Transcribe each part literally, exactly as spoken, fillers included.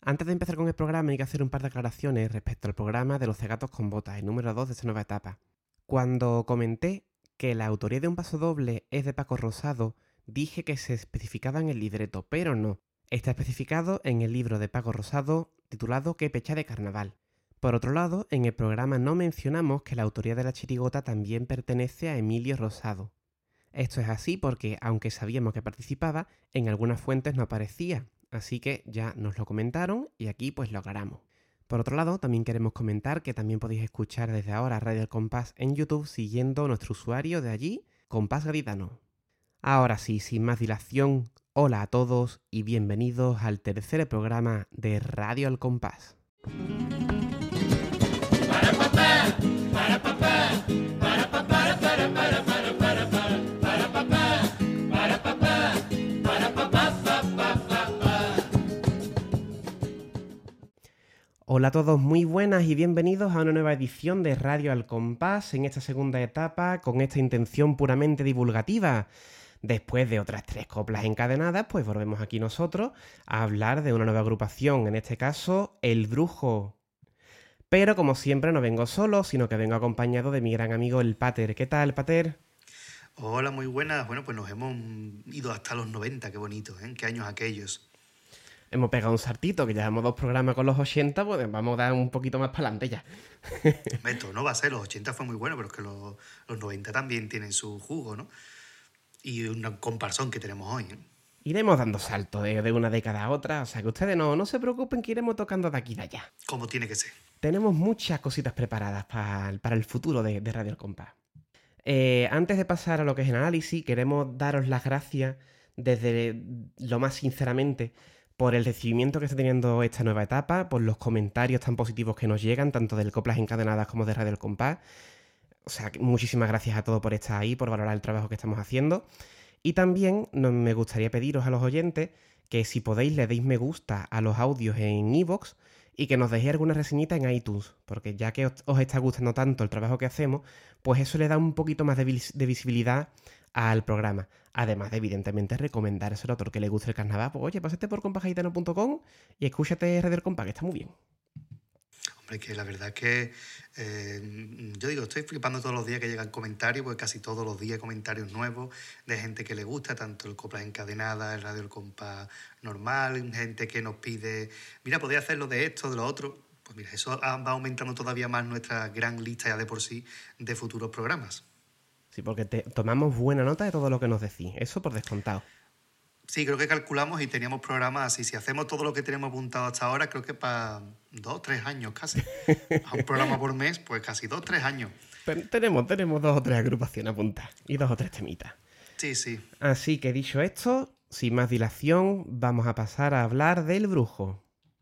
Antes de empezar con el programa hay que hacer un par de aclaraciones respecto al programa de Los Cegatos con Botas, el número dos de esta nueva etapa. Cuando comenté que la autoría de Un Pasodoble es de Paco Rosado, dije que se especificaba en el libreto, pero no. Está especificado en el libro de Paco Rosado titulado Qué pecha de carnaval. Por otro lado, en el programa no mencionamos que la autoría de la chirigota también pertenece a Emilio Rosado. Esto es así porque, aunque sabíamos que participaba, en algunas fuentes no aparecía, así que ya nos lo comentaron y aquí pues lo aclaramos. Por otro lado, también queremos comentar que también podéis escuchar desde ahora Radio El Compás en YouTube siguiendo nuestro usuario de allí, Compás Gaditano. Ahora sí, sin más dilación, hola a todos y bienvenidos al tercer programa de Radio El Compás. Hola a todos, muy buenas y bienvenidos a una nueva edición de Radio Al Compás en esta segunda etapa con esta intención puramente divulgativa. Después de otras tres coplas encadenadas, pues volvemos aquí nosotros a hablar de una nueva agrupación, en este caso, El Brujo. Pero como siempre no vengo solo, sino que vengo acompañado de mi gran amigo el Pater. ¿Qué tal, Pater? Hola, muy buenas. Bueno, pues nos hemos ido hasta los noventa, qué bonito, ¿eh? ¿Qué años aquellos? Hemos pegado un saltito, que llevamos dos programas con los ochenta, pues vamos a dar un poquito más para adelante ya. Esto no va a ser, los ochenta fue muy bueno, pero es que los, los noventa también tienen su jugo, ¿no? Y un comparsón que tenemos hoy, ¿eh? Iremos dando saltos de, de una década a otra, o sea que ustedes no, no se preocupen que iremos tocando de aquí y de allá. Como tiene que ser. Tenemos muchas cositas preparadas para, para el futuro de, de Radio El Compás. Eh, antes de pasar a lo que es el análisis, queremos daros las gracias desde lo más sinceramente por el recibimiento que está teniendo esta nueva etapa, por los comentarios tan positivos que nos llegan, tanto del Coplas Encadenadas como de Radio El Compás. O sea, muchísimas gracias a todos por estar ahí, por valorar el trabajo que estamos haciendo. Y también no, me gustaría pediros a los oyentes que si podéis le deis me gusta a los audios en iVoox y que nos dejéis alguna reseñita en iTunes, porque ya que os, os está gustando tanto el trabajo que hacemos, pues eso le da un poquito más de, vis de visibilidad al programa. Además de, evidentemente, recomendárselo a todo el que le guste el carnaval. Pues oye, pásate por compasgaditano punto com y escúchate Radio El Compás, que está muy bien. Hombre, que la verdad es que eh, yo digo, estoy flipando todos los días que llegan comentarios, porque casi todos los días hay comentarios nuevos de gente que le gusta, tanto el Coplas Encadenadas, el Radio El Compás normal, gente que nos pide, mira, podría hacerlo de esto, de lo otro. Pues mira, eso va aumentando todavía más nuestra gran lista ya de por sí de futuros programas. Sí, porque te, tomamos buena nota de todo lo que nos decís, eso por descontado. Sí, creo que calculamos y teníamos programas así. Si hacemos todo lo que tenemos apuntado hasta ahora, creo que para dos, tres años casi. A un programa por mes, pues casi dos, tres años. Pero tenemos, tenemos dos o tres agrupaciones apuntadas y dos o tres temitas. Sí, sí. Así que dicho esto, sin más dilación, vamos a pasar a hablar del Brujo.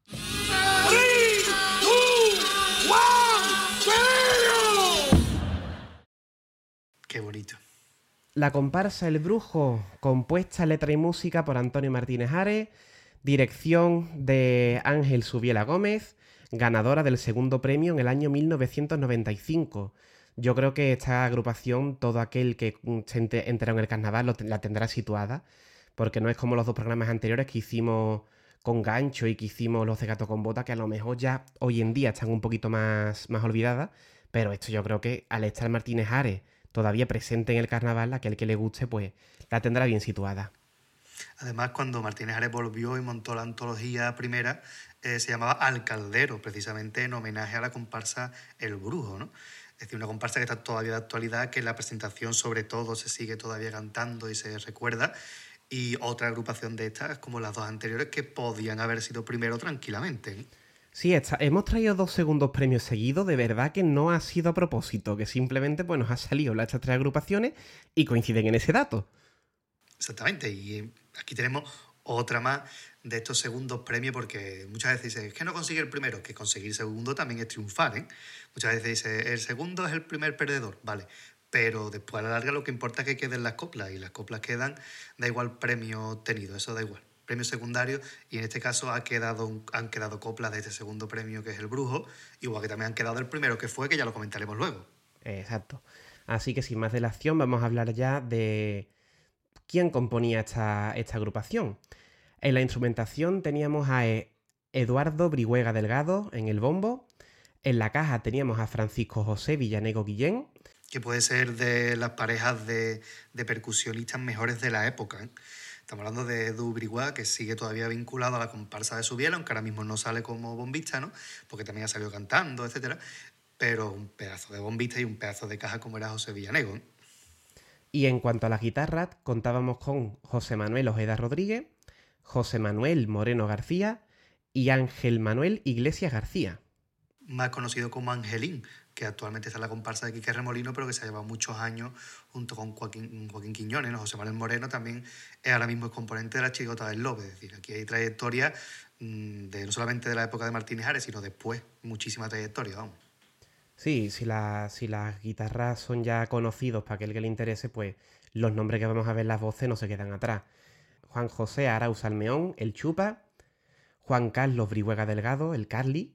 Qué bonito. La comparsa El Brujo, compuesta letra y música por Antonio Martínez Ares, dirección de Ángel Subiela Gómez, ganadora del segundo premio en el año mil novecientos noventa y cinco. Yo creo que esta agrupación, todo aquel que se enteró en el carnaval lo, la tendrá situada, porque no es como los dos programas anteriores que hicimos con Gancho y que hicimos Los Cegatos con Botas, que a lo mejor ya hoy en día están un poquito más, más olvidadas, pero esto yo creo que al estar Martínez Ares todavía presente en el carnaval, aquel que le guste, pues la tendrá bien situada. Además, cuando Martínez Ares volvió y montó la antología primera, eh, se llamaba Al Caldero, precisamente en homenaje a la comparsa El Brujo, ¿no? Es decir, una comparsa que está todavía de actualidad, que en la presentación sobre todo se sigue todavía cantando y se recuerda, y otra agrupación de estas, como las dos anteriores, que podían haber sido primero tranquilamente, ¿eh? Sí, está. Hemos traído dos segundos premios seguidos, de verdad que no ha sido a propósito, que simplemente pues, nos ha salido estas tres agrupaciones y coinciden en ese dato. Exactamente, y aquí tenemos otra más de estos segundos premios, porque muchas veces dicen, es que no consigue el primero, que conseguir segundo también es triunfar, ¿eh? Muchas veces dice, el segundo es el primer perdedor, vale, pero después a la larga lo que importa es que queden las coplas, y las coplas quedan, da igual premio obtenido, eso da igual. Premio secundario, y en este caso ha quedado, han quedado coplas de este segundo premio que es El Brujo, igual que también han quedado del primero que fue, que ya lo comentaremos luego. Exacto. Así que sin más dilación vamos a hablar ya de quién componía esta, esta agrupación. En la instrumentación teníamos a Eduardo Brihuega Delgado en el bombo. En la caja teníamos a Francisco José Villanego Guillén. Que puede ser de las parejas de, de percusionistas mejores de la época, ¿eh? Estamos hablando de Edu Brihuega, que sigue todavía vinculado a la comparsa de Subiela, aunque ahora mismo no sale como bombista, ¿no? Porque también ha salido cantando, etcétera. Pero un pedazo de bombista y un pedazo de caja como era José Villanego, ¿eh? Y en cuanto a las guitarras, contábamos con José Manuel Ojeda Rodríguez, José Manuel Moreno García y Ángel Manuel Iglesias García. Más conocido como Angelín, que actualmente está en la comparsa de Quique Remolino, pero que se ha llevado muchos años junto con Joaquín, Joaquín Quiñones, ¿no? José Manuel Moreno también es ahora mismo el componente de la Chirigota del Lobe. Es decir, aquí hay trayectoria mmm, de no solamente de la época de Martínez Ares, sino después, muchísima trayectoria, vamos. Sí, si, la, si las guitarras son ya conocidos para aquel que le interese, pues los nombres que vamos a ver en las voces no se quedan atrás. Juan José Arauz Almeón, el Chupa, Juan Carlos Brihuega Delgado, el Carly,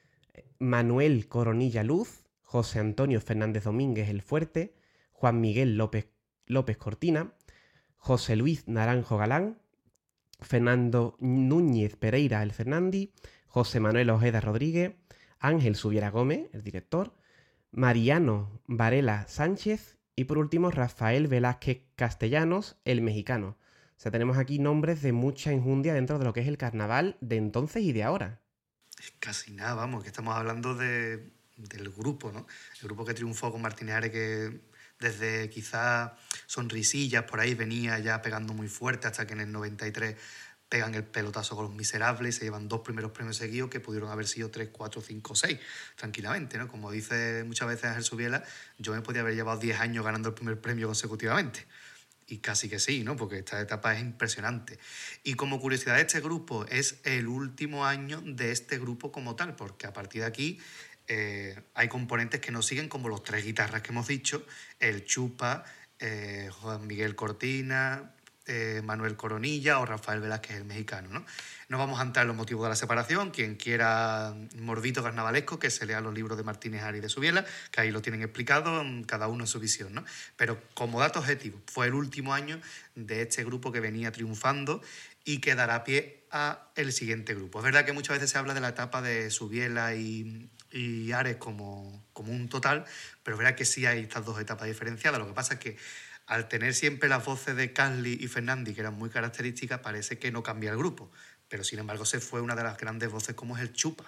Manuel Coronilla Luz, José Antonio Fernández Domínguez, el Fuerte, Juan Miguel López, López Cortina, José Luis Naranjo Galán, Fernando Núñez Pereira, el Fernandi, José Manuel Ojeda Rodríguez, Ángel Subiera Gómez, el director, Mariano Varela Sánchez y por último Rafael Velázquez Castellanos, el mexicano. O sea, tenemos aquí nombres de mucha enjundia dentro de lo que es el carnaval de entonces y de ahora. Casi nada, vamos, que estamos hablando de, del grupo, ¿no? El grupo que triunfó con Martínez Ares, que desde quizás Sonrisillas por ahí venía ya pegando muy fuerte, hasta que en el noventa y tres pegan el pelotazo con Los Miserables y se llevan dos primeros premios seguidos que pudieron haber sido tres, cuatro, cinco, seis, tranquilamente, ¿no? Como dice muchas veces Ángel Subiela, yo me podía haber llevado diez años ganando el primer premio consecutivamente. Y casi que sí, ¿no? Porque esta etapa es impresionante. Y como curiosidad, este grupo es el último año de este grupo como tal, porque a partir de aquí eh, hay componentes que nos siguen, como los tres guitarras que hemos dicho, el Chupa, eh, Juan Miguel Cortina, eh, Manuel Coronilla o Rafael Velázquez, el mexicano, ¿no? No vamos a entrar en los motivos de la separación. Quien quiera morbito carnavalesco, que se lea los libros de Martínez Ares y de Subiela, que ahí lo tienen explicado, cada uno en su visión, ¿no? Pero como dato objetivo, fue el último año de este grupo que venía triunfando y que dará pie a el siguiente grupo. Es verdad que muchas veces se habla de la etapa de Subiela y, y Ares como, como un total, pero es verdad que sí hay estas dos etapas diferenciadas. Lo que pasa es que al tener siempre las voces de Carly y Fernandi, que eran muy características, parece que no cambia el grupo. Pero sin embargo se fue una de las grandes voces como es el Chupa.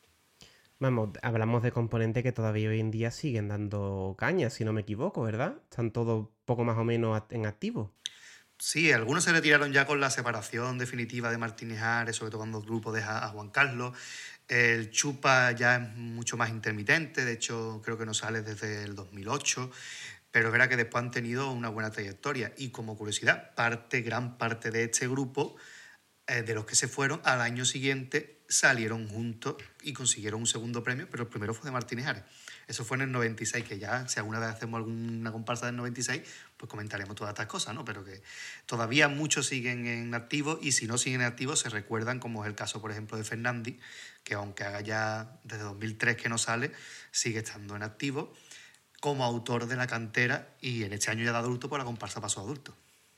Vamos, hablamos de componentes que todavía hoy en día siguen dando caña, si no me equivoco, ¿verdad? Están todos poco más o menos en activo. Sí, algunos se retiraron ya con la separación definitiva de Martínez Ares, sobre todo cuando el grupo deja a Juan Carlos. El Chupa ya es mucho más intermitente, de hecho creo que no sale desde el dos mil ocho, pero es verdad que después han tenido una buena trayectoria. Y como curiosidad, parte, gran parte de este grupo, eh, de los que se fueron, al año siguiente salieron juntos y consiguieron un segundo premio, pero el primero fue de Martínez Ares. Eso fue en el noventa y seis, que ya si alguna vez hacemos alguna comparsa del noventa y seis, pues comentaremos todas estas cosas, ¿no? Pero que todavía muchos siguen en activo y si no siguen en activo se recuerdan, como es el caso, por ejemplo, de Fernandi, que aunque haga ya desde dos mil tres que no sale, sigue estando en activo como autor de la cantera y en este año ya de adulto, por la comparsa Paso Adulto.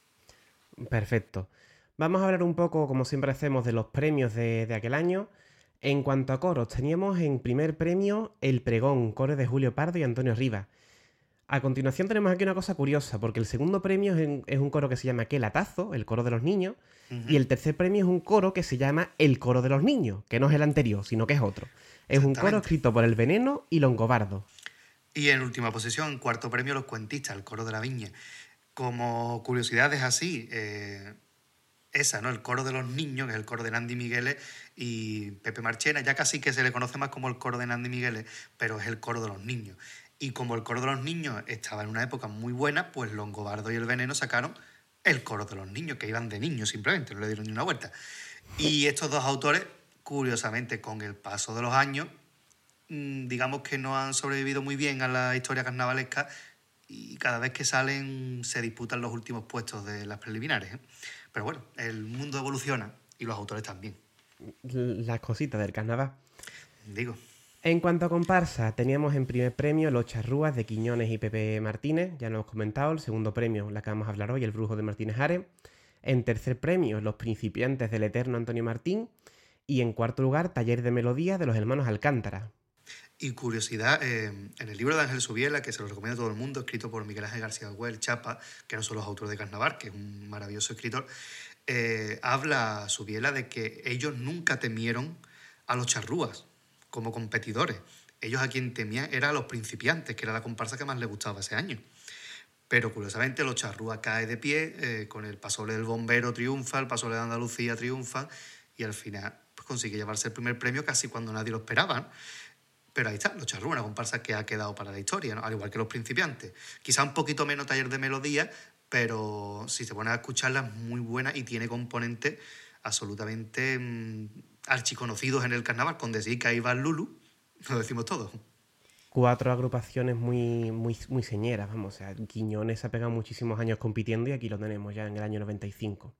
Perfecto. Vamos a hablar un poco, como siempre hacemos, de los premios de, de aquel año. En cuanto a coros, teníamos en primer premio El Pregón, coro de Julio Pardo y Antonio Rivas. A continuación tenemos aquí una cosa curiosa, porque el segundo premio es, en, es un coro que se llama Qué Latazo, el coro de los niños, uh-huh. Y el tercer premio es un coro que se llama El Coro de los Niños, que no es el anterior, sino que es otro. Es un coro escrito por El Veneno y Longobardo. Y en última posición, cuarto premio, Los Cuentistas, el coro de la Viña. Como curiosidades así, eh, esa, ¿no? El coro de los niños, que es el coro de Nandi Migueles y Pepe Marchena, ya casi que se le conoce más como el coro de Nandi Migueles, pero es el coro de los niños. Y como el coro de los niños estaba en una época muy buena, pues Longobardo y El Veneno sacaron el coro de los niños, que iban de niños simplemente, no le dieron ni una vuelta. Y estos dos autores, curiosamente, con el paso de los años, digamos que no han sobrevivido muy bien a la historia carnavalesca y cada vez que salen se disputan los últimos puestos de las preliminares, ¿eh? Pero bueno, el mundo evoluciona y los autores también. Las cositas del carnaval. Digo. En cuanto a comparsa, teníamos en primer premio Los Charrúas de Quiñones y Pepe Martínez, ya lo hemos comentado. El segundo premio, la que vamos a hablar hoy, El Brujo de Martínez Ares. En tercer premio, Los Principiantes del Eterno Antonio Martín. Y en cuarto lugar, Taller de Melodía de los hermanos Alcántara. Y curiosidad, eh, en el libro de Ángel Subiela, que se lo recomiendo a todo el mundo, escrito por Miguel Ángel García Güell Chapa, que no son los autores de Carnaval, que es un maravilloso escritor, eh, habla Subiela de que ellos nunca temieron a los charrúas como competidores. Ellos a quien temían era a los principiantes, que era la comparsa que más les gustaba ese año. Pero curiosamente los charrúas cae de pie, eh, con el Pasole del Bombero triunfa, el Pasole de Andalucía triunfa, y al final pues, consigue llevarse el primer premio casi cuando nadie lo esperaba, ¿no? Pero ahí está, los charrúas, una comparsa que ha quedado para la historia, ¿no? Al igual que los principiantes. Quizá un poquito menos Taller de Melodía, pero si se pone a escucharla es muy buena y tiene componentes absolutamente mmm, archiconocidos en el carnaval. Con decir que ahí va Lulu, lo decimos todos. Cuatro agrupaciones muy, muy, muy señeras, vamos, o sea, Quiñones se ha pegado muchísimos años compitiendo y aquí lo tenemos ya en el año noventa y cinco.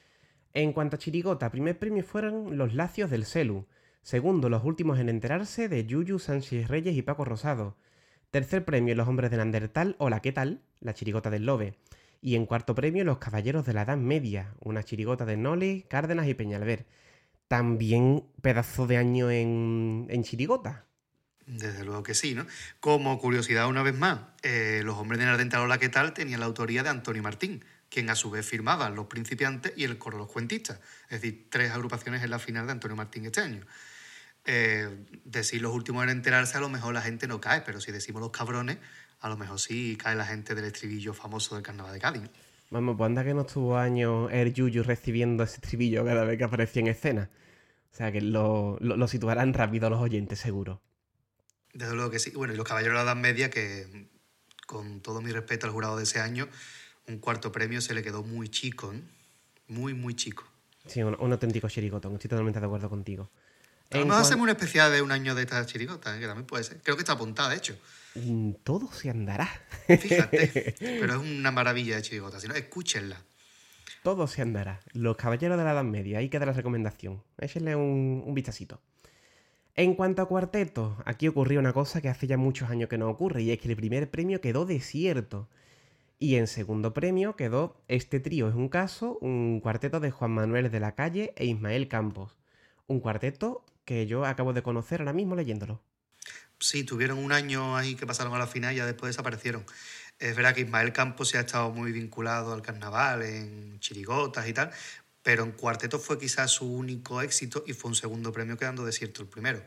En cuanto a chirigota, primer premio fueron los Lacios del Celu. Segundo, los últimos en enterarse, de Yuyu, Sánchez Reyes y Paco Rosado. Tercer premio, los Hombres de Neandertal, Hola, ¿qué tal?, la chirigota del Lobe. Y en cuarto premio, los Caballeros de la Edad Media, una chirigota de Noli, Cárdenas y Peñalver. También pedazo de año en, en chirigota. Desde luego que sí, ¿no? Como curiosidad, una vez más, eh, los Hombres de Neandertal, Hola, ¿qué tal?, tenían la autoría de Antonio Martín, quien a su vez firmaba Los Principiantes y el Coro de los Cuentistas. Es decir, tres agrupaciones en la final de Antonio Martín este año. Eh, decir los últimos en enterarse, a lo mejor la gente no cae, pero si decimos los cabrones, a lo mejor sí cae la gente del estribillo famoso del Carnaval de Cádiz. Vamos, pues anda que no estuvo años el Yuyu recibiendo ese estribillo cada vez que aparecía en escena. O sea que lo, lo, lo situarán rápido los oyentes, seguro. Desde luego que sí. Bueno, y los Caballeros de la Edad Media, que con todo mi respeto al jurado de ese año, un cuarto premio se le quedó muy chico, ¿eh? Muy, muy chico. Sí, un, un auténtico chirigotón, estoy totalmente de acuerdo contigo. A lo mejor hacemos una especial de un año de estas chirigotas, ¿eh? Que también puede ser. Creo que está apuntada, de hecho. Todo se andará. Fíjate, pero es una maravilla de chirigota, si no, escúchenla. Todo se andará. Los Caballeros de la Edad Media, ahí queda la recomendación. Échenle un, un vistacito. En cuanto a cuartetos, aquí ocurrió una cosa que hace ya muchos años que no ocurre, y es que el primer premio quedó desierto. Y en segundo premio quedó Este trío es un caso, un cuarteto de Juan Manuel de la Calle e Ismael Campos. Un cuarteto que yo acabo de conocer ahora mismo leyéndolo. Sí, tuvieron un año ahí que pasaron a la final y ya después desaparecieron. Es verdad que Ismael Campos se ha estado muy vinculado al carnaval, en chirigotas y tal, pero en cuarteto fue quizás su único éxito y fue un segundo premio quedando desierto el primero.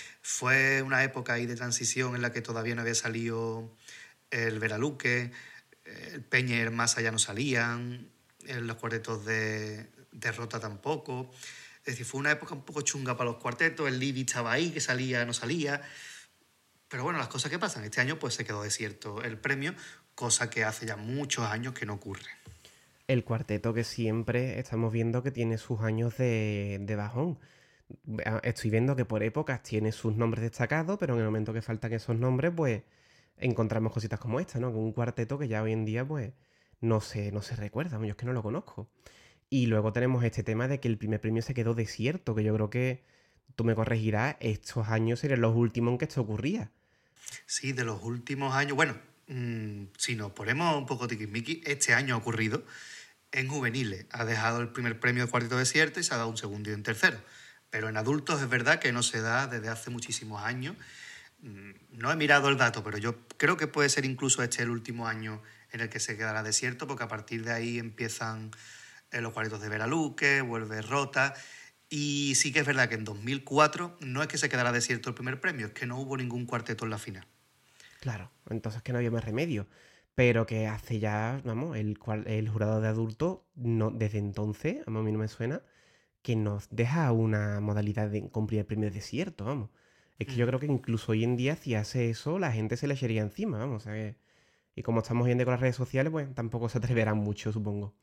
Fue una época ahí de transición en la que todavía no había salido el Veraluque, el Peña y el Masa ya no salían, los cuartetos de, de Rota tampoco. Es decir, fue una época un poco chunga para los cuartetos, el Libby estaba ahí, que salía, no salía. Pero bueno, las cosas que pasan. Este año pues se quedó desierto el premio, cosa que hace ya muchos años que no ocurre. El cuarteto que siempre estamos viendo que tiene sus años de, de bajón. Estoy viendo que por épocas tiene sus nombres destacados, pero en el momento que faltan esos nombres, pues encontramos cositas como esta, ¿no? Un cuarteto que ya hoy en día, pues, no se, no se recuerda, yo es que no lo conozco. Y luego tenemos este tema de que el primer premio se quedó desierto, que yo creo que, tú me corregirás, estos años serían los últimos en que esto ocurría. Sí, de los últimos años, bueno, mmm, si nos ponemos un poco tiquismiqui, este año ha ocurrido en juveniles. Ha dejado el primer premio de cuarteto desierto y se ha dado un segundo y un tercero. Pero en adultos es verdad que no se da desde hace muchísimos años. No he mirado el dato, pero yo creo que puede ser incluso este el último año en el que se quedará desierto, porque a partir de ahí empiezan los cuartetos de Veraluque, vuelve Rota. Y sí que es verdad que en dos mil cuatro no es que se quedara desierto el primer premio, es que no hubo ningún cuarteto en la final. Claro, entonces que no había más remedio. Pero que hace ya, vamos, el, el jurado de adultos, no, desde entonces, a mí no me suena, que nos deja una modalidad de, con primer premio desierto, vamos. Es que mm. yo creo que incluso hoy en día, si hace eso, la gente se le echaría encima, vamos. O sea que, y como estamos viendo con las redes sociales, pues tampoco se atreverán mucho, supongo.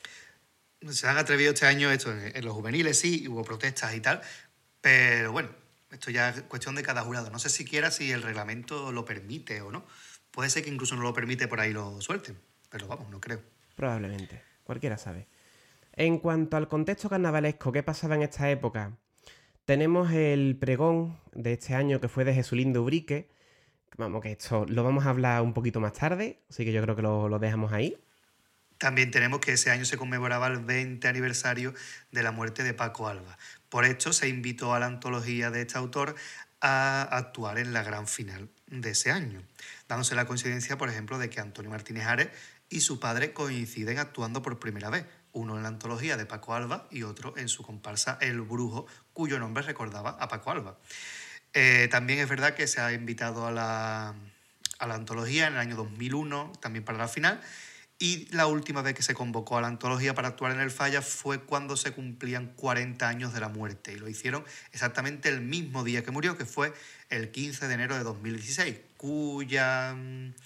Se han atrevido este año, esto en, en los juveniles sí, hubo protestas y tal, pero bueno, esto ya es cuestión de cada jurado. No sé siquiera si el reglamento lo permite o no. Puede ser que incluso no lo permite, por ahí lo suelten, pero vamos, no creo. Probablemente, cualquiera sabe. En cuanto al contexto carnavalesco, ¿qué pasaba en esta época? Tenemos el pregón de este año que fue de Jesulín de Ubrique. Vamos, que esto lo vamos a hablar un poquito más tarde, así que yo creo que lo, lo dejamos ahí. También tenemos que ese año se conmemoraba el veinte aniversario de la muerte de Paco Alba. Por esto se invitó a la antología de este autor a actuar en la gran final de ese año, dándose la coincidencia, por ejemplo, de que Antonio Martínez Ares y su padre coinciden actuando por primera vez, uno en la antología de Paco Alba y otro en su comparsa El Brujo, cuyo nombre recordaba a Paco Alba. Eh, también es verdad que se ha invitado a la, a la antología en el año dos mil uno, también para la final, y la última vez que se convocó a la antología para actuar en el Falla fue cuando se cumplían cuarenta años de la muerte, y lo hicieron exactamente el mismo día que murió, que fue el quince de enero de dos mil dieciséis, cuya,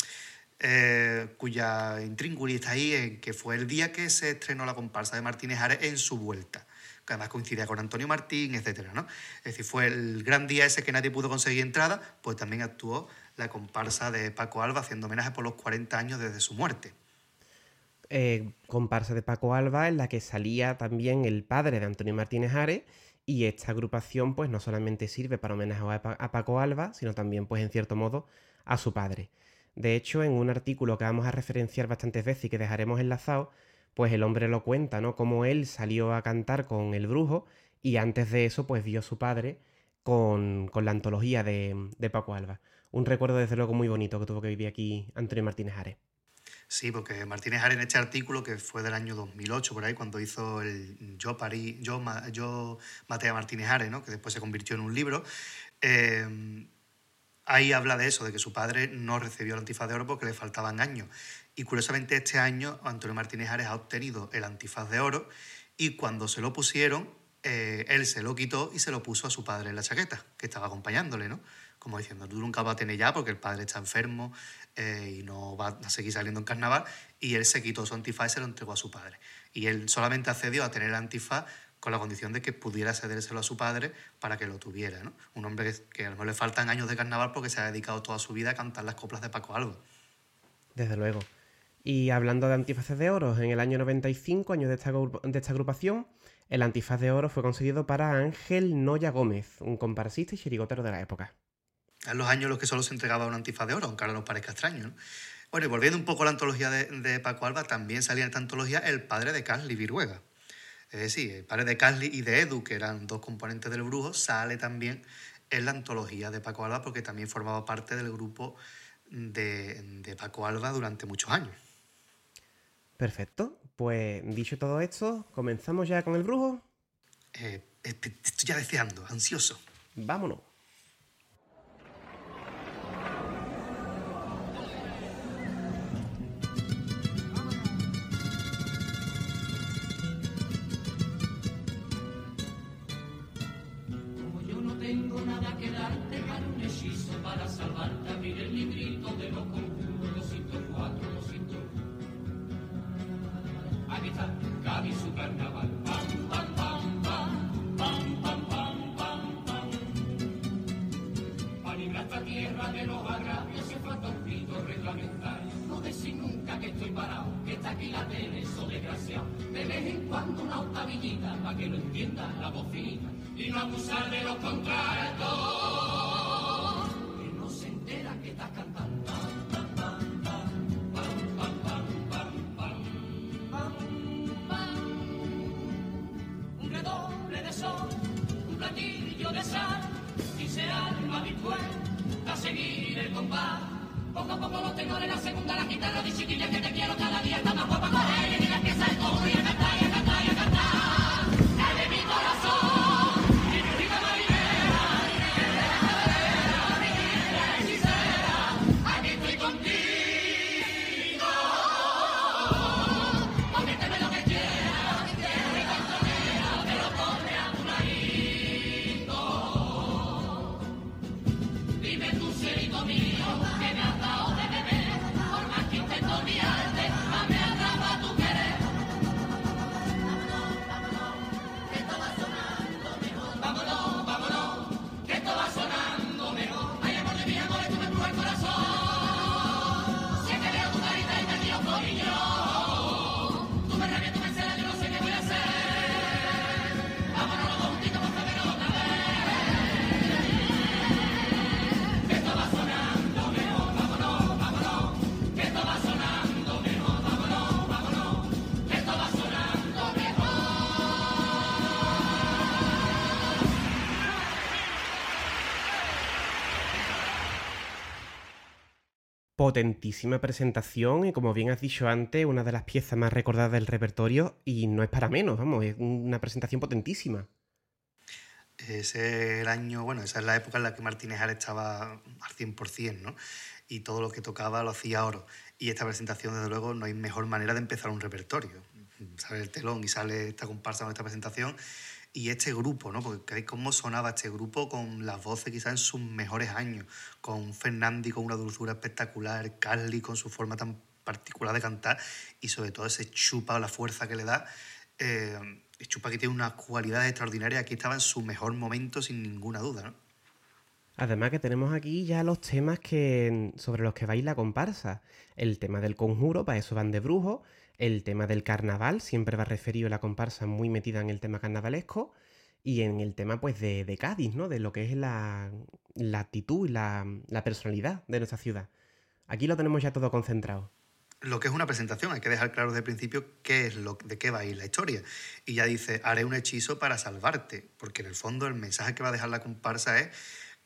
eh, cuya intríngulis está ahí, en que fue el día que se estrenó la comparsa de Martínez Ares en su vuelta, que además coincidía con Antonio Martín, etcétera, ¿no? Es decir, fue el gran día ese que nadie pudo conseguir entrada, pues también actuó la comparsa de Paco Alba haciendo homenaje por los cuarenta años desde su muerte. Eh, comparsa de Paco Alba en la que salía también el padre de Antonio Martínez Ares, y esta agrupación pues no solamente sirve para homenajear a, pa- a Paco Alba, sino también pues en cierto modo a su padre. De hecho, en un artículo que vamos a referenciar bastantes veces y que dejaremos enlazado, pues el hombre lo cuenta, ¿no? Cómo él salió a cantar con El Brujo y antes de eso pues vio a su padre con, con la antología de, de Paco Alba. Un recuerdo desde luego muy bonito que tuvo que vivir aquí Antonio Martínez Ares. Sí, porque Martínez Ares en este artículo, que fue del año dos mil ocho, por ahí, cuando hizo el Yo, Parí, yo, yo maté a Martínez Ares, ¿no? Que después se convirtió en un libro, eh, ahí habla de eso, de que su padre no recibió el antifaz de oro porque le faltaban años. Y curiosamente este año Antonio Martínez Ares ha obtenido el antifaz de oro y cuando se lo pusieron, eh, él se lo quitó y se lo puso a su padre en la chaqueta, que estaba acompañándole, ¿no? Como diciendo, tú nunca vas a tener ya porque el padre está enfermo eh, y no va a seguir saliendo en carnaval, y él se quitó su antifaz y se lo entregó a su padre. Y él solamente accedió a tener el antifaz con la condición de que pudiera cedérselo a su padre para que lo tuviera, ¿no? Un hombre que, que a lo mejor le faltan años de carnaval porque se ha dedicado toda su vida a cantar las coplas de Paco Alba. Desde luego. Y hablando de antifaces de oro, en el año noventa y cinco, año de esta, de esta agrupación, el antifaz de oro fue concedido para Ángel Noya Gómez, un comparsista y chirigotero de la época. En los años en los que solo se entregaba un antifaz de oro, aunque ahora nos parezca extraño, ¿no? Bueno, y volviendo un poco a la antología de, de Paco Alba, también salía en esta antología el padre de Carly Viruega. Es decir, el padre de Carly y de Edu, que eran dos componentes del Brujo, sale también en la antología de Paco Alba porque también formaba parte del grupo de, de Paco Alba durante muchos años. Perfecto. Pues dicho todo esto, ¿comenzamos ya con el Brujo? Eh, estoy ya deseando, ansioso. Vámonos. Para salvarte, abrir el librito de los conjuros, doscientos cuatro, doscientos uno. Aquí está, Cádiz su carnaval. Pam, pam, pam, pam, pam, pam, pam, pam, pam. Para librar esta tierra de los agravios se falta un grito reglamentario. No decís nunca que estoy parado, que está aquí la tele, eso desgraciado. De vez en cuando una octavillita, para que lo entienda la bocina. Y no abusar de los contratos. Que estás cantando pam, pam, pam, pam, pam, pam, pam, pam, pam, pam. Un redoble de sol, un platillo de sal, y se alma habitual a seguir el compás. Poco a poco los tenores, la segunda, la guitarra, de chiquilla que te quiero cada día está más guapa con él, y la empieza el coro y a cantar y a cantar y a cantar. Es de mi corazón, y mi vida marinera, y mi guerrera, mi guerrera hechicera. Aquí estoy contigo, conviérteme lo que quieras, que mi cantonera me lo pone a tu ladito. Dime tú, cielito mío, que me has dado de beber, por más que intento olvidarte, no me atrapa tu querer. Potentísima presentación y, como bien has dicho antes, una de las piezas más recordadas del repertorio y no es para menos, vamos, es una presentación potentísima. Ese es el año, bueno, esa es la época en la que Martínez Ares estaba al cien por ciento, ¿no? Y todo lo que tocaba lo hacía oro. Y esta presentación, desde luego, no hay mejor manera de empezar un repertorio. Sale el telón y sale esta comparsa con esta presentación y este grupo, ¿no? Porque veis cómo sonaba este grupo con las voces quizás en sus mejores años, con Fernandi con una dulzura espectacular, Carly con su forma tan particular de cantar y sobre todo ese Chupa o la fuerza que le da. Eh, Chupa que tiene unas cualidades extraordinarias, aquí estaba en su mejor momento sin ninguna duda, ¿no? Además que tenemos aquí ya los temas que, sobre los que baila comparsa. El tema del conjuro, para eso van de brujo. El tema del carnaval, siempre va referido a la comparsa muy metida en el tema carnavalesco. Y en el tema pues de, de Cádiz, ¿no? De lo que es la, la actitud y la, la personalidad de nuestra ciudad. Aquí lo tenemos ya todo concentrado. Lo que es una presentación, hay que dejar claro desde el principio qué es lo, de qué va a ir la historia. Y ya dice, haré un hechizo para salvarte, porque en el fondo el mensaje que va a dejar la comparsa es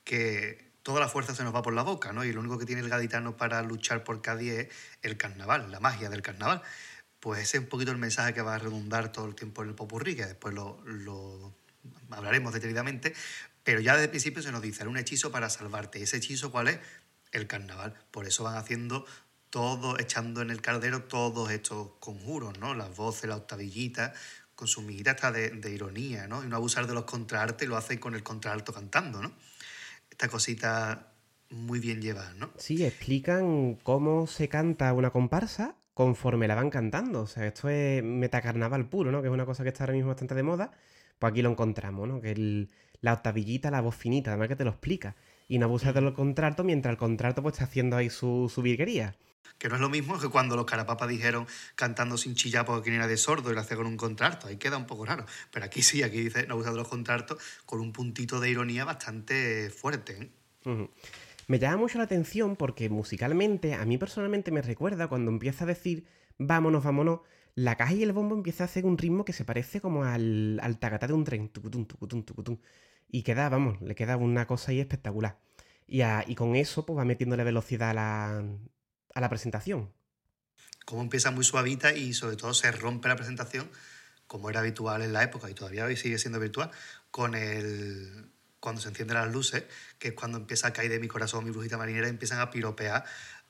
que toda la fuerza se nos va por la boca, ¿no? Y lo único que tiene el gaditano para luchar por Cádiz es el carnaval, la magia del carnaval. Pues ese es un poquito el mensaje que va a redundar todo el tiempo en el popurrí, que después lo, lo hablaremos detenidamente, pero ya desde el principio se nos dice, haré un hechizo para salvarte. ¿Y ese hechizo cuál es? El carnaval. Por eso van haciendo todo, echando en el caldero todos estos conjuros, ¿no? Las voces, la octavillita, con su miguita hasta de, de ironía, ¿no? Y no abusar de los contraltos y lo hacen con el contralto cantando, ¿no? Esta cosita muy bien llevada, ¿no? Sí, explican cómo se canta una comparsa conforme la van cantando. O sea, esto es metacarnaval puro, ¿no? Que es una cosa que está ahora mismo bastante de moda. Pues aquí lo encontramos, ¿no? Que el, la octavillita, la voz finita, además que te lo explica. Y no abusar del contralto mientras el contralto pues está haciendo ahí su, su virguería. Que no es lo mismo que cuando los Carapapas dijeron cantando sin chillar porque quien era de sordo y lo hacía con un contralto. Ahí queda un poco raro. Pero aquí sí, aquí dice no usando los contraltos con un puntito de ironía bastante fuerte, ¿eh? Uh-huh. Me llama mucho la atención porque musicalmente, a mí personalmente me recuerda cuando empieza a decir vámonos, vámonos, la caja y el bombo empieza a hacer un ritmo que se parece como al, al tagatá de un tren. Tucutum, tucutum, tucutum. Y queda, vamos, le queda una cosa ahí espectacular. Y, a, y con eso pues va metiéndole velocidad a la, a la presentación. Como empieza muy suavita y sobre todo se rompe la presentación, como era habitual en la época y todavía hoy sigue siendo habitual, con el cuando se encienden las luces, que es cuando empieza a caer de mi corazón mi brujita marinera y empiezan a piropear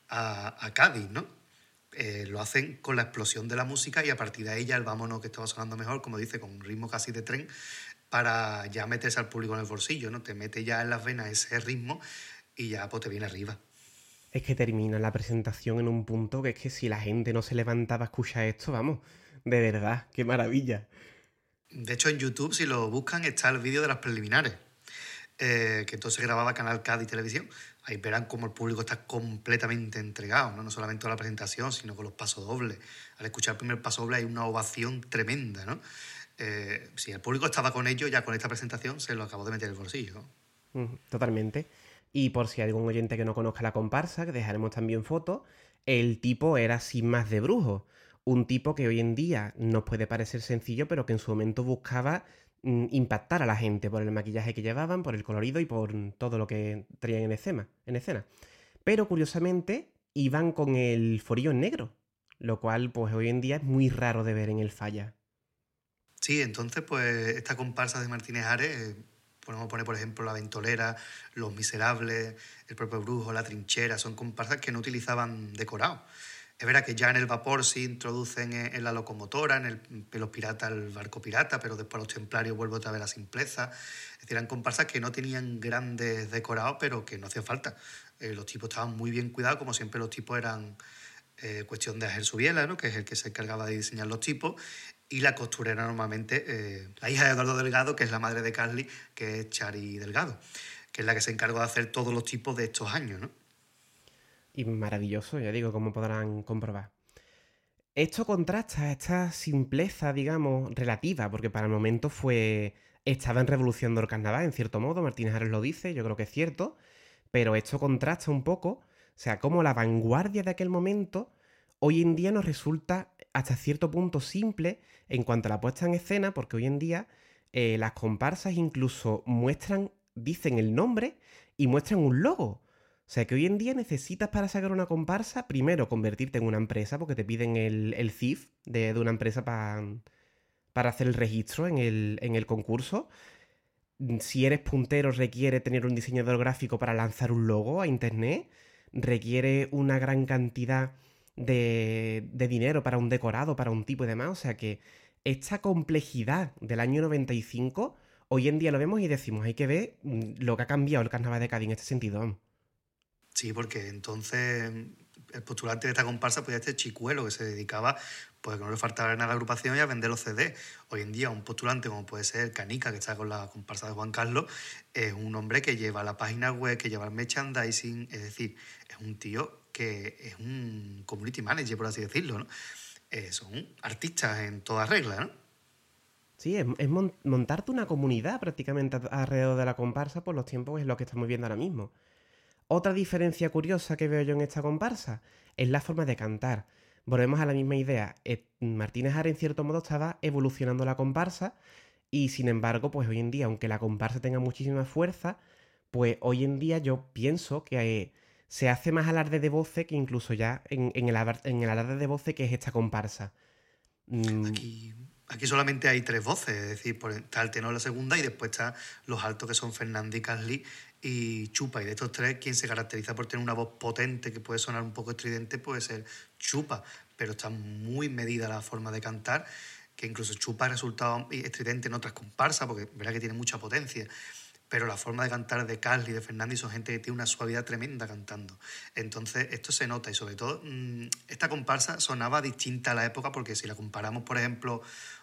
a, a Cádiz, ¿no? Eh, lo hacen con la explosión de la música y a partir de ahí ya el vámonos que estaba sonando mejor, como dice, con un ritmo casi de tren, para ya meterse al público en el bolsillo, ¿no? Te mete ya en las venas ese ritmo y ya pues te viene arriba. Es que termina la presentación en un punto que es que si la gente no se levantaba a escuchar esto, vamos, de verdad, qué maravilla. De hecho, en YouTube, si lo buscan, está el vídeo de las preliminares, eh, que entonces grababa Canal Cádiz Televisión. Ahí verán cómo el público está completamente entregado, ¿no? No solamente a la presentación, sino con los pasodobles. Al escuchar el primer pasodoble hay una ovación tremenda, ¿no? Eh, si el público estaba con ellos, ya con esta presentación se lo acabó de meter en el bolsillo, ¿no? Mm, totalmente. Y por si hay algún oyente que no conozca la comparsa, que dejaremos también fotos, el tipo era sin más de brujo. Un tipo que hoy en día nos puede parecer sencillo, pero que en su momento buscaba mm, impactar a la gente por el maquillaje que llevaban, por el colorido y por todo lo que traían en escena. En escena. Pero curiosamente iban con el forillo en negro, lo cual pues hoy en día es muy raro de ver en el Falla. Sí, entonces, pues, esta comparsa de Martínez Ares, eh, podemos poner, por ejemplo, La Ventolera, Los Miserables, El propio Brujo, La Trinchera, son comparsas que no utilizaban decorado. Es verdad que ya en el vapor se introducen en, en la locomotora, en, el, en los piratas, el barco pirata, pero después los templarios vuelve otra vez la simpleza. Es decir, eran comparsas que no tenían grandes decorados, pero que no hacía falta. Eh, los tipos estaban muy bien cuidados, como siempre los tipos eran eh, cuestión de Ángel Subiela, ¿no? Que es el que se encargaba de diseñar los tipos, y la costurera normalmente, eh, la hija de Eduardo Delgado, que es la madre de Carly, que es Chari Delgado, que es la que se encargó de hacer todos los tipos de estos años, ¿no? Y maravilloso, ya digo, como podrán comprobar. Esto contrasta esta simpleza, digamos, relativa, porque para el momento fue... estaba en revolución del carnaval, en cierto modo, Martínez Ares lo dice, yo creo que es cierto, pero esto contrasta un poco, o sea, como la vanguardia de aquel momento hoy en día nos resulta hasta cierto punto simple en cuanto a la puesta en escena, porque hoy en día eh, las comparsas incluso muestran, dicen el nombre y muestran un logo. O sea que hoy en día necesitas para sacar una comparsa, primero convertirte en una empresa, porque te piden el, el C I F de, de una empresa pa, para hacer el registro en el, en el concurso. Si eres puntero, requiere tener un diseñador gráfico para lanzar un logo a internet. Requiere una gran cantidad de, de dinero para un decorado, para un tipo y demás. O sea que esta complejidad del año noventa y cinco, hoy en día lo vemos y decimos, hay que ver lo que ha cambiado el Carnaval de Cádiz en este sentido. Sí, porque entonces el postulante de esta comparsa podía ser Chicuelo, que se dedicaba, pues que no le faltaba nada a la agrupación y a vender los C D. Hoy en día un postulante como puede ser Canica, que está con la comparsa de Juan Carlos, es un hombre que lleva la página web, que lleva el merchandising, es decir, es un tío que es un community manager, por así decirlo, ¿no? Eh, son artistas en toda regla, ¿no? Sí, es, es mon- montarte una comunidad prácticamente a- alrededor de la comparsa por los tiempos, que es lo que estamos viendo ahora mismo. Otra diferencia curiosa que veo yo en esta comparsa es la forma de cantar. Volvemos a la misma idea. Eh, Martínez Are, en cierto modo, estaba evolucionando la comparsa y, sin embargo, pues hoy en día, aunque la comparsa tenga muchísima fuerza, pues hoy en día yo pienso que eh, se hace más alarde de voces que incluso ya en, en el, alar- en el alarde de voces que es esta comparsa. Mm, Aquí, aquí solamente hay tres voces, es decir, por- está el tenor la segunda y después están los altos que son Fernández, Casli y Chupa. Y de estos tres, quien se caracteriza por tener una voz potente que puede sonar un poco estridente puede ser Chupa, pero está muy medida la forma de cantar, que incluso Chupa ha resultado estridente en otras comparsas, porque es verdad que tiene mucha potencia. Pero la forma de cantar de Casli y de Fernández son gente que tiene una suavidad tremenda cantando. Entonces, esto se nota y sobre todo, mmm, esta comparsa sonaba distinta a la época porque si la comparamos, por ejemplo,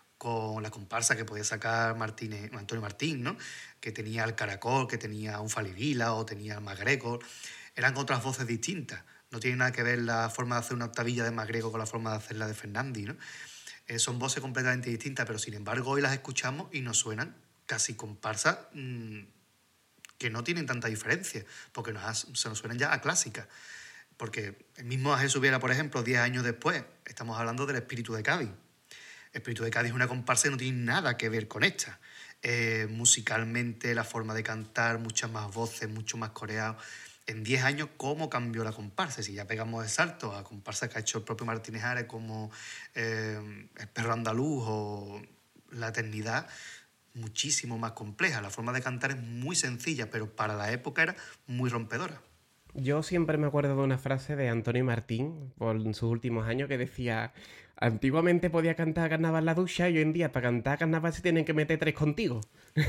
con la comparsa que podía sacar Martínez, Antonio Martín, ¿no? Que tenía el Caracol, que tenía un Falivila o tenía el Magrego, eran otras voces distintas. No tiene nada que ver la forma de hacer una octavilla de Magrego con la forma de hacerla de Fernández, ¿no? Eh, son voces completamente distintas, pero sin embargo hoy las escuchamos y nos suenan casi comparsas mmm, que no tienen tanta diferencia, porque nos, se nos suenan ya a clásicas. Porque el mismo Jesús Viera, por ejemplo, diez años después, estamos hablando del Espíritu de Cádiz. El Espíritu de Cádiz es una comparsa que no tiene nada que ver con esta. Eh, musicalmente, la forma de cantar, muchas más voces, mucho más coreado. En diez años, ¿cómo cambió la comparsa? Si ya pegamos el salto a comparsas que ha hecho el propio Martínez Are como eh, El Perro Andaluz o La Eternidad, muchísimo más compleja. La forma de cantar es muy sencilla, pero para la época era muy rompedora. Yo siempre me acuerdo de una frase de Antonio Martín, por en sus últimos años, que decía: antiguamente podía cantar carnaval en la ducha y hoy en día para cantar carnaval se tienen que meter tres contigo.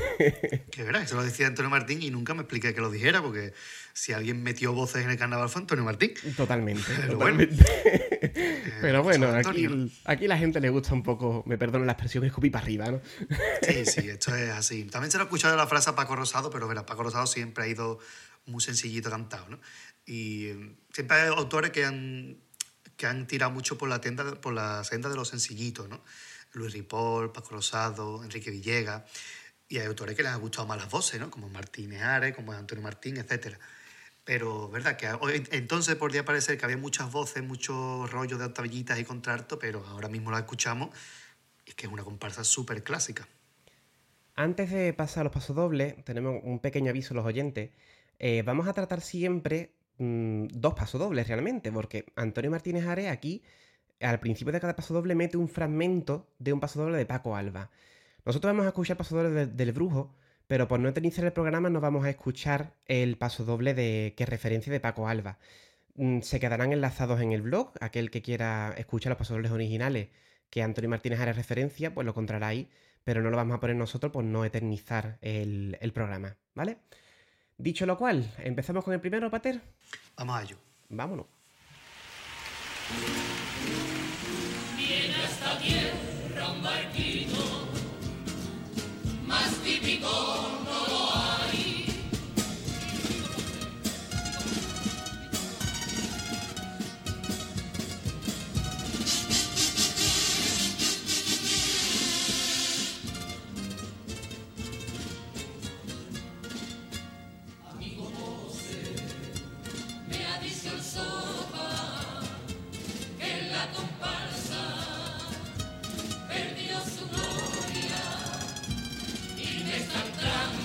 Que verás, eso lo decía Antonio Martín y nunca me expliqué que lo dijera, porque si alguien metió voces en el carnaval fue Antonio Martín. Totalmente, Pero totalmente. Eh, Pero bueno, San aquí, Antonio. aquí la gente le gusta un poco, me perdono la expresión, escupir para arriba, ¿no? Sí, sí, esto es así. También se lo he escuchado la frase a Paco Rosado, pero verás, Paco Rosado siempre ha ido muy sencillito cantado, ¿no? Y eh, siempre hay autores que han, que han tirado mucho por la, tenda, por la senda de los sencillitos, ¿no? Luis Ripoll, Paco Rosado, Enrique Villegas. Y hay autores que les han gustado más las voces, ¿no? Como Martínez Are, como Antonio Martín, etcétera. Pero, ¿verdad? Que hoy, entonces podría parecer que había muchas voces, muchos rollos de octavillitas y contralto, pero ahora mismo la escuchamos y es que es una comparsa súper clásica. Antes de pasar a los pasodobles, tenemos un pequeño aviso a los oyentes. Eh, vamos a tratar siempre mmm, dos pasodobles realmente, porque Antonio Martínez Are aquí, al principio de cada pasodoble, mete un fragmento de un pasodoble de Paco Alba. Nosotros vamos a escuchar pasodobles de, del Brujo, pero por no eternizar el programa no vamos a escuchar el pasodoble de, que referencia de Paco Alba. Mm, se quedarán enlazados en el blog. Aquel que quiera escuchar los pasodobles originales que Antonio Martínez Are referencia, pues lo encontrará ahí, pero no lo vamos a poner nosotros por no eternizar el, el programa, ¿vale? Dicho lo cual, ¿empezamos con el primero, Pater? Vamos a ello. Vámonos. Viene a esta tierra un barquito, más típico no lo hay. Amigo José, me ha dicho el sopa que en la comparsa perdió su gloria y me está entrando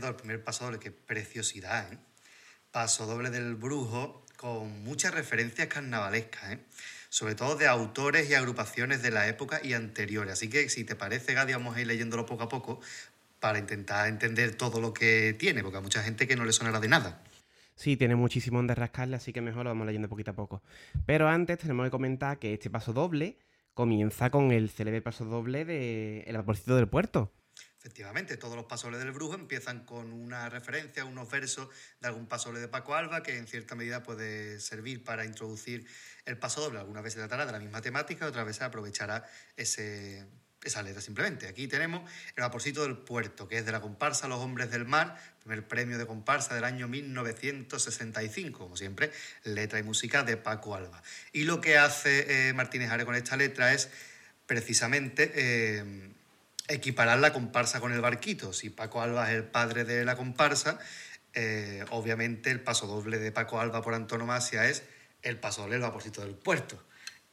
el primer pasodoble, qué preciosidad, ¿eh? Pasodoble del Brujo, con muchas referencias carnavalescas, ¿eh? Sobre todo de autores y agrupaciones de la época y anteriores. Así que, si te parece, Gadi, vamos a ir leyéndolo poco a poco para intentar entender todo lo que tiene, porque a mucha gente que no le sonará de nada. Sí, tiene muchísimo donde rascarle, así que mejor lo vamos leyendo poquito a poco. Pero antes tenemos que comentar que este pasodoble comienza con el célebre pasodoble de El vaporcito del puerto. Efectivamente, todos los pasodobles del Brujo empiezan con una referencia, unos versos de algún pasodoble de Paco Alba, que en cierta medida puede servir para introducir el pasodoble. Algunas veces tratará de la misma temática, otras veces aprovechará ese, esa letra simplemente. Aquí tenemos El vaporcito del puerto, que es de la comparsa Los Hombres del Mar, primer premio de comparsa del año mil novecientos sesenta y cinco, como siempre, letra y música de Paco Alba. Y lo que hace eh, Martínez Are con esta letra es precisamente Eh, equiparar la comparsa con el barquito. Si Paco Alba es el padre de la comparsa, eh, obviamente el pasodoble de Paco Alba por antonomasia es el pasodoble del vaporcito del puerto.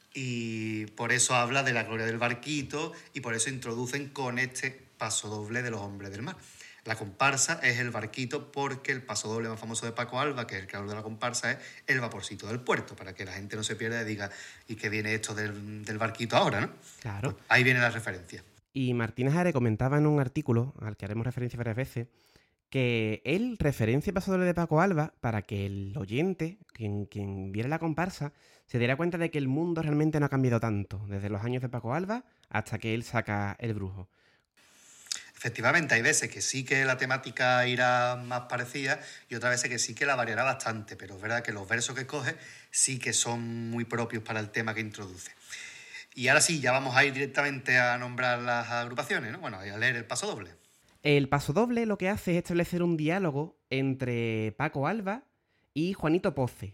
Y por eso habla de la gloria del barquito y por eso introducen con este pasodoble de Los Hombres del Mar. La comparsa es el barquito porque el pasodoble más famoso de Paco Alba, que es el creador de la comparsa, es el vaporcito del puerto, para que la gente no se pierda y diga, ¿y qué viene esto del, del barquito ahora, no? Claro. Pues ahí viene la referencia. Y Martínez Are comentaba en un artículo, al que haremos referencia varias veces, que él referencia el pasodoble de Paco Alba para que el oyente, quien, quien viera la comparsa, se diera cuenta de que el mundo realmente no ha cambiado tanto, desde los años de Paco Alba hasta que él saca El Brujo. Efectivamente, hay veces que sí que la temática irá más parecida y otras veces que sí que la variará bastante, pero es verdad que los versos que coge sí que son muy propios para el tema que introduce. Y ahora sí, ya vamos a ir directamente a nombrar las agrupaciones, ¿no? Bueno, a leer el pasodoble. El pasodoble lo que hace es establecer un diálogo entre Paco Alba y Juanito Poce.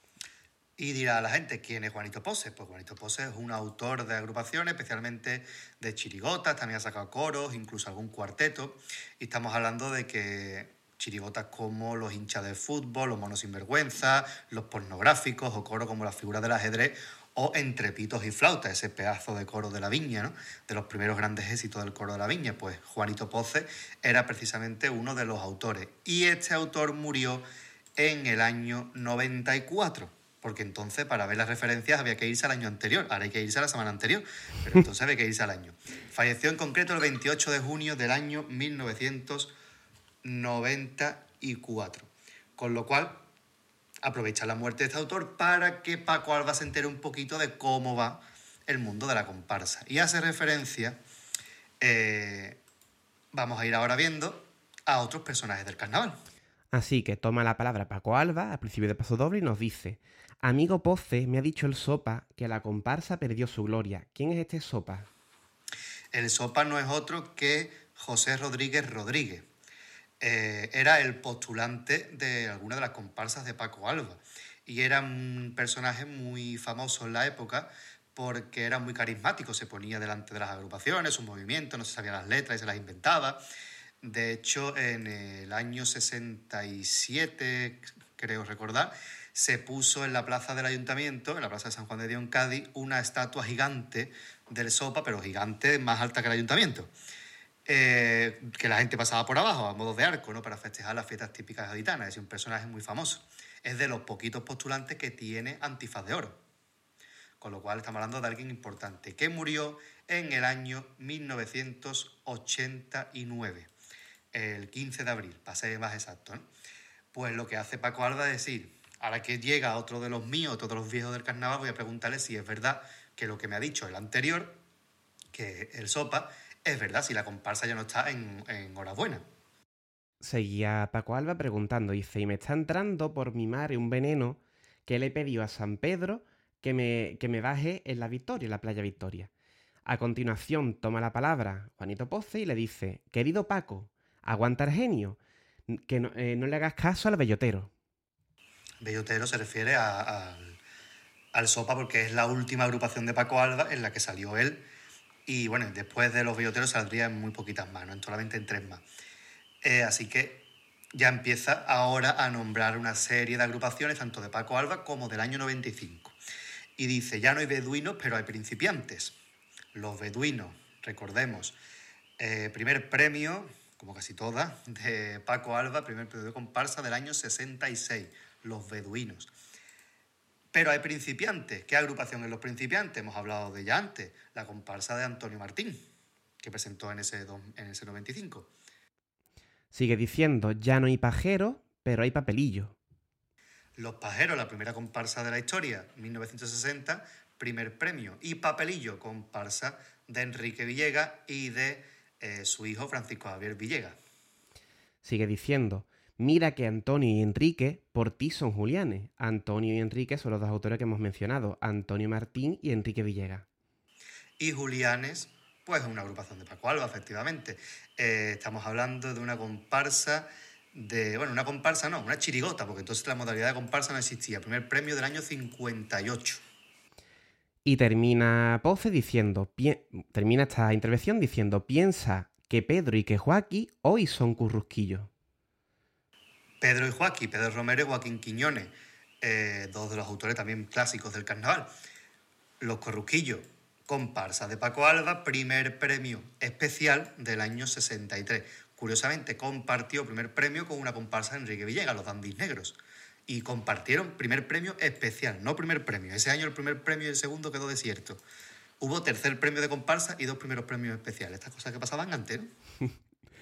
Y dirá a la gente, ¿quién es Juanito Poce? Pues Juanito Poce es un autor de agrupaciones, especialmente de chirigotas, también ha sacado coros, incluso algún cuarteto. Y estamos hablando de que chirigotas como Los Hinchas del Fútbol, Los Monos Sinvergüenza, Los Pornográficos o coros como Las Figuras del Ajedrez o Entre Pitos y Flautas, ese pedazo de coro de la Viña, ¿no? De los primeros grandes éxitos del coro de la Viña. Pues Juanito Poce era precisamente uno de los autores. Y este autor murió en el año noventa y cuatro. Porque entonces para ver las referencias había que irse al año anterior, ahora hay que irse a la semana anterior, pero entonces había que irse al año. Falleció en concreto el veintiocho de junio del año mil novecientos noventa y cuatro, con lo cual aprovecha la muerte de este autor para que Paco Alba se entere un poquito de cómo va el mundo de la comparsa. Y hace referencia, eh, vamos a ir ahora viendo, a otros personajes del carnaval. Así que toma la palabra Paco Alba al principio de pasodoble y nos dice: amigo Poce, me ha dicho el Sopa que la comparsa perdió su gloria. ¿Quién es este Sopa? El Sopa no es otro que José Rodríguez Rodríguez. Eh, era el postulante de alguna de las comparsas de Paco Alba y era un personaje muy famoso en la época porque era muy carismático, se ponía delante de las agrupaciones, sus movimientos, no se sabía las letras y se las inventaba. De hecho, en el año sesenta y siete, creo recordar, se puso en la plaza del Ayuntamiento, en la plaza de San Juan de Dios en Cádiz, una estatua gigante del Sopa, pero gigante, más alta que el Ayuntamiento. Eh, que la gente pasaba por abajo, a modo de arco, ¿no? Para festejar las fiestas típicas gaditanas. Es un personaje muy famoso. Es de los poquitos postulantes que tiene antifaz de oro. Con lo cual estamos hablando de alguien importante, que murió en el año mil novecientos ochenta y nueve, el quince de abril, para ser más exacto, ¿no? Pues lo que hace Paco Alba es decir, ahora que llega otro de los míos, otro de los viejos del carnaval, voy a preguntarle si es verdad que lo que me ha dicho el anterior, que el Sopa, es verdad, si la comparsa ya no está en, en horas buenas. Seguía Paco Alba preguntando, dice, y me está entrando por mi madre un veneno que le he pedido a San Pedro que me, que me baje en la Victoria, en la playa Victoria. A continuación toma la palabra Juanito Poce y le dice, querido Paco, aguanta el genio, que no, eh, no le hagas caso al bellotero. Bellotero se refiere a, a, al Sopa porque es la última agrupación de Paco Alba en la que salió él. Y bueno, después de los belloteros saldría en muy poquitas más, ¿no? Solamente en tres más. Eh, así que ya empieza ahora a nombrar una serie de agrupaciones, tanto de Paco Alba como del año noventa y cinco. Y dice, ya no hay beduinos, pero hay principiantes. Los beduinos, recordemos, eh, primer premio como casi todas, de Paco Alba, primer premio de comparsa del año sesenta y seis, Los Beduinos. Pero hay principiantes. ¿Qué agrupación es Los Principiantes? Hemos hablado de ella antes, la comparsa de Antonio Martín, que presentó en ese, en ese noventa y cinco. Sigue diciendo, ya no hay pajero, pero hay papelillo. Los Pajeros, la primera comparsa de la historia, mil novecientos sesenta, primer premio. Y Papelillo, comparsa de Enrique Villegas y de eh, su hijo Francisco Javier Villegas. Sigue diciendo, mira que Antonio y Enrique por ti son Julianes. Antonio y Enrique son los dos autores que hemos mencionado, Antonio Martín y Enrique Villegas. Y Julianes, pues es una agrupación de Paco Alba, efectivamente. Eh, estamos hablando de una comparsa de... Bueno, una comparsa no, una chirigota, porque entonces la modalidad de comparsa no existía. Primer premio del año cincuenta y ocho. Y termina Poce diciendo, termina esta intervención diciendo, piensa que Pedro y que Joaquín hoy son currusquillos. Pedro y Joaquín, Pedro Romero y Joaquín Quiñones, eh, dos de los autores también clásicos del carnaval. Los Currusquillos, comparsa de Paco Alba, primer premio especial del año sesenta y tres. Curiosamente, compartió primer premio con una comparsa de Enrique Villegas, los Dandis Negros. Y compartieron primer premio especial, no primer premio. Ese año el primer premio y el segundo quedó desierto. Hubo tercer premio de comparsa y dos primeros premios especiales. Estas cosas que pasaban antes, ¿no?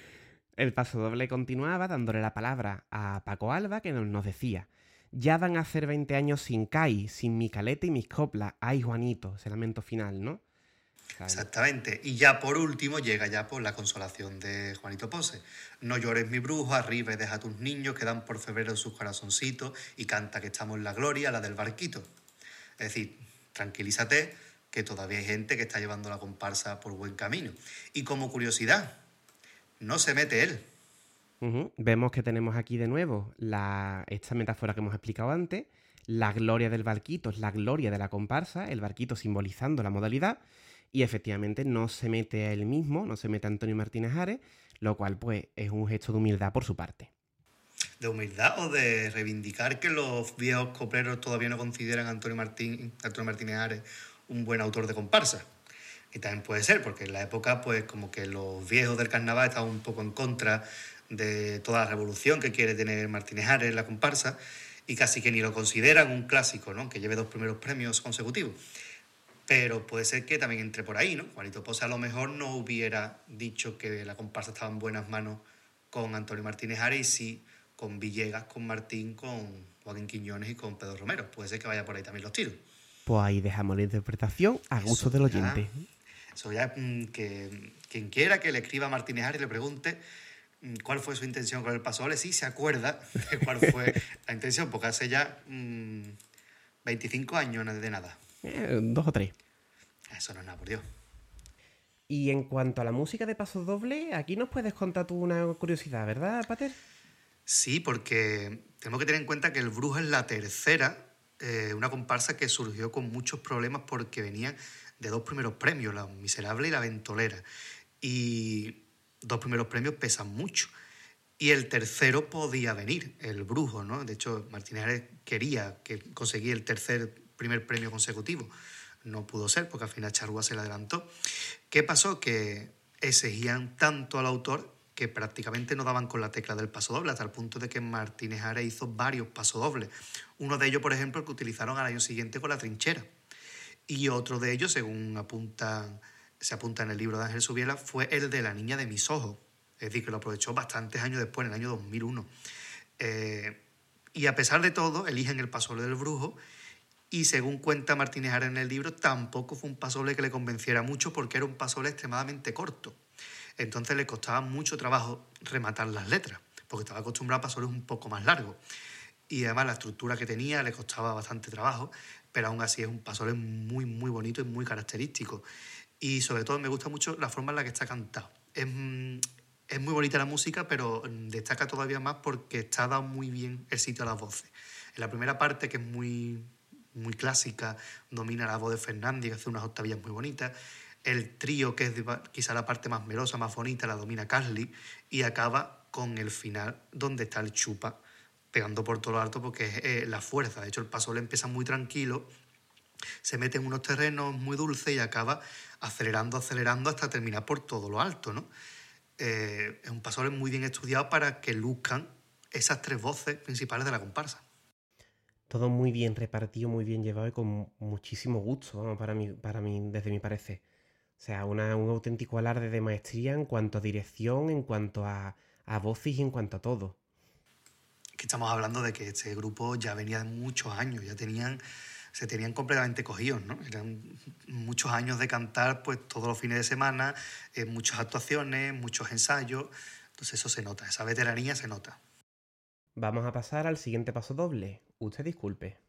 El pasodoble continuaba dándole la palabra a Paco Alba, que nos decía, ya van a hacer veinte años sin Cai, sin mi caleta y mis coplas. Ay, Juanito, ese lamento final, ¿no? ¿Sabes? Exactamente. Y ya por último llega ya por la consolación de Juanito Pose. No llores mi brujo, arriba y deja a tus niños que dan por febrero sus corazoncitos y canta que estamos en la gloria, la del barquito. Es decir, tranquilízate que todavía hay gente que está llevando la comparsa por buen camino. Y como curiosidad, no se mete él. Uh-huh. Vemos que tenemos aquí de nuevo la, esta metáfora que hemos explicado antes. La gloria del barquito es la gloria de la comparsa, el barquito simbolizando la modalidad. Y efectivamente no se mete a él mismo, no se mete a Antonio Martínez Ares, lo cual pues es un gesto de humildad por su parte. De humildad o de reivindicar que los viejos copleros todavía no consideran a Antonio, Martín, Antonio Martínez Ares un buen autor de comparsa. Y también puede ser, porque en la época pues como que los viejos del carnaval estaban un poco en contra de toda la revolución que quiere tener Martínez Ares en la comparsa y casi que ni lo consideran un clásico, ¿no? Que lleve dos primeros premios consecutivos. Pero puede ser que también entre por ahí, ¿no? Juanito Pose a lo mejor no hubiera dicho que la comparsa estaba en buenas manos con Antonio Martínez Ares y sí con Villegas, con Martín, con Joaquín Quiñones y con Pedro Romero. Puede ser que vaya por ahí también los tiros. Pues ahí dejamos la interpretación a gusto del oyente. Eso ya, que quien quiera que le escriba a Martínez Ares y le pregunte cuál fue su intención con el pasodoble, sí se acuerda de cuál fue la intención, porque hace ya mmm, veinticinco años de nada. Eh, dos o tres. Eso no es nada, por Dios. Y en cuanto a la música de pasodoble, aquí nos puedes contar tú una curiosidad, ¿verdad, Pater? Sí, porque tenemos que tener en cuenta que el Brujo es la tercera, eh, una comparsa que surgió con muchos problemas porque venían de dos primeros premios, La Miserable y La Ventolera. Y dos primeros premios pesan mucho. Y el tercero podía venir, el Brujo, ¿no? De hecho, Martínez Ares quería que conseguir el tercer primer premio consecutivo. No pudo ser porque al final Charrúa se le adelantó. ¿Qué pasó? Que exigían tanto al autor que prácticamente no daban con la tecla del pasodoble, hasta el punto de que Martínez Ares hizo varios pasodobles. Uno de ellos, por ejemplo, el que utilizaron al año siguiente con La Trinchera. Y otro de ellos, según apuntan, se apunta en el libro de Ángel Subiela, fue el de La Niña de mis ojos. Es decir, que lo aprovechó bastantes años después, en el año dos mil uno. Eh, y a pesar de todo, eligen el pasodoble del Brujo. Y según cuenta Martínez Ares en el libro, tampoco fue un pasodoble que le convenciera mucho porque era un pasodoble extremadamente corto. Entonces le costaba mucho trabajo rematar las letras, porque estaba acostumbrado a pasodobles un poco más largos. Y además la estructura que tenía le costaba bastante trabajo, pero aún así es un pasodoble muy, muy bonito y muy característico. Y sobre todo me gusta mucho la forma en la que está cantado. Es, es muy bonita la música, pero destaca todavía más porque está dado muy bien el sitio a las voces. En la primera parte, que es muy, muy clásica, domina la voz de Fernández, que hace unas octavillas muy bonitas. El trío, que es quizá la parte más melosa, más bonita, la domina Carly, y acaba con el final, donde está el chupa pegando por todo lo alto, porque es eh, la fuerza. De hecho, el pasodoble empieza muy tranquilo, se mete en unos terrenos muy dulces y acaba acelerando, acelerando hasta terminar por todo lo alto, ¿no? eh, es un pasodoble muy bien estudiado para que luzcan esas tres voces principales de la comparsa. Todo muy bien repartido, muy bien llevado y con muchísimo gusto, vamos, para mí, para mí, desde mi parecer. O sea, una, un auténtico alarde de maestría en cuanto a dirección, en cuanto a, a voces y en cuanto a todo. Que estamos hablando de que este grupo ya venía de muchos años, ya tenían, se tenían completamente cogidos, ¿no? Eran muchos años de cantar pues todos los fines de semana, eh, muchas actuaciones, muchos ensayos. Entonces eso se nota, esa veteranía se nota. Vamos a pasar al siguiente paso doble. Usted disculpe.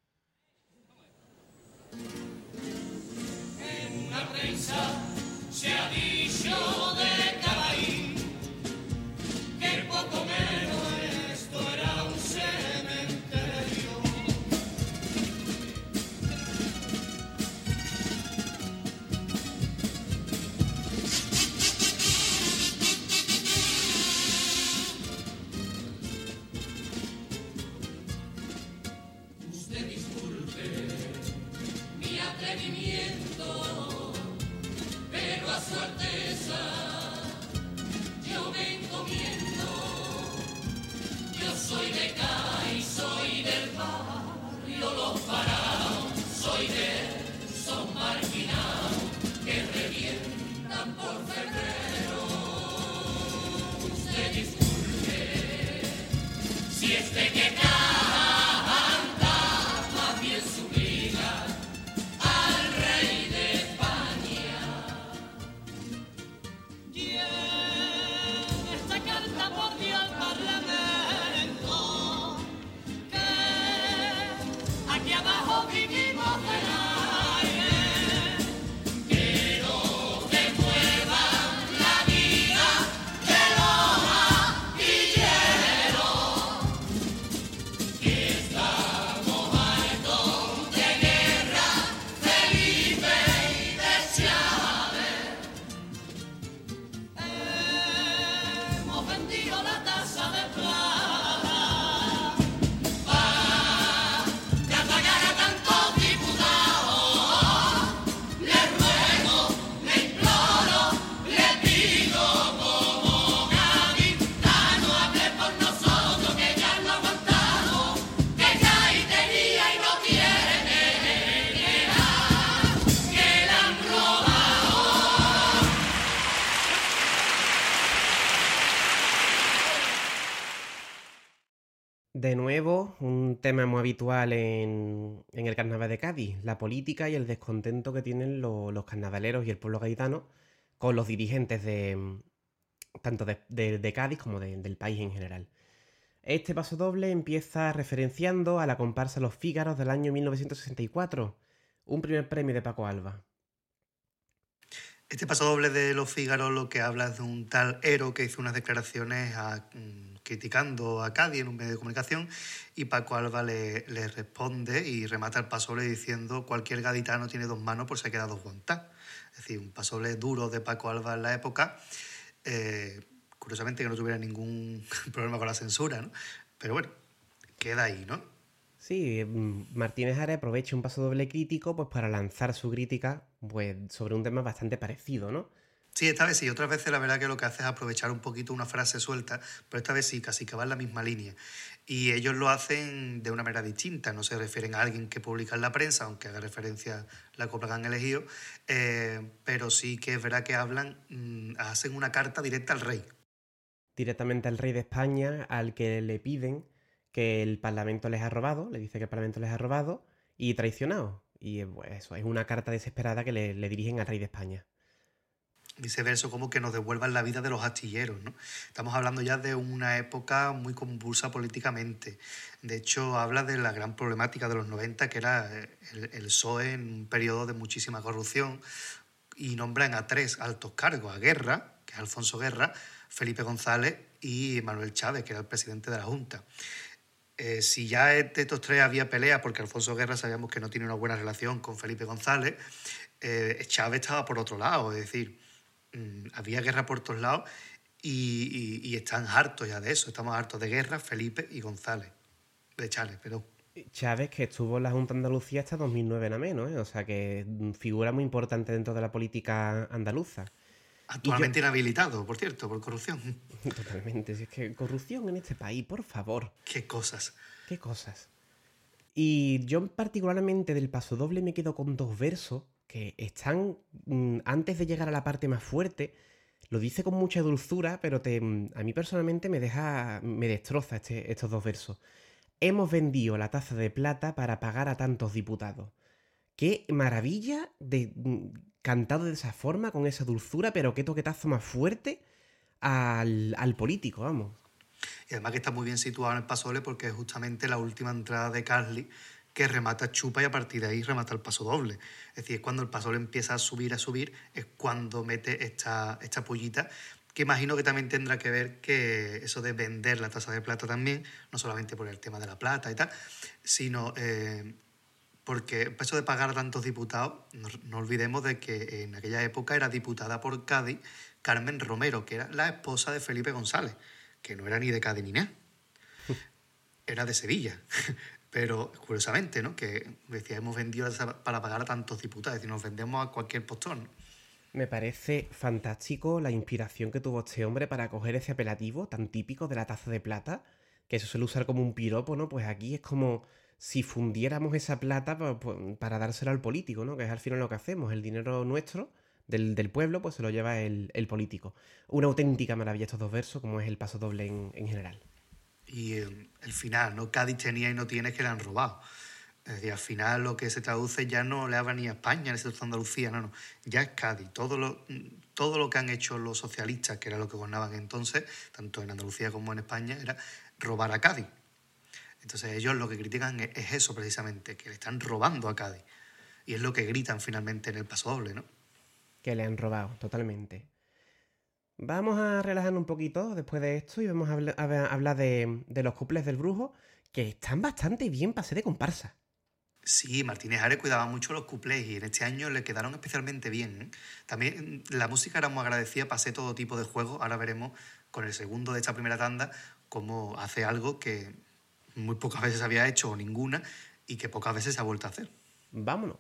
En una prensa se ha dicho de Caraí que poco menos esto era un cementerio. Usted disculpe mi atrevimiento, pero a su Alteza yo me encomiendo. Yo soy de Cádiz, soy del barrio Los Paraos, soy de esos marginados que revientan por febrero. Usted disculpe si es de que canta, más bien subliga al rey de España. Y en esta carta por Dios al Parlamento, que aquí abajo vivimos del aire, quiero que mueva la vida de los astilleros, que estamos hartos de guerra, Felipe y de Chávez. Hemos vendido la taza de plata para pagar a tantos diputados. Le ruego, le imploro, le pido como gaditano, hable por nosotros que ya no aguantamos, que Cádiz tenía y no tiene, que la han robado. De nuevo, un tema muy habitual en, en el carnaval de Cádiz, la política y el descontento que tienen lo- los carnavaleros y el pueblo gaditano con los dirigentes de tanto de, de- de Cádiz como de- del país en general. Este paso doble empieza referenciando a la comparsa Los Fígaros del año mil novecientos sesenta y cuatro, un primer premio de Paco Alba. Este pasodoble de Los Fígaros lo que habla es de un tal Ero que hizo unas declaraciones a- mm, criticando a Cádiz en un medio de comunicación y Paco Alba le, le responde y remata el pasodoble diciendo cualquier gaditano tiene dos manos por si ha quedado guantá. Es decir, un pasodoble duro de Paco Alba en la época. Eh, curiosamente que no tuviera ningún problema con la censura, ¿no? Pero bueno, queda ahí, ¿no? Sí, mm, Martínez Ares aprovecha un paso doble crítico pues, para lanzar su crítica pues, sobre un tema bastante parecido, ¿no? Sí, esta vez sí. Otras veces la verdad que lo que hace es aprovechar un poquito una frase suelta, pero esta vez sí, casi que va en la misma línea. Y ellos lo hacen de una manera distinta, no se refieren a alguien que publica en la prensa, aunque haga referencia a la copla que han elegido, eh, pero sí que es verdad que hablan, mm, hacen una carta directa al rey. Directamente al rey de España, al que le piden que el Parlamento les ha robado, le dice que el Parlamento les ha robado y traicionado. Y eh, pues, eso, es una carta desesperada que le, le dirigen al rey de España. Dice verso como que nos devuelvan la vida de los astilleros, ¿no? Estamos hablando ya de una época muy convulsa políticamente. De hecho, habla de la gran problemática de los noventa, que era el, el P S O E en un periodo de muchísima corrupción, y nombran a tres altos cargos, a Guerra, que es Alfonso Guerra, Felipe González y Manuel Chávez, que era el presidente de la Junta. Eh, si ya de estos tres había pelea, porque Alfonso Guerra sabíamos que no tiene una buena relación con Felipe González, eh, Chávez estaba por otro lado, es decir, mmm, había guerra por todos lados y, y, y están hartos ya de eso, estamos hartos de Guerra, Felipe y González, de Chávez, perdón. Chávez, que estuvo en la Junta de Andalucía hasta dos mil nueve nada menos, ¿eh? O sea que mm, figura muy importante dentro de la política andaluza. Actualmente yo... inhabilitado, por cierto, por corrupción. Totalmente. Si es que corrupción en este país, por favor. Qué cosas. Qué cosas. Y yo particularmente del pasodoble me quedo con dos versos que están, mmm, antes de llegar a la parte más fuerte, lo dice con mucha dulzura, pero te, a mí personalmente me deja, me destroza este, estos dos versos. Hemos vendido la taza de plata para pagar a tantos diputados. Qué maravilla de mmm, cantado de esa forma, con esa dulzura, pero qué toquetazo más fuerte al, al político, vamos. Y además que está muy bien situado en el pasodoble porque es justamente la última entrada de Carly que remata Chupa y a partir de ahí remata el pasodoble. Es decir, es cuando el pasodoble empieza a subir, a subir, es cuando mete esta, esta pollita, que imagino que también tendrá que ver que eso de vender la taza de plata también, no solamente por el tema de la plata y tal, sino eh, porque eso de pagar a tantos diputados, no, no olvidemos de que en aquella época era diputada por Cádiz Carmen Romero, que era la esposa de Felipe González, que no era ni de Cádiz ni nada, era de Sevilla. Pero curiosamente, ¿no? Que decía, hemos vendido para pagar a tantos diputados, es decir, nos vendemos a cualquier postor, ¿no? Me parece fantástico la inspiración que tuvo este hombre para coger ese apelativo tan típico de la taza de plata, que se suele usar como un piropo, ¿no? Pues aquí es como si fundiéramos esa plata para, para dársela al político, ¿no? Que es al final lo que hacemos, el dinero nuestro, del, del pueblo, pues se lo lleva el, el político. Una auténtica maravilla estos dos versos, como es el pasodoble en, en general. Y eh, el final, ¿no? Cádiz tenía y no tiene, que le han robado. Es decir, al final lo que se traduce ya no le habla ni a España, ni a Andalucía, no, no. Ya es Cádiz. Todo lo, todo lo que han hecho los socialistas, que era lo que gobernaban entonces, tanto en Andalucía como en España, era robar a Cádiz. Entonces ellos lo que critican es, es eso precisamente, que le están robando a Cádiz. Y es lo que gritan finalmente en el pasodoble, ¿no? Que le han robado, totalmente. Vamos a relajarnos un poquito después de esto y vamos a, habl- a hablar de, de los cuplés del brujo, que están bastante bien para ser de comparsa. Sí, Martínez Ares cuidaba mucho los cuplés y en este año le quedaron especialmente bien, ¿eh? También la música era muy agradecida para hacer todo tipo de juegos. Ahora veremos con el segundo de esta primera tanda cómo hace algo que muy pocas veces había hecho o ninguna y que pocas veces se ha vuelto a hacer. Vámonos.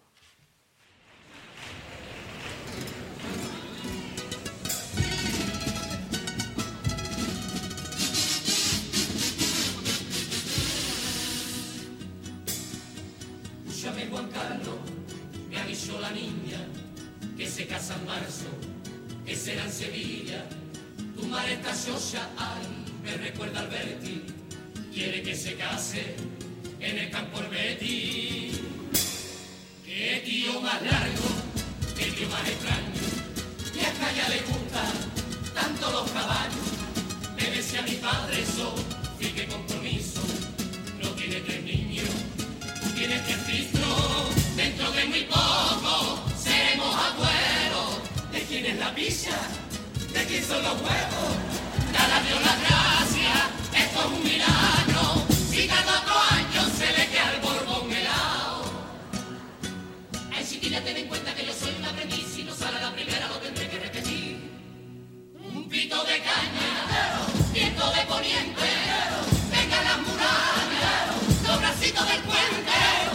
Escúchame, Juan Carlos, me avisó la niña que se casa en marzo, que será en Sevilla. Tu madre está xoxa, ay, me recuerda al Berti, quiere que se case en el campo el Betty. Qué tío más largo, qué tío más extraño, y hasta ya le gustan tanto los caballos. Me decía mi padre eso, sí que compromiso, no tiene tres niños. Tienes que registro, dentro de muy poco seremos abuelos. ¿De quién es la pizza? ¿De quién son los huevos? Cada Dios la gracia, esto es un milagro. Si cada otro año se le queda el borbón helado. Ay, chiquilla, ten en cuenta que yo soy un aprendiz. Si no sale a la primera lo tendré que repetir. Un pito de caña, viento de poniente, venga las murallas, los bracitos del puente.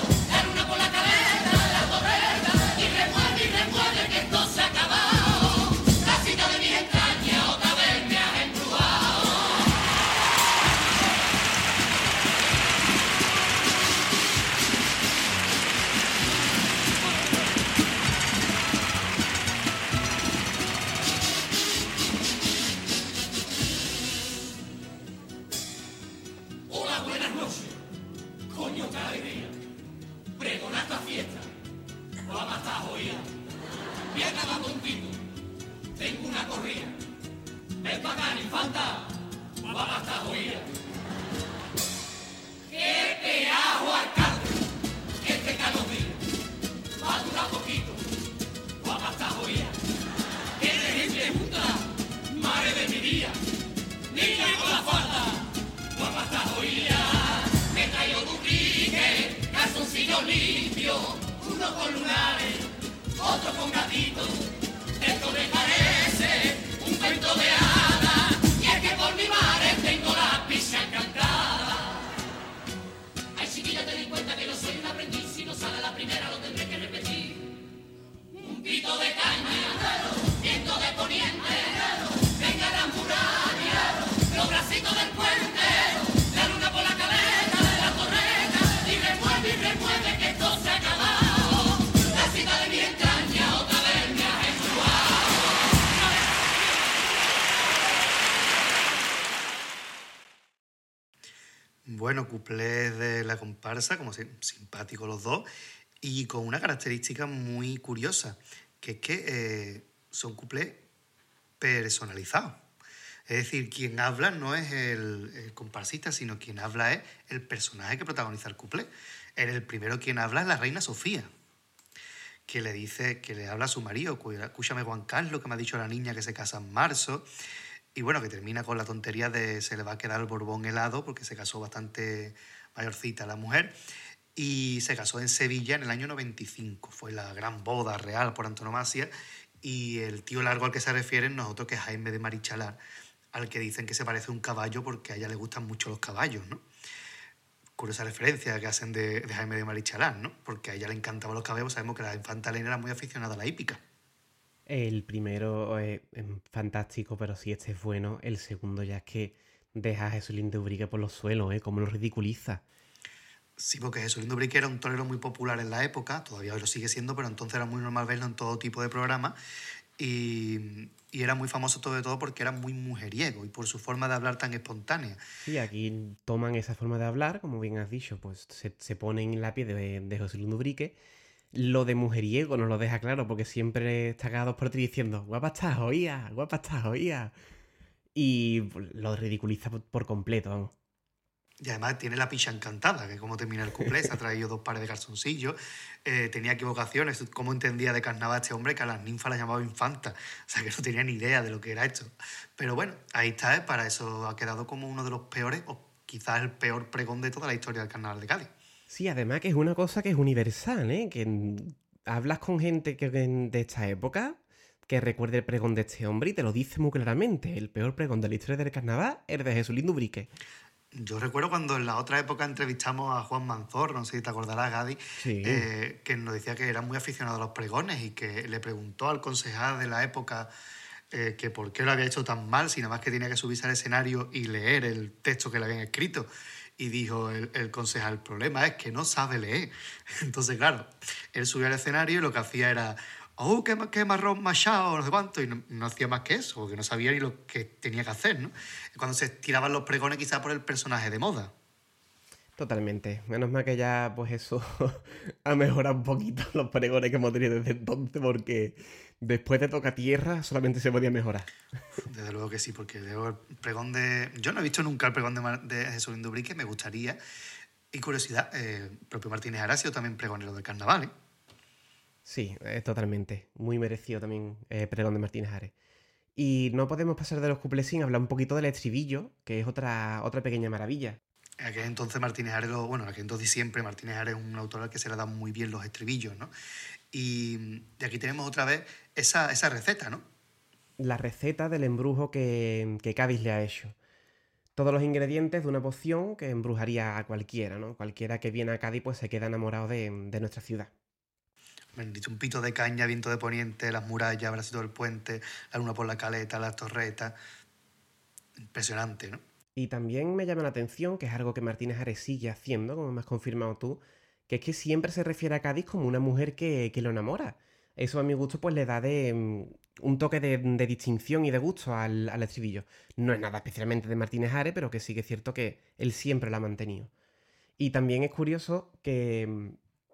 Uno con lunares, otro con gatitos. Esto me parece un cuento de hadas. Y es que por mi madre tengo la pizza encantada. Ay, chiquilla, ten en cuenta que yo soy un aprendiz. Si no sale la primera lo tendré que repetir. Un pito de caña, viento de poniente, bueno, cuplés de la comparsa, como si, simpáticos los dos, y con una característica muy curiosa, que es que eh, son cuplés personalizados. Es decir, quien habla no es el, el comparsista, sino quien habla es el personaje que protagoniza el cuplé. En el primero quien habla es la reina Sofía, que le dice, que le habla a su marido, escúchame Juan Carlos, que me ha dicho la niña que se casa en marzo, y bueno, que termina con la tontería de se le va a quedar el Borbón helado, porque se casó bastante mayorcita la mujer, y se casó en Sevilla en el año noventa y cinco, fue la gran boda real por antonomasia, y el tío largo al que se refieren no es otro que Jaime de Marichalar, al que dicen que se parece a un caballo porque a ella le gustan mucho los caballos, ¿no? Curiosa referencia que hacen de, de Jaime de Marichalar, ¿no? Porque a ella le encantaban los caballos, sabemos que la infanta Elena era muy aficionada a la hípica. El primero es, es fantástico, pero si este es bueno, el segundo ya es que deja a Jesulín de Ubrique por los suelos, ¿eh? Cómo lo ridiculiza. Sí, porque Jesulín de Ubrique era un torero muy popular en la época, todavía lo sigue siendo, pero entonces era muy normal verlo en todo tipo de programas. Y, y era muy famoso sobre todo porque era muy mujeriego y por su forma de hablar tan espontánea. Sí, aquí toman esa forma de hablar, como bien has dicho, pues se, se ponen en la piel de, de José Luis Dubrique. Lo de mujeriego nos lo deja claro porque siempre está cada dos por tres diciendo guapa estás, oía, guapa estás, oía. Y lo ridiculiza por, por completo, vamos. Y además tiene la picha encantada, que como termina el cuplé, se ha traído dos pares de calzoncillos, eh, tenía equivocaciones, cómo entendía de carnaval este hombre que a las ninfas las llamaba infanta, o sea que no tenía ni idea de lo que era esto. Pero bueno, ahí está, ¿eh? Para eso ha quedado como uno de los peores, o quizás el peor pregón de toda la historia del carnaval de Cádiz. Sí, además que es una cosa que es universal, ¿eh? Que mm, hablas con gente que, que de esta época que recuerde el pregón de este hombre y te lo dice muy claramente. El peor pregón de la historia del carnaval es el de Jesulín Dubrique. Yo recuerdo cuando en la otra época entrevistamos a Juan Manzor, no sé si te acordarás, Gadi, Sí. eh, que nos decía que era muy aficionado a los pregones y que le preguntó al concejal de la época eh, que por qué lo había hecho tan mal, si nada más que tenía que subirse al escenario y leer el texto que le habían escrito. Y dijo el, el concejal, el problema es que no sabe leer. Entonces, claro, él subió al escenario y lo que hacía era, oh, qué, qué marrón machado, no sé cuánto, y no, no hacía más que eso, porque no sabía ni lo que tenía que hacer, ¿no? Cuando se tiraban los pregones quizá por el personaje de moda. Totalmente. Menos mal que ya, pues eso ha mejorado un poquito los pregones que hemos tenido desde entonces, porque después de Toca Tierra solamente se podía mejorar. Desde luego que sí, porque el pregón de... Yo no he visto nunca el pregón de, Mar... de Jesulín Dubrique, me gustaría. Y curiosidad, eh, el propio Martínez Ara ha sido también pregonero del carnaval, ¿eh? Sí, eh, totalmente. Muy merecido también eh, pregón de Martínez Ares. Y no podemos pasar de los cuplés sin hablar un poquito del estribillo, que es otra, otra pequeña maravilla. En aquel entonces Martínez Ares, lo, bueno, en aquel entonces siempre Martínez Ares es un autor al que se le dan muy bien los estribillos, ¿no? Y, y aquí tenemos otra vez esa, esa receta, ¿no? La receta del embrujo que, que Cádiz le ha hecho. Todos los ingredientes de una poción que embrujaría a cualquiera, ¿no? Cualquiera que viene a Cádiz pues se queda enamorado de, de nuestra ciudad. Me han dicho un pito de caña, viento de poniente, las murallas, bracito del puente, la luna por la caleta, las torretas. Impresionante, ¿no? Y también me llama la atención, que es algo que Martínez Ares sigue haciendo, como me has confirmado tú, que es que siempre se refiere a Cádiz como una mujer que, que lo enamora. Eso a mi gusto pues le da de mm, un toque de, de distinción y de gusto al, al estribillo. No es nada especialmente de Martínez Ares, pero que sí que es cierto que él siempre lo ha mantenido. Y también es curioso que mm,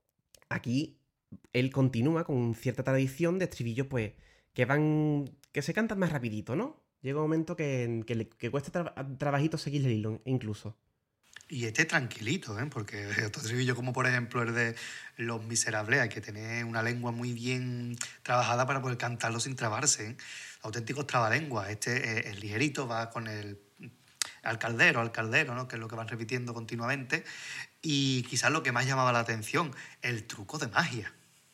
aquí él continúa con cierta tradición de estribillos pues que van, que se cantan más rapidito, ¿no? Llega un momento que, que, le, que cuesta tra trabajito seguirle el hilo, incluso. Y este tranquilito, ¿eh? Porque otro estribillo como por ejemplo el de Los Miserables, hay que tener una lengua muy bien trabajada para poder cantarlo sin trabarse, ¿eh? Auténticos trabalenguas. Este es, es ligerito, va con el al caldero, al caldero, ¿no? Que es lo que van repitiendo continuamente. Y quizás lo que más llamaba la atención, el truco de magia.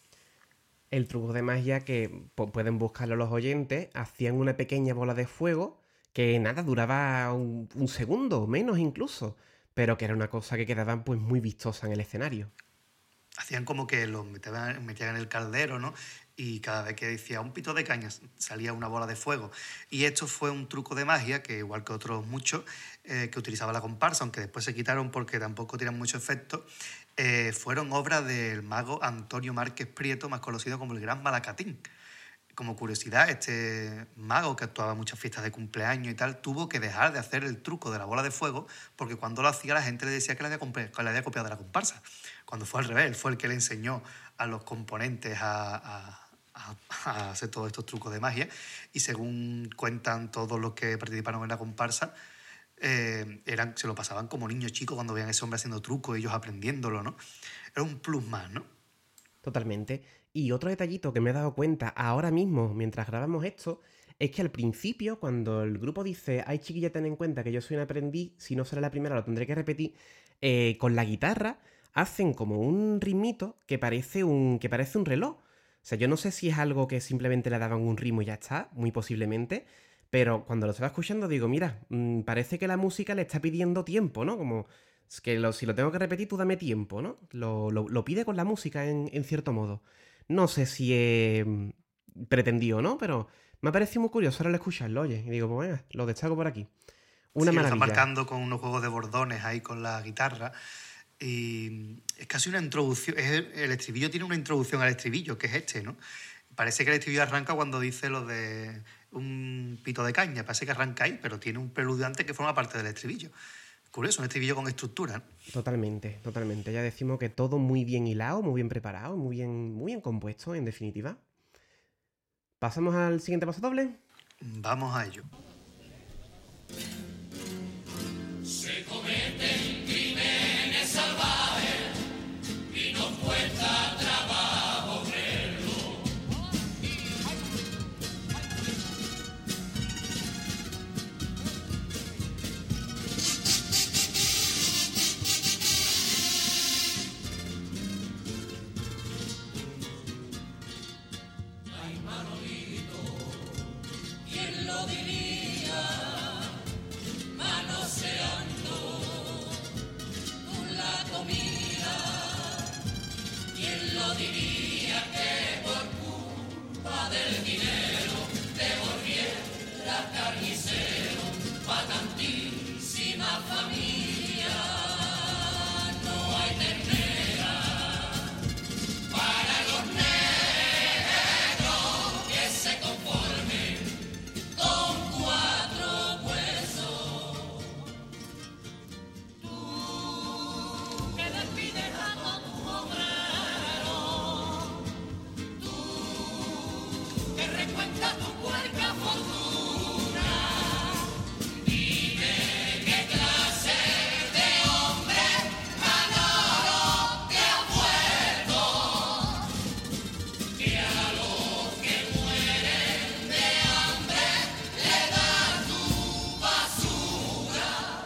El truco de magia que pues, pueden buscarlo los oyentes, hacían una pequeña bola de fuego que nada, duraba un, un segundo, menos incluso, pero que era una cosa que quedaba pues muy vistosa en el escenario. Hacían como que los metían, metían en el caldero, ¿no? Y cada vez que decía un pito de caña salía una bola de fuego. Y esto fue un truco de magia que, igual que otros muchos, eh, que utilizaba la comparsa, aunque después se quitaron porque tampoco tenían mucho efecto, eh, fueron obras del mago Antonio Márquez Prieto, más conocido como el Gran Malacatín. como curiosidad, este mago que actuaba en muchas fiestas de cumpleaños y tal, tuvo que dejar de hacer el truco de la bola de fuego porque cuando lo hacía la gente le decía que le había, comp- que le había copiado de la comparsa. Cuando fue al revés, él fue el que le enseñó a los componentes a, a- a- a hacer todos estos trucos de magia y según cuentan todos los que participaron en la comparsa, eh, eran, se lo pasaban como niños chicos cuando veían a ese hombre haciendo trucos, ellos aprendiéndolo, ¿no? Era un plus más, ¿no? Totalmente. Y otro detallito que me he dado cuenta ahora mismo, mientras grabamos esto, es que al principio, cuando el grupo dice, ay chiquilla, ten en cuenta que yo soy un aprendiz, si no sale la primera lo tendré que repetir, eh, con la guitarra hacen como un ritmito que parece un, que parece un reloj. O sea, yo no sé si es algo que simplemente le daban un ritmo y ya está, muy posiblemente, pero cuando lo estaba escuchando digo, mira, mm, parece que la música le está pidiendo tiempo, ¿no? Como es que lo- si lo tengo que repetir, tú dame tiempo, ¿no? Lo, lo- lo pide con la música en, en cierto modo. No sé si es mm, pretendido, ¿no? Pero me ha parecido muy curioso ahora al escucharlo, oye. Y digo, pues venga, lo destaco por aquí. Una Sí, lo están maravilla. marcando con unos juegos de bordones ahí con la guitarra. Y es casi una introducción. Es el, el estribillo tiene una introducción al estribillo, que es este, ¿no? Parece que el estribillo arranca cuando dice lo de un pito de caña. Parece que arranca ahí, pero tiene un preludio antes que forma parte del estribillo. Curioso, un estribillo con estructura, ¿no? Totalmente, totalmente. Ya decimos que todo muy bien hilado, muy bien preparado, muy bien, muy bien compuesto, en definitiva. ¿Pasamos al siguiente paso doble? Vamos a ello. Se cometen crímenes salvajes y nos cuesta trabajo verlo. Ay, Manolito, ¿quién lo diría? Manoseando con la comida. ¿Quién lo diría que por culpa del dinero te volviera carnicero pa' tantísima familia? No hay ternera para los negros que se conformen con cuatro huesos. Tú que despides a todo tu obrero, tú que recuentas tu puerca fortuna, dime qué clase de hombre Manolo te ha vuelto, que a los que mueren de hambre le das tu basura.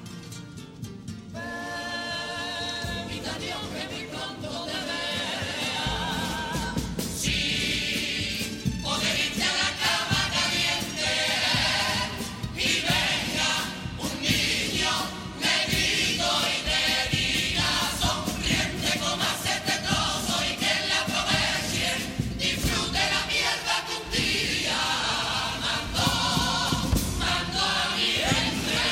Vida Dios que muy pronto te vea, sin poder irte a la cama caliente y venga un niño negrito y te diga sonriente, comas este trozo y que la aprovechen, disfrute la mierda que un día mandó, mandó a mi gente.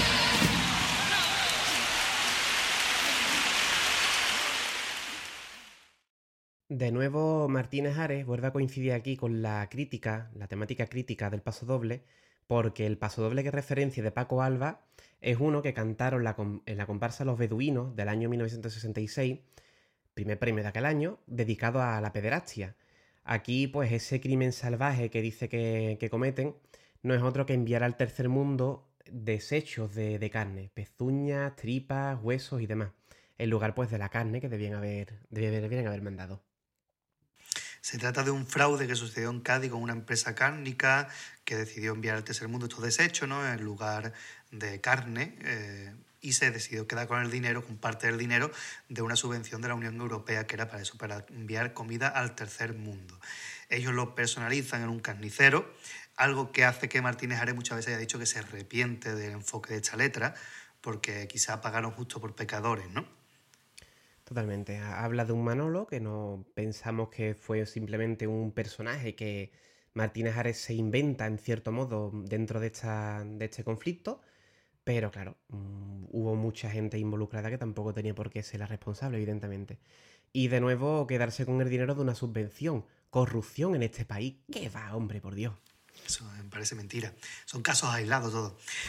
De nuevo, Martínez Ares vuelve a coincidir aquí con la crítica, la temática crítica del paso doble, porque el paso doble que referencia de Paco Alba es uno que cantaron la com- en la comparsa Los Beduinos del año mil novecientos sesenta y seis, primer premio de aquel año, dedicado a la pederastia. Aquí, pues, ese crimen salvaje que dice que, que cometen no es otro que enviar al tercer mundo desechos de, de carne, pezuñas, tripas, huesos y demás, en lugar, pues, de la carne que debían haber, debían, debían haber mandado. Se trata de un fraude que sucedió en Cádiz con una empresa cárnica que decidió enviar al tercer mundo estos desechos, ¿no? En lugar de carne, eh, y se decidió quedar con el dinero, con parte del dinero de una subvención de la Unión Europea que era para eso, para enviar comida al tercer mundo. Ellos lo personalizan en un carnicero, algo que hace que Martínez Ares muchas veces haya dicho que se arrepiente del enfoque de esta letra, porque quizá pagaron justo por pecadores, ¿no? Totalmente. Ha- Habla de un Manolo que no pensamos que fue simplemente un personaje que Martínez Ares se inventa en cierto modo dentro de, esta, de este conflicto, pero claro, mm, hubo mucha gente involucrada que tampoco tenía por qué ser la responsable, evidentemente. Y de nuevo quedarse con el dinero de una subvención, corrupción en este país. ¿Qué va, hombre, por Dios? Eso me parece mentira. Son casos aislados todos.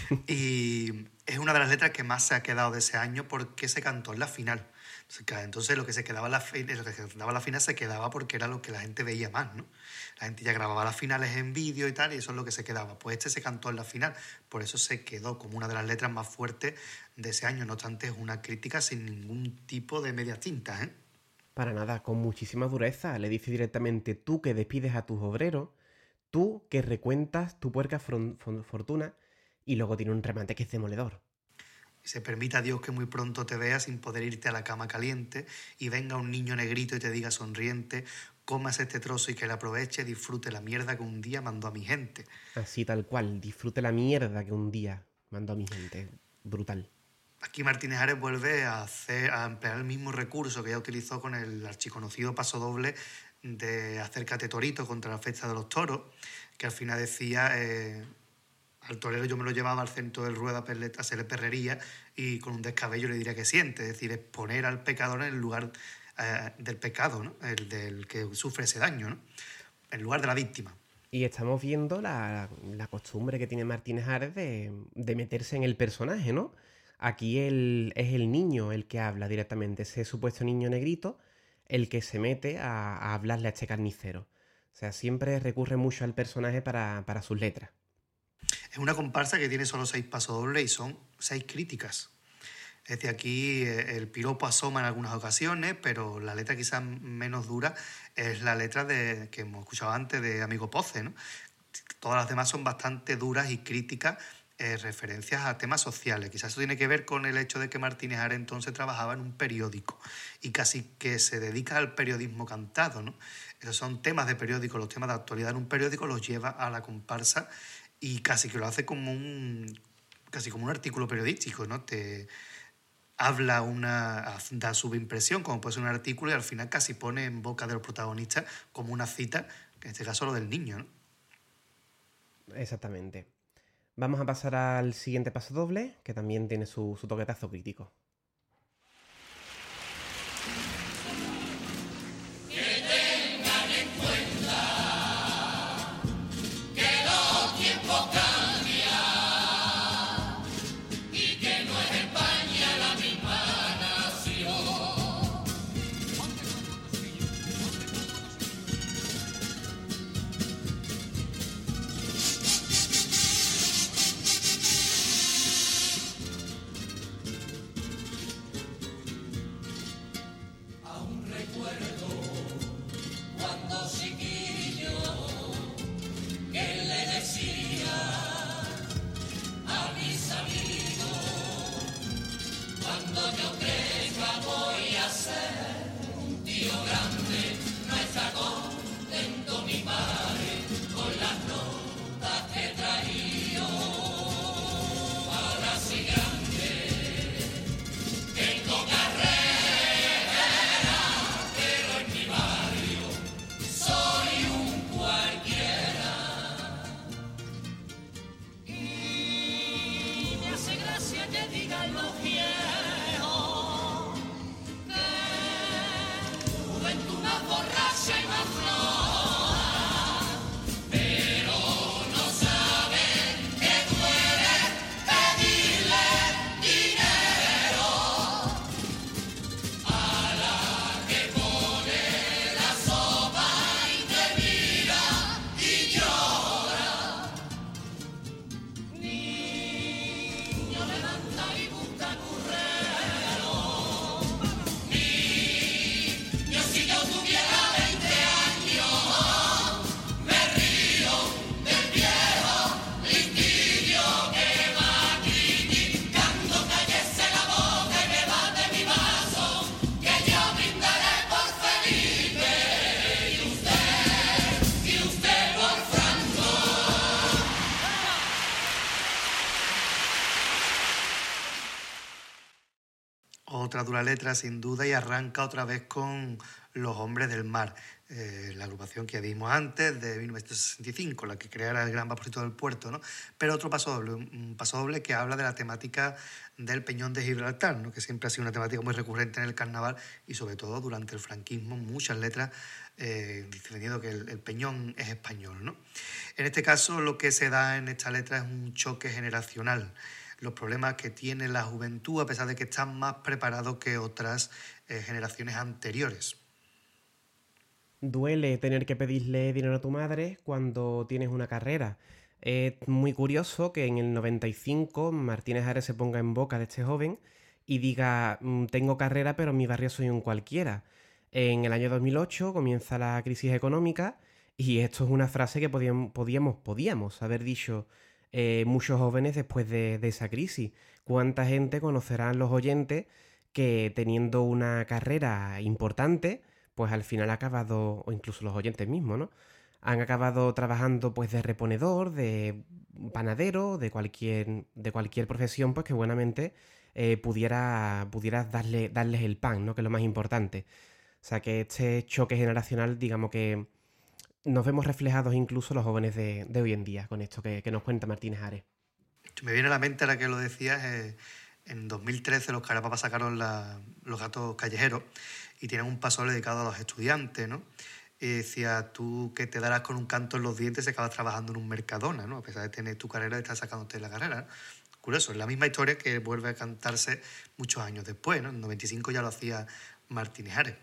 Y es una de las letras que más se ha quedado de ese año porque se cantó en la final. Entonces lo que se quedaba en la, lo que se quedaba en la final se quedaba porque era lo que la gente veía más, ¿no? La gente ya grababa las finales en vídeo y tal, y eso es lo que se quedaba. Pues este se cantó en la final, por eso se quedó como una de las letras más fuertes de ese año. No obstante, es una crítica sin ningún tipo de medias tintas, ¿eh? Para nada, con muchísima dureza. Le dice directamente: tú que despides a tus obreros, tú que recuentas tu puerca fortuna, y luego tiene un remate que es demoledor. Y se permita a Dios que muy pronto te vea sin poder irte a la cama caliente y venga un niño negrito y te diga sonriente: comas este trozo y que le aproveche, disfrute la mierda que un día mandó a mi gente. Así tal cual, disfrute la mierda que un día mandó a mi gente. Brutal. Aquí Martínez Ares vuelve a, hacer, a emplear el mismo recurso que ya utilizó con el archiconocido pasodoble de Acércate Torito contra la fecha de los toros, que al final decía: eh, al torero yo me lo llevaba al centro del ruedo a hacerle perrería y con un descabello le diría que siente. Es decir, es poner al pecador en el lugar eh, del pecado, ¿no? El del que sufre ese daño, ¿no? En lugar de la víctima. Y estamos viendo la, la costumbre que tiene Martínez Ares de, de meterse en el personaje, ¿no? Aquí el, es el niño el que habla directamente, ese supuesto niño negrito, el que se mete a, a hablarle a este carnicero. O sea, siempre recurre mucho al personaje para, para sus letras. Es una comparsa que tiene solo seis pasodobles y son seis críticas. Es decir, aquí el piropo asoma en algunas ocasiones, pero la letra quizás menos dura es la letra de, que hemos escuchado antes de Amigo Poce, ¿no? Todas las demás son bastante duras y críticas, eh, referencias a temas sociales. Quizás eso tiene que ver con el hecho de que Martínez Ares entonces trabajaba en un periódico y casi que se dedica al periodismo cantado, ¿no? Esos son temas de periódico, los temas de actualidad en un periódico los lleva a la comparsa y casi que lo hace como un, casi como un artículo periodístico, ¿no? Te habla una, da su impresión, como puede ser un artículo, y al final casi pone en boca de los protagonistas como una cita, que en este caso lo del niño, ¿no? Exactamente. Vamos a pasar al siguiente pasodoble, que también tiene su, su toquetazo crítico. Otra dura letra sin duda, y arranca otra vez con Los hombres del mar. eh, la agrupación que ya vimos antes, de mil novecientos sesenta y cinco, la que creara el Gran Vaporcito del Puerto, ¿no? Pero otro pasodoble, un pasodoble que habla de la temática del Peñón de Gibraltar, ¿no? Que siempre ha sido una temática muy recurrente en el carnaval y sobre todo durante el franquismo, muchas letras eh, defendiendo que el, el Peñón es español, ¿no? En este caso lo que se da en esta letra es un choque generacional, los problemas que tiene la juventud a pesar de que están más preparados que otras eh, generaciones anteriores. Duele tener que pedirle dinero a tu madre cuando tienes una carrera. Es muy curioso que en el noventa y cinco Martínez Ares se ponga en boca de este joven y diga, tengo carrera pero en mi barrio soy un cualquiera. En el año dos mil ocho comienza la crisis económica y esto es una frase que podíamos, podíamos, podíamos haber dicho eh, muchos jóvenes después de, de esa crisis. ¿Cuánta gente conocerán los oyentes que teniendo una carrera importante, pues al final ha acabado, o incluso los oyentes mismos, ¿no? Han acabado trabajando pues de reponedor, de panadero, de cualquier, de cualquier profesión pues que buenamente eh, pudiera, pudiera darle, darles el pan, ¿no? Que es lo más importante. O sea que este choque generacional, digamos que nos vemos reflejados incluso los jóvenes de, de hoy en día con esto que, que nos cuenta Martínez Ares. Me viene a la mente, ahora que lo decías, eh, en dos mil trece los Carapapas sacaron la, los Gatos Callejeros y tienen un paso dedicado a los estudiantes, ¿no? Y decía, tú que te darás con un canto en los dientes y acabas trabajando en un Mercadona, ¿no? A pesar de tener tu carrera, estás sacándote la carrera, ¿no? Curioso, es la misma historia que vuelve a cantarse muchos años después, ¿no? En noventa y cinco ya lo hacía Martínez Ares.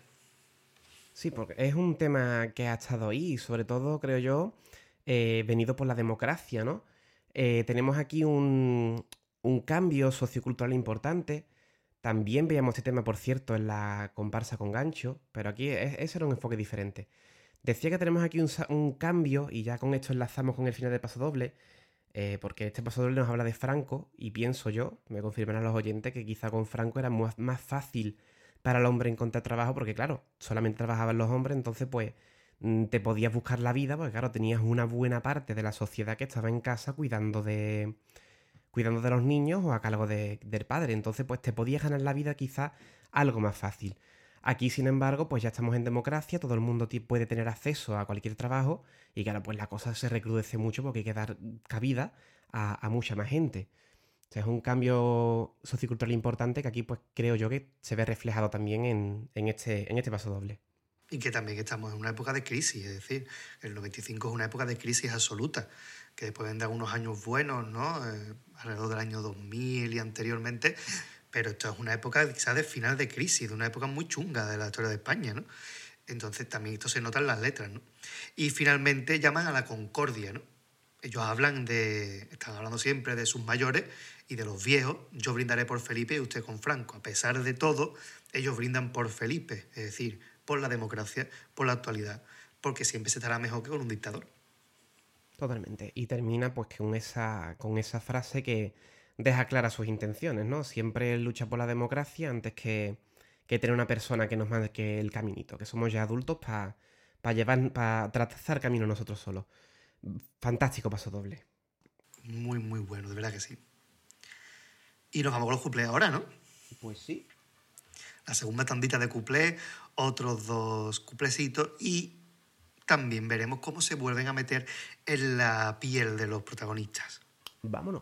Sí, porque es un tema que ha estado ahí, sobre todo, creo yo, eh, venido por la democracia, ¿no? Eh, tenemos aquí un, un cambio sociocultural importante. También veíamos este tema, por cierto, en la comparsa con gancho, pero aquí es, ese era un enfoque diferente. Decía que tenemos aquí un, un cambio, y ya con esto enlazamos con el final del pasodoble, eh, porque este pasodoble nos habla de Franco, y pienso yo, me confirmarán los oyentes, que quizá con Franco era más, más fácil para el hombre encontrar trabajo, porque claro, solamente trabajaban los hombres, entonces pues te podías buscar la vida, porque claro, tenías una buena parte de la sociedad que estaba en casa cuidando de... cuidando de los niños o a cargo de, del padre. Entonces, pues te podías ganar la vida quizá algo más fácil. Aquí, sin embargo, pues ya estamos en democracia, todo el mundo puede tener acceso a cualquier trabajo y claro, pues la cosa se recrudece mucho porque hay que dar cabida a, a mucha más gente. O sea, es un cambio sociocultural importante que aquí, pues creo yo que se ve reflejado también en, en, este, en este pasodoble. Y que también estamos en una época de crisis, es decir, el noventa y cinco es una época de crisis absoluta, que después vendrán unos años buenos, ¿no? Eh, alrededor del año dos mil y anteriormente, pero esto es una época quizás de final de crisis, de una época muy chunga de la historia de España, ¿no? Entonces también esto se nota en las letras, ¿no? Y finalmente llaman a la concordia, ¿no? Ellos hablan de, están hablando siempre de sus mayores y de los viejos. Yo brindaré por Felipe y usted con Franco. A pesar de todo, ellos brindan por Felipe, es decir, por la democracia, por la actualidad, porque siempre se estará mejor que con un dictador. Totalmente. Y termina pues con esa, con esa frase que deja claras sus intenciones, ¿no? Siempre lucha por la democracia antes que, que tener una persona que nos marque el caminito, que somos ya adultos para pa llevar, para trazar camino nosotros solos. Fantástico pasodoble. Muy, muy bueno, de verdad que sí. Y nos vamos con los cuplés ahora, ¿no? Pues sí. La segunda tandita de cuplés, otros dos cuplecitos y también veremos cómo se vuelven a meter en la piel de los protagonistas. Vámonos.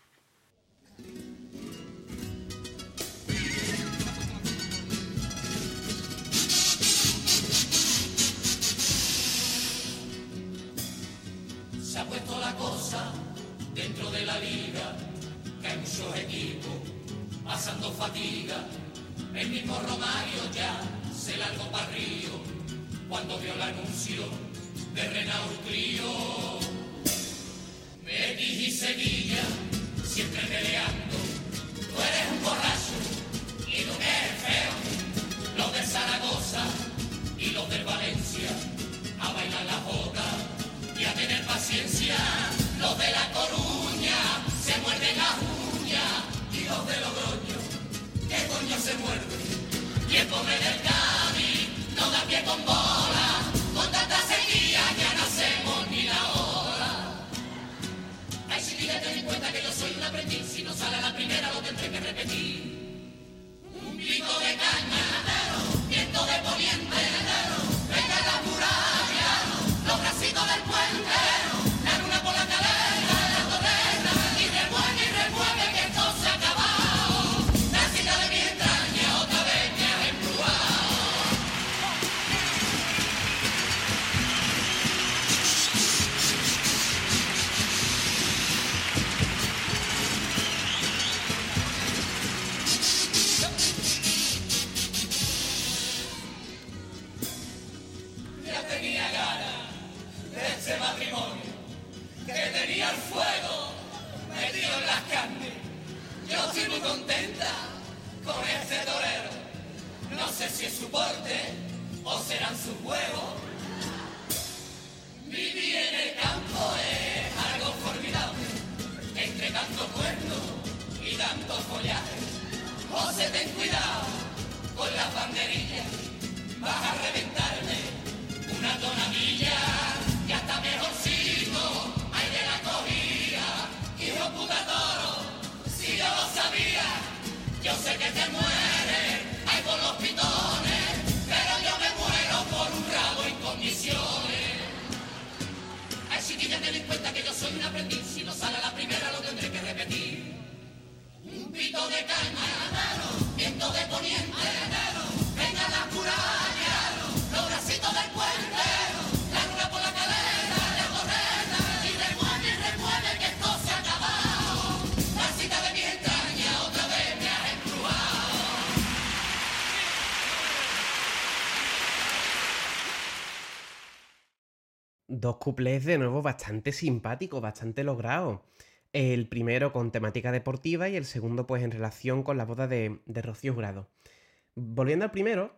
Se ha puesto la cosa dentro de la liga, que hay muchos equipos pasando fatiga. El mismo Romario ya se largó para Río cuando vio el anuncio de Renault Clio. Betis y Sevilla siempre peleando. Tú eres un borracho y tú eres feo. Los del Zaragoza y los del Valencia a bailar la jota y a tener paciencia. Los de La Coruña se muerden las uñas y los de Logroño, ¿qué coño se muerde? Y el pobre del Cádiz no da pie con bola, con tanta sequía ya no hacemos ni la hora. Ay, chiquilla, ten en cuenta que yo soy un aprendiz, si no sale a la primera lo tendré que repetir. Un pico de caña, viento de poniente, venga la muralla. contenta con este torero. No sé si es su porte o serán sus huevos. Vivir en el campo es algo formidable. Entre tanto cuerno y tanto follaje. José, ten cuidado con las banderillas. Vas a reventarme una tonadilla. Ya está mejorcito, hay de la cogida. Hijo puta toro, si yo lo sabía. Yo sé que te mueres, hay por los pitones. Pero yo me muero por un rabo en condiciones. Ay, chiquilla, ten en cuenta que yo soy un aprendiz. Si no sale a la primera lo tendré que repetir. Un pito de caña, viento de poniente, venga la muralla, los bracitos del puente, la luna por la calera, la torreta, y remueve y remueve que esto se ha acabado. La cita de mi entraña otra vez me ha embrujado. Dos cuplés de nuevo bastante simpáticos, bastante logrados. El primero con temática deportiva y el segundo pues en relación con la boda de, de Rocío Jurado. Volviendo al primero,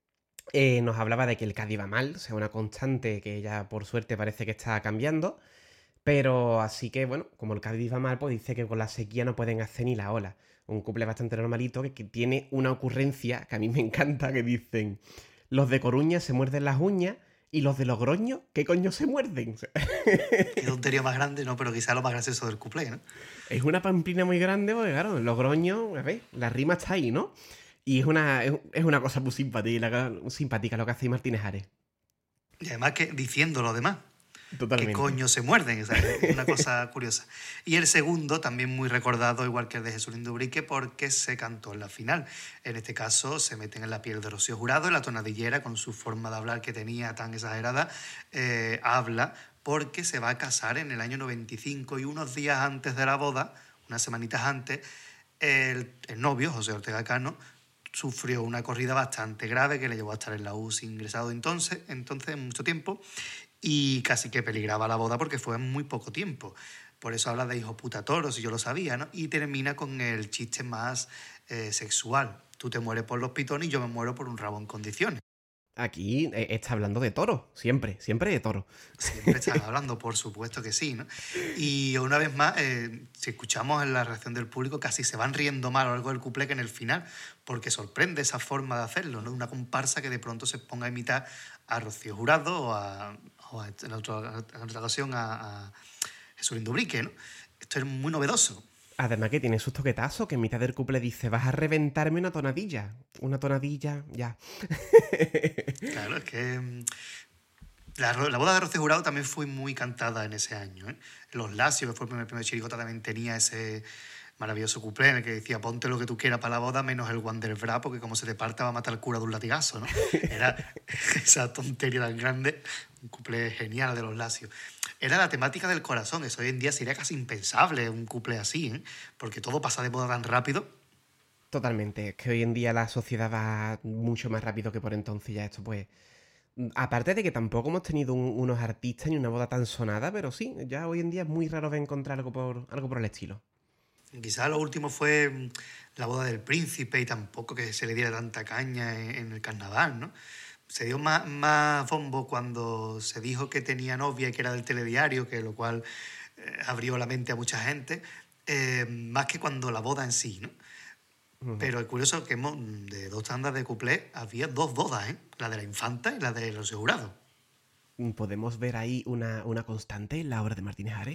eh, nos hablaba de que el Cádiz va mal, o sea, una constante que ya por suerte parece que está cambiando, pero así que bueno, como el Cádiz va mal, pues dice que con la sequía no pueden hacer ni la ola. Un cuplé bastante normalito que, que tiene una ocurrencia que a mí me encanta, que dicen: los de Coruña se muerden las uñas y los de Logroño, ¿qué coño se muerden? Qué tontería más grande, ¿no? Pero quizá lo más gracioso del cuplé, ¿no? Es una pamplina muy grande porque, claro, en Logroño, a ver, la rima está ahí, ¿no? Y es una, es, es una cosa muy simpática, simpática lo que hace Martínez Ares. Y además que diciendo lo demás. Totalmente. ¿Qué coño se muerden? O sea, es una cosa curiosa. Y el segundo, también muy recordado, igual que el de Jesulín Ubrique, porque se cantó en la final. En este caso, se meten en la piel de Rocío Jurado, y la tonadillera, con su forma de hablar que tenía tan exagerada, eh, habla porque se va a casar en el año noventa y cinco, y unos días antes de la boda, unas semanitas antes, el, el novio, José Ortega Cano, sufrió una corrida bastante grave que le llevó a estar en la U C I ingresado entonces, entonces mucho tiempo, y casi que peligraba la boda porque fue en muy poco tiempo. Por eso habla de hijo puta toro, si yo lo sabía, ¿no? Y termina con el chiste más eh, sexual. Tú te mueres por los pitones y yo me muero por un rabo en condiciones. Aquí eh, está hablando de toro, siempre, siempre de toro. Siempre están hablando, por supuesto que sí, ¿no? Y una vez más, eh, si escuchamos en la reacción del público, casi se van riendo más a lo largo del cuplé que en el final, porque sorprende esa forma de hacerlo, ¿no? Una comparsa que de pronto se ponga a imitar a Rocío Jurado o, a, o a, en, otro, en otra ocasión a, a Jesulín Ubrique, ¿no? Esto es muy novedoso. Además que tiene sus toquetazos, que en mitad del cuplé dice: vas a reventarme una tonadilla. Una tonadilla, ya. Claro, es que la, la boda de Rocío Jurado también fue muy cantada en ese año, ¿eh? Los Lacios, que fue el primer premio de Chirigota, también tenía ese maravilloso cuplé en el que decía: ponte lo que tú quieras para la boda menos el Wanderbra, porque como se te parta va a matar al cura de un latigazo, ¿no? Era esa tontería tan grande, un cuplé genial de los Lacios. Era la temática del corazón, eso hoy en día sería casi impensable un cuplé así, ¿eh? Porque todo pasa de moda tan rápido. Totalmente, es que hoy en día la sociedad va mucho más rápido que por entonces, ya esto pues... Aparte de que tampoco hemos tenido un, unos artistas ni una boda tan sonada, pero sí, ya hoy en día es muy raro ver encontrar algo por, algo por el estilo. Quizá lo último fue la boda del príncipe y tampoco que se le diera tanta caña en, en el carnaval, ¿no? Se dio más, más bombo cuando se dijo que tenía novia y que era del telediario, que lo cual eh, abrió la mente a mucha gente, eh, más que cuando la boda en sí, ¿no? Uh-huh. Pero es curioso que hemos, de dos tandas de cuplé había dos bodas, ¿eh? La de la infanta y la de Rocío Jurado. ¿Podemos ver ahí una, una constante en la obra de Martínez Ares?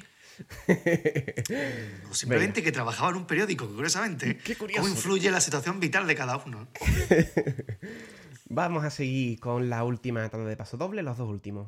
O simplemente Venga. Que trabajaba en un periódico, curiosamente. Qué curioso. ¿Cómo influye la situación vital de cada uno? Vamos a seguir con la última tanda de paso doble, los dos últimos.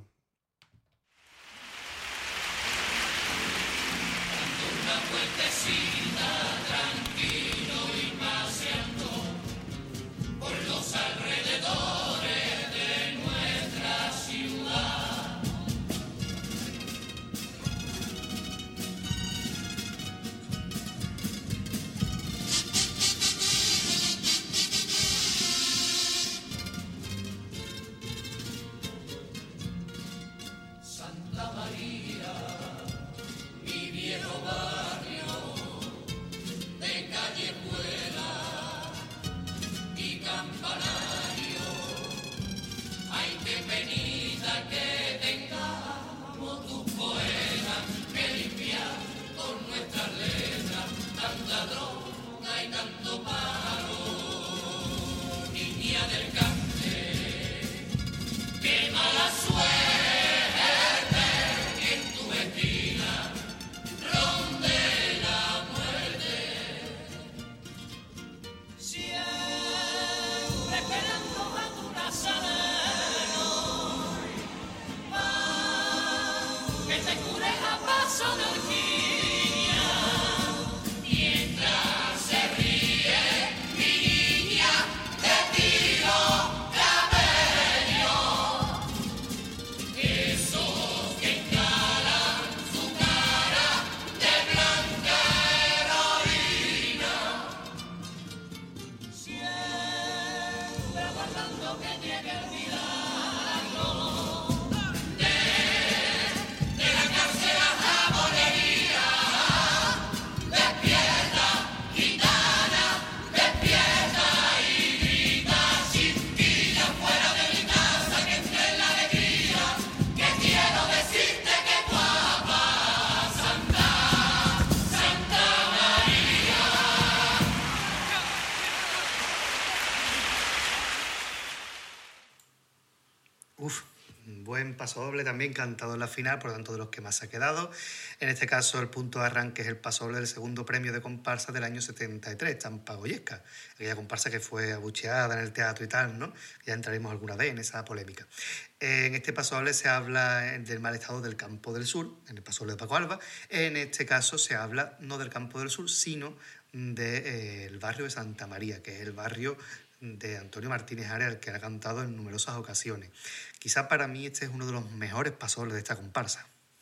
Paso doble también cantado en la final, por lo tanto de los que más se ha quedado. En este caso el punto de arranque es el paso doble del segundo premio de comparsa del año setenta y tres, Champa Goyesca, aquella comparsa que fue abucheada en el teatro y tal, ¿no? Ya entraremos alguna vez en esa polémica. En este paso doble se habla del mal estado del Campo del Sur, en el paso doble de Paco Alba. En este caso se habla no del Campo del Sur, sino del de, eh, barrio de Santa María, que es el barrio de Antonio Martínez Ares, al que ha cantado en numerosas ocasiones. Quizá para mí este es uno de los mejores pasodobles de esta comparsa.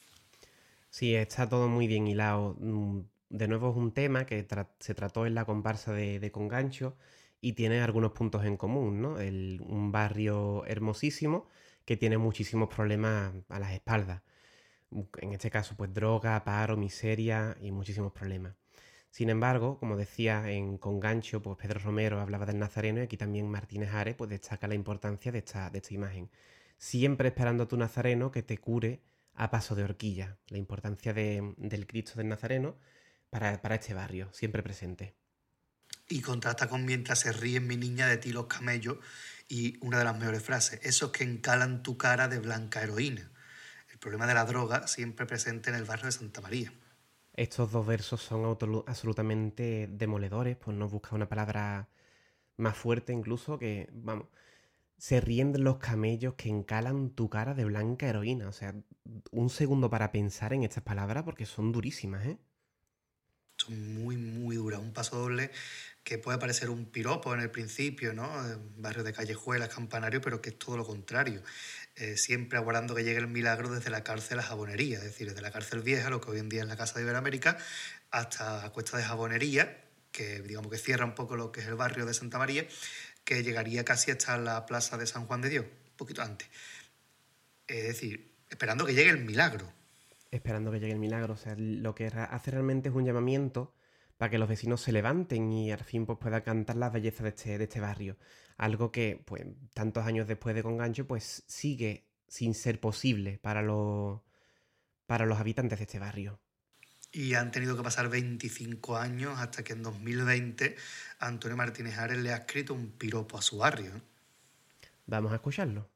Sí, está todo muy bien hilado. De nuevo es un tema que tra- se trató en la comparsa de, de Congancho y tiene algunos puntos en común, ¿no? El, un barrio hermosísimo que tiene muchísimos problemas a las espaldas. En este caso, pues droga, paro, miseria y muchísimos problemas. Sin embargo, como decía en Congancho, pues Pedro Romero hablaba del Nazareno y aquí también Martínez Ares pues destaca la importancia de esta, de esta imagen. Siempre esperando a tu Nazareno que te cure a paso de horquilla. La importancia de, del Cristo del Nazareno para, para este barrio, siempre presente. Y contrasta con mientras se ríen mi niña de ti los camellos y una de las mejores frases, esos que encalan tu cara de blanca heroína. El problema de la droga siempre presente en el barrio de Santa María. Estos dos versos son auto- absolutamente demoledores, pues no busca una palabra más fuerte incluso que, vamos, se ríen de los camellos que encalan tu cara de blanca heroína. O sea, un segundo para pensar en estas palabras porque son durísimas, ¿eh? Son muy, muy duras. Un paso doble que puede parecer un piropo en el principio, ¿no? Barrio de Callejuelas, Campanario, pero que es todo lo contrario. Eh, siempre aguardando que llegue el milagro desde la cárcel a Jabonería, es decir, desde la cárcel vieja, lo que hoy en día es la Casa de Iberoamérica, hasta Cuesta de Jabonería, que digamos que cierra un poco lo que es el barrio de Santa María, que llegaría casi hasta la plaza de San Juan de Dios, un poquito antes. Es decir, esperando que llegue el milagro. Esperando que llegue el milagro. O sea, lo que hace realmente es un llamamiento para que los vecinos se levanten y al fin pues, puedan cantar las bellezas de este, de este barrio. Algo que, pues, tantos años después de Congancho, pues sigue sin ser posible para los, para los habitantes de este barrio. Y han tenido que pasar veinticinco años hasta que en dos mil veinte Antonio Martínez Ares le ha escrito un piropo a su barrio. Vamos a escucharlo.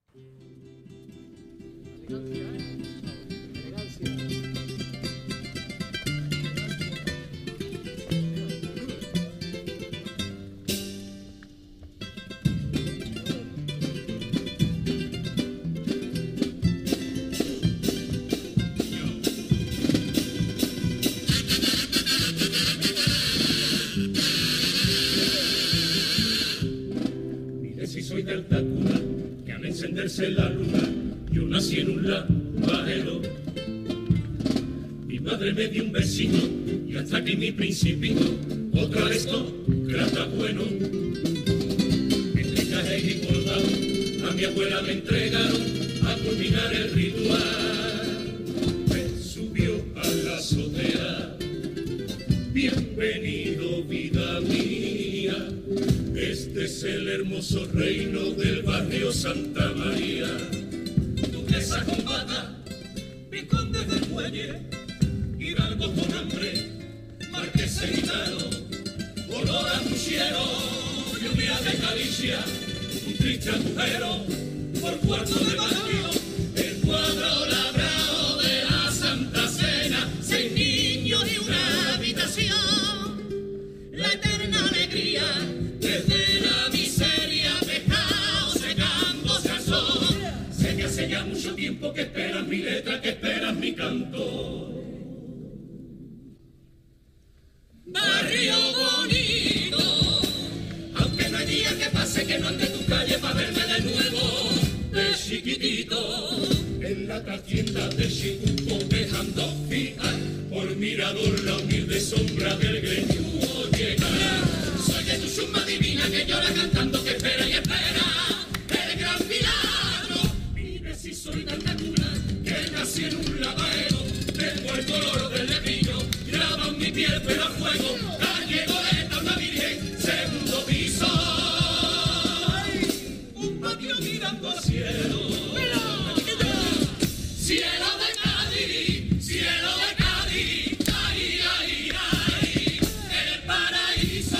Soy del Tacuna, que al encenderse la luna, yo nací en un lavadero. Mi madre me dio un besito, y hasta aquí mi principito, otro aristócrata bueno. Entre caja y bordado, a mi abuela me entregaron a culminar el ritual. Me subió a la azotea, bienvenido vida mía. Este es el hermoso reino del barrio Santa María. Duquesa con bata, vizcondes del muelle, hidalgos con hambre, marquesa dulce gitano, olor a puchero, lluvia de caricia, un triste agujero por cuarto de partido, el cuadro labrado de la Santa Cena, seis niños y una habitación, la eterna alegría desde la miseria, dejado secándose al sol. Sé que hace ya mucho tiempo que esperas mi letra, que esperas mi canto. Barrio bonito, aunque no hay día que pase que no ande tu calle para verme de nuevo, de chiquitito, en la trastienda de Chicuco, dejando fijar por mirador la humilde sombra del greñudo llegar. Soy de tu chusma divina que llora cantando, que espera y espera el gran milagro. Mire si soy tan cuna que nací en un lavadero, tengo el color del lebrino, graba en mi piel pero a fuego, gallego de una virgen, segundo piso, un patio mirando al cielo, cielo de Cádiz, cielo de Cádiz, ay, ay, ay, el paraíso.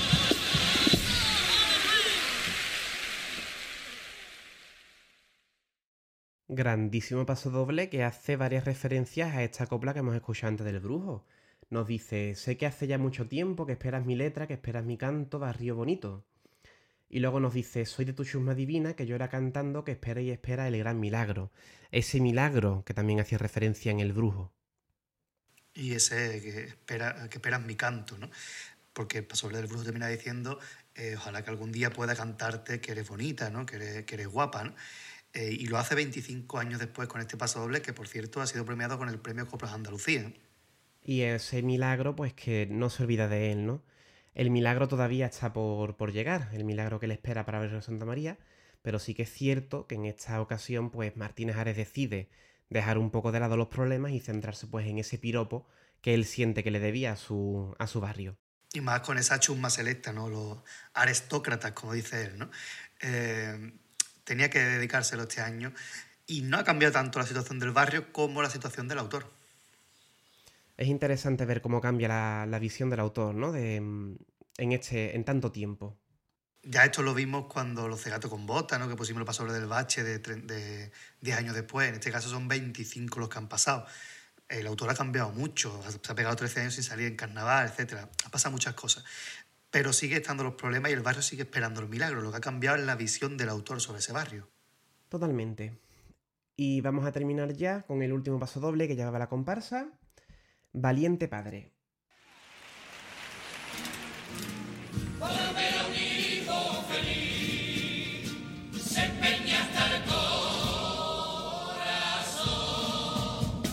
Grandísimo paso doble que hace varias referencias a esta copla que hemos escuchado antes del Brujo. Nos dice, sé que hace ya mucho tiempo que esperas mi letra, que esperas mi canto, barrio bonito. Y luego nos dice, soy de tu chusma divina, que llora cantando, que espera y espera el gran milagro. Ese milagro que también hacía referencia en el Brujo. Y ese que, espera, que esperas mi canto, ¿no? Porque el paso doble del Brujo termina diciendo, eh, ojalá que algún día pueda cantarte que eres bonita, ¿no? Que eres, que eres guapa, ¿no? Eh, y lo hace veinticinco años después con este paso doble, que por cierto ha sido premiado con el premio Coplas Andalucía. Y ese milagro, pues que no se olvida de él, ¿no? El milagro todavía está por, por llegar, el milagro que le espera para ver a Santa María, pero sí que es cierto que en esta ocasión, pues Martínez Ares decide dejar un poco de lado los problemas y centrarse pues en ese piropo que él siente que le debía a su, a su barrio. Y más con esa chusma selecta, ¿no? Los aristócratas, como dice él, ¿no? Eh, tenía que dedicárselo este año y no ha cambiado tanto la situación del barrio como la situación del autor. Es interesante ver cómo cambia la, la visión del autor, ¿no? De, en, este, en tanto tiempo. Ya esto lo vimos cuando Los Cegatos con Botas, ¿no? Que pusimos el paso doble del Bache de, de diez años después. En este caso son veinticinco los que han pasado. El autor ha cambiado mucho. Se ha pegado trece años sin salir en carnaval, etcétera. Ha pasado muchas cosas. Pero sigue estando los problemas y el barrio sigue esperando el milagro. Lo que ha cambiado es la visión del autor sobre ese barrio. Totalmente. Y vamos a terminar ya con el último paso doble que llevaba la comparsa. Valiente padre. Para ver a un hijo feliz, se empeña hasta el corazón.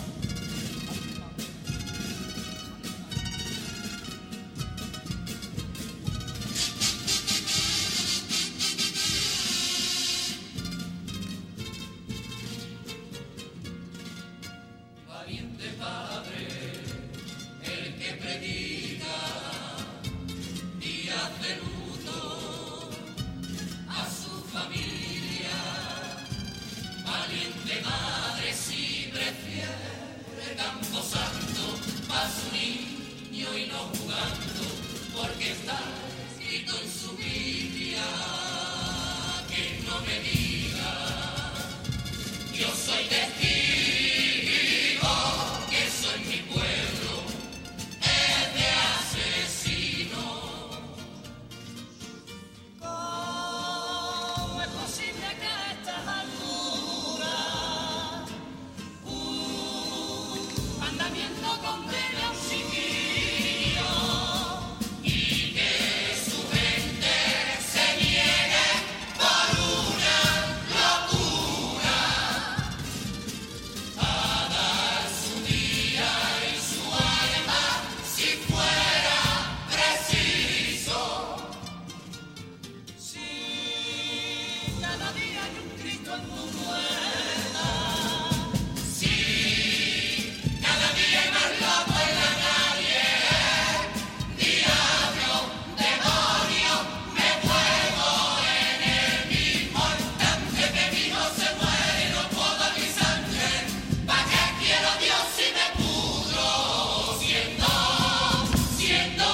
Valiente padre, el que predica días de luto a su familia. Valiente madre si prefiere camposanto pa' su niño y no jugando, porque está escrito en su Biblia que no me diga yo soy testigo que soy mi pueblo es de asesino. ¿Cómo es posible que a estas alturas un mandamiento condene a un chiquillo y que su gente se niegue por una locura a dar su día y su alma si fuera preciso? Si cada día hay un Cristo en tu puerta, si cada día hay más loco en la calle, diablo, demonio, me muevo en el mismo instante que mi hijo se muere, no puedo mi sangre, ¿pa' qué quiero Dios si me pudro siendo, siendo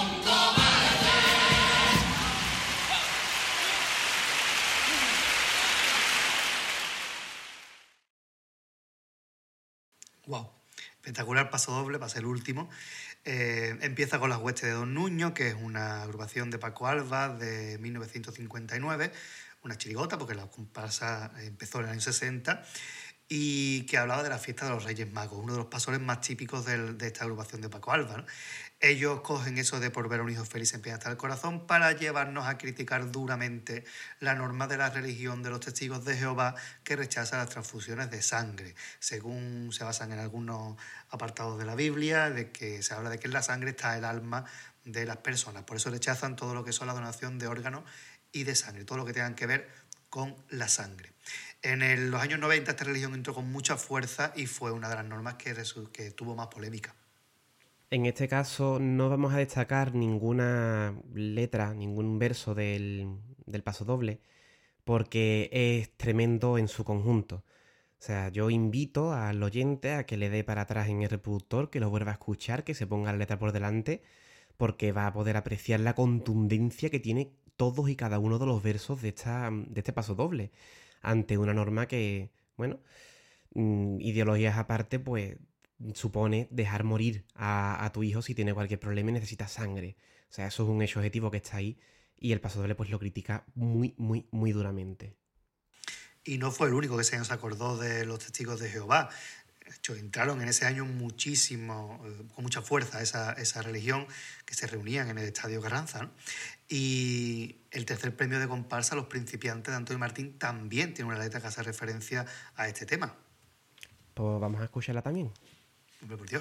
Wow, espectacular paso doble, va a ser el último. Eh, empieza con Las Huestes de Don Nuño, que es una agrupación de Paco Alba de mil novecientos cincuenta y nueve, una chirigota, porque la comparsa empezó en el año sesenta, y que hablaba de la fiesta de los Reyes Magos, uno de los pasones más típicos del, de esta agrupación de Paco Alba, ¿no? Ellos cogen eso de por ver a un hijo feliz se empieza hasta el corazón para llevarnos a criticar duramente la norma de la religión de los testigos de Jehová que rechaza las transfusiones de sangre, según se basan en algunos apartados de la Biblia, de que se habla de que en la sangre está el alma de las personas. Por eso rechazan todo lo que son la donación de órganos y de sangre, todo lo que tengan que ver con la sangre. En el, los años noventa esta religión entró con mucha fuerza y fue una de las normas que, que tuvo más polémica. En este caso no vamos a destacar ninguna letra, ningún verso del, del paso doble, porque es tremendo en su conjunto. O sea, yo invito al oyente a que le dé para atrás en el reproductor, que lo vuelva a escuchar, que se ponga la letra por delante, porque va a poder apreciar la contundencia que tiene todos y cada uno de los versos de, esta, de este paso doble, ante una norma que, bueno, ideologías aparte, pues supone dejar morir a, a tu hijo si tiene cualquier problema y necesita sangre. O sea, eso es un hecho objetivo que está ahí y el paso doble pues lo critica muy, muy, muy duramente. Y no fue el único que se nos acordó de los testigos de Jehová. De hecho, entraron en ese año muchísimo, con mucha fuerza esa, esa religión, que se reunían en el Estadio Carranza, ¿no? Y el tercer premio de comparsa, Los Principiantes, de Antonio Martín, también tiene una letra que hace referencia a este tema. Pues vamos a escucharla también. Hombre, por Dios.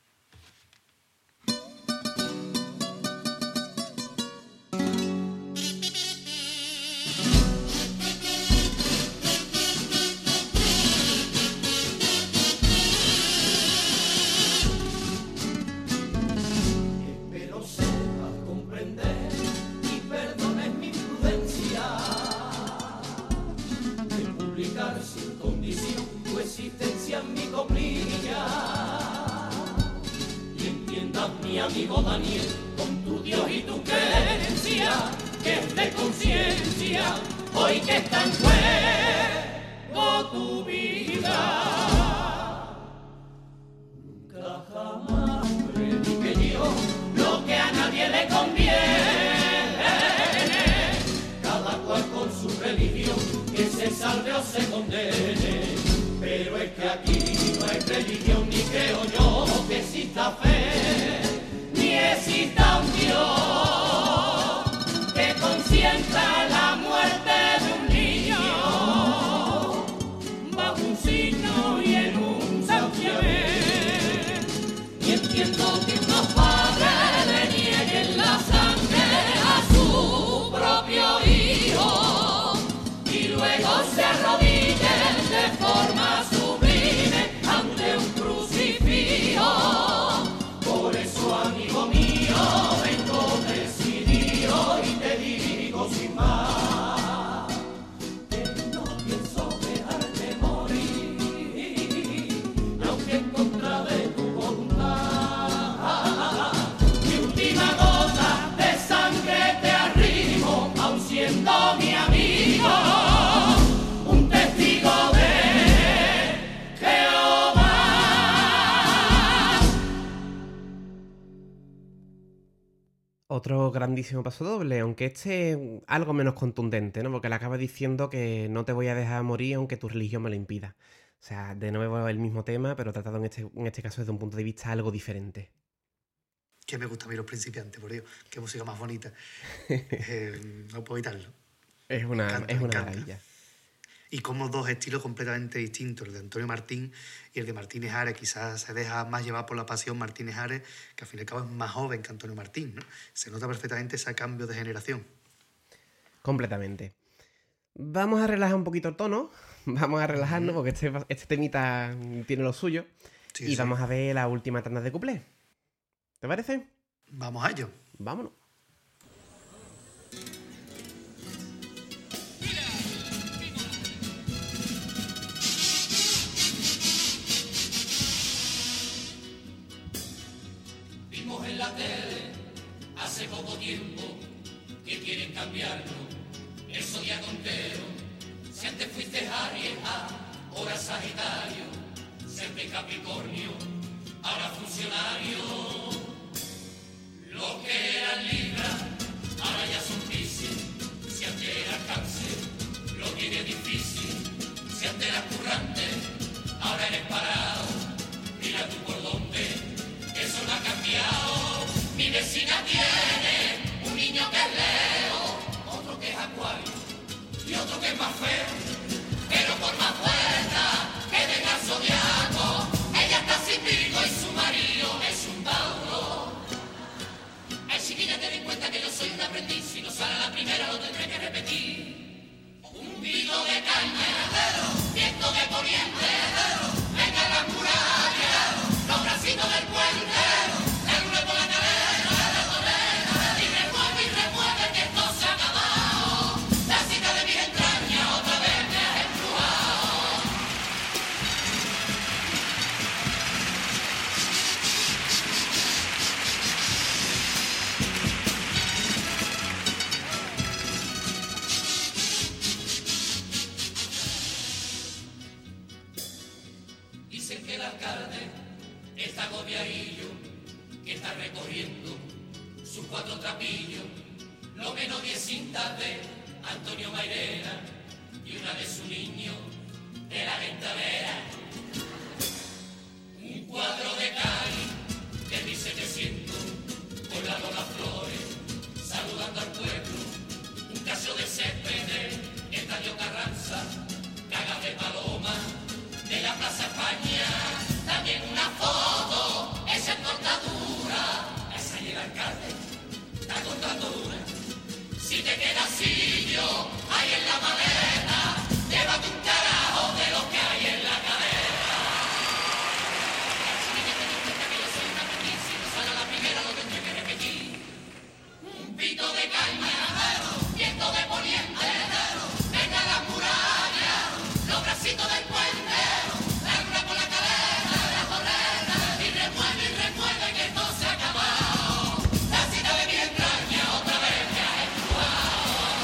Espero sepas comprender y perdones mi imprudencia de publicar sin condición tu existencia en mi comilla. Mi amigo Daniel, con tu Dios y tu creencia, que es de conciencia, hoy que está en juego tu vida. Nunca jamás prediqué yo lo que a nadie le conviene, cada cual con su religión, que se salve o se condene. Pero es que aquí no hay religión, ni creo yo que exista fe, ni exista un Dios que consienta la muerte de un niño bajo un signo y en un santiamén. Y entiendo que unos padres le nieguen la sangre a su propio hijo y luego se arrodillen de forma sublime ante un crucifijo. Por eso, amigo mío, vengo decidido y te digo sin más que no pienso dejarte morir, aunque en contra de tu voluntad. Mi última gota de sangre te arrimo, aun siendo mi amigo. Otro grandísimo paso doble, aunque este algo menos contundente, ¿no? Porque le acaba diciendo que no te voy a dejar morir aunque tu religión me lo impida. O sea, de nuevo el mismo tema, pero tratado en este, en este caso desde un punto de vista algo diferente. Que me gusta a mí Los Principiantes, por Dios. Qué música más bonita. eh, no puedo evitarlo. Es una, encanta, es una maravilla. Y como dos estilos completamente distintos, el de Antonio Martín y el de Martínez Ares. Quizás se deja más llevar por la pasión Martínez Ares, que al fin y al cabo es más joven que Antonio Martín, ¿no? Se nota perfectamente ese cambio de generación. Completamente. Vamos a relajar un poquito el tono, vamos a relajarnos, porque este, este temita tiene lo suyo, Sí, y sí. vamos a ver la última tanda de cuplés. ¿Te parece? Vamos a ello. Vámonos. Vimos en la tele hace poco tiempo que quieren cambiarlo, eso de acontero. Si antes fuiste Aries, ahora Sagitario. Si Vicente Capricornio, ahora funcionario. Los que eran Libra, ahora ya son Piscis. Si antes era cáncer, lo tiene difícil. Si antes eras currante, ahora eres parado. Mira tú por dónde, eso no ha cambiado. Mi vecina tiene un niño que es Leo, otro que es Acuario y otro que es más feo. Pero por más fuerza que tenga el zodiaco, ella está sin Virgo y su marido es un Tauro. Ay, chiquilla, ten en cuenta que yo soy un aprendiz. Si no sale a la primera lo tendré que repetir. Un pito de caña, viento de poniente, venga la muralla, los bracitos del puente, la luna por la cadera, la torera, y remueve y remueve que esto se ha acabado. La cita de mis entrañas otra vez me has embrujado. Dicen que el alcalde está agobiadillo, que está recogiendo sus cuatro trapillos, lo menos diez cintas de Antonio Mairena y una de su niño de la ventanera. Un cuadro de Cali de mil setecientos con la Lola Flores saludando al pueblo. Un caso de Céspedes, Estadio Carranza, cagas de paloma de la Plaza España. También una foto, esa en cortadura, esa y el alcalde está cortando dura. Si te quedas sillo ahí en la maleta, llévate un carajo de lo que hay en la cadera. Si me ten en cuenta que yo soy una aprendiz, si no sale a la primera lo tendré que repetir. Un pito de caña, viento de poniente, venga la muralla, los bracitos del puente, la luna por la cadera, la torreta, y remueve y remueve que esto se ha acabado. La cita de mi entraña otra vez me ha embrujado.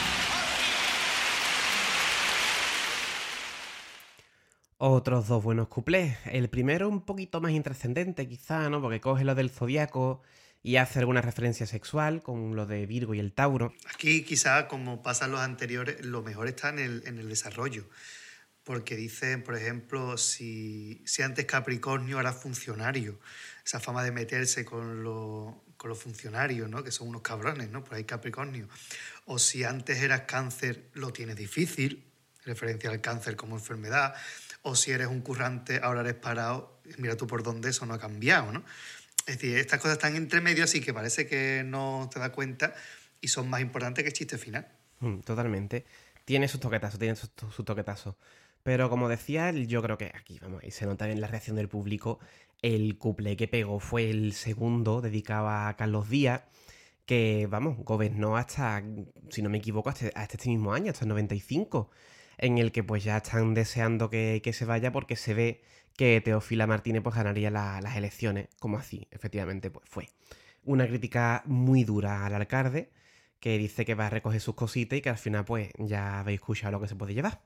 Otros dos buenos cuplés. El primero un poquito más intrascendente quizá, ¿no? Porque coge lo del zodiaco y hace alguna referencia sexual con lo de Virgo y el Tauro. Aquí quizá, como pasan los anteriores, lo mejor está en el, en el desarrollo. Porque dicen, por ejemplo, si, si antes Capricornio era funcionario, esa fama de meterse con, lo, con los funcionarios, ¿no? Que son unos cabrones, ¿no? Por ahí Capricornio. O si antes eras cáncer, lo tienes difícil, referencia al cáncer como enfermedad. O si eres un currante, ahora eres parado, mira tú por dónde eso no ha cambiado, ¿no? Es decir, estas cosas están entre medio, así que parece que no te das cuenta y son más importantes que el chiste final. Mm, totalmente. Tiene sus toquetazos, tiene sus su toquetazos. Pero como decía, yo creo que aquí, vamos, y se nota bien la reacción del público, el cuplé que pegó fue el segundo, dedicado a Carlos Díaz, que, vamos, gobernó hasta, si no me equivoco, hasta, hasta este mismo año, hasta el noventa y cinco, en el que pues ya están deseando que, que se vaya porque se ve que Teófila Martínez pues ganaría la, las elecciones, como así, efectivamente, pues fue. Una crítica muy dura al alcalde, que dice que va a recoger sus cositas y que al final pues ya habéis escuchado lo que se puede llevar.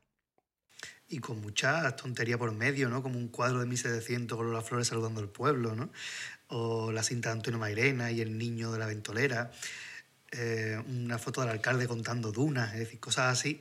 Y con mucha tontería por medio, ¿no? Como un cuadro de mil setecientos con las flores saludando al pueblo, ¿no? O la cinta de Antonio Mairena y el niño de la ventolera. Eh, una foto del alcalde contando dunas, es decir, cosas así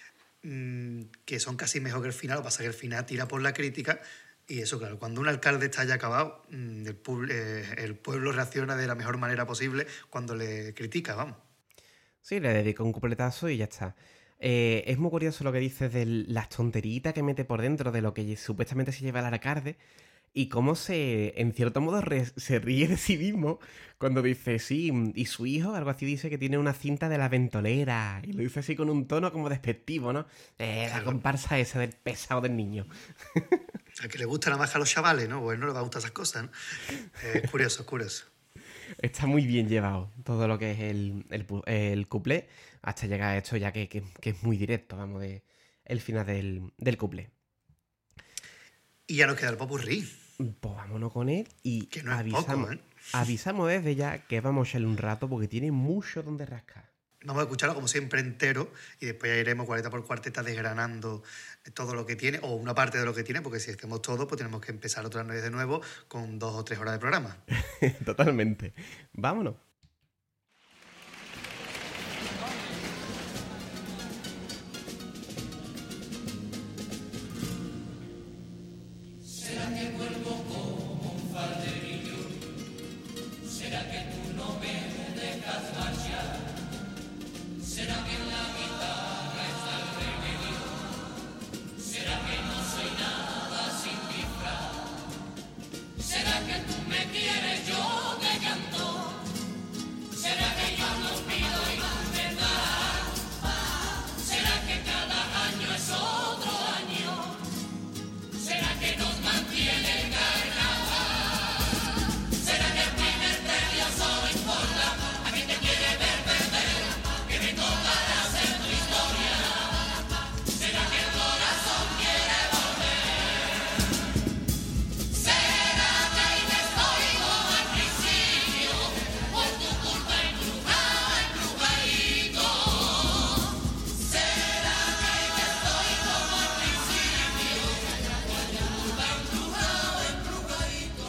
mmm, que son casi mejor que el final. Lo que pasa es que el final tira por la crítica y eso, claro, cuando un alcalde está ya acabado, mmm, el, pu- eh, el pueblo reacciona de la mejor manera posible cuando le critica, vamos. Sí, le dedico un cupletazo y ya está. Eh, es muy curioso lo que dices de las tonteritas que mete por dentro de lo que supuestamente se lleva el alcalde y cómo se, en cierto modo, re- se ríe de sí mismo cuando dice, sí, y su hijo, algo así, dice que tiene una cinta de la ventolera y lo dice así con un tono como despectivo, ¿no? Eh, la Claro. comparsa esa del pesado del niño. A que le gusta nada más que a los chavales, ¿no? Pues no le va a gustar esas cosas, ¿no? Eh, es curioso, es curioso. Está muy bien llevado todo lo que es el, el, pu- el cuplé hasta llegar a esto ya que, que- que es muy directo, vamos, de el final del, del cuplé. Y ya nos queda el popurrí, Pues vámonos con él y que no es avisamos, poco, ¿eh? avisamos desde ya que vamos a echarle un rato porque tiene mucho donde rascar. Vamos a escucharlo como siempre entero y después ya iremos cuarteta por cuarteta desgranando todo lo que tiene, o una parte de lo que tiene, porque si hacemos todo, pues tenemos que empezar otra vez de nuevo con dos o tres horas de programa. Totalmente. Vámonos. ¿Será que vuelvo como un falderillo? ¿Será que tú no me dejas marchar? ¿Será que en la guitarra está el remedio? ¿Será que no soy nada sin disfraz? ¿Será que tú me quieres, yo te canto? ¿Será que yo no pido y tú me das? ¿Será que cada año es otro año? ¿Será que nos mantiene el carnaval? ¿Será que el primer premio solo importa a quien te quiere ver perder? Que me tocará hacer tu historia. ¿Será que el corazón quiere volver? ¿Será que ahí me estoy como al principio? Por tu culpa embrujado, embrujadito. ¿Será que ahí me estoy como al principio? Por tu culpa embrujado, embrujadito.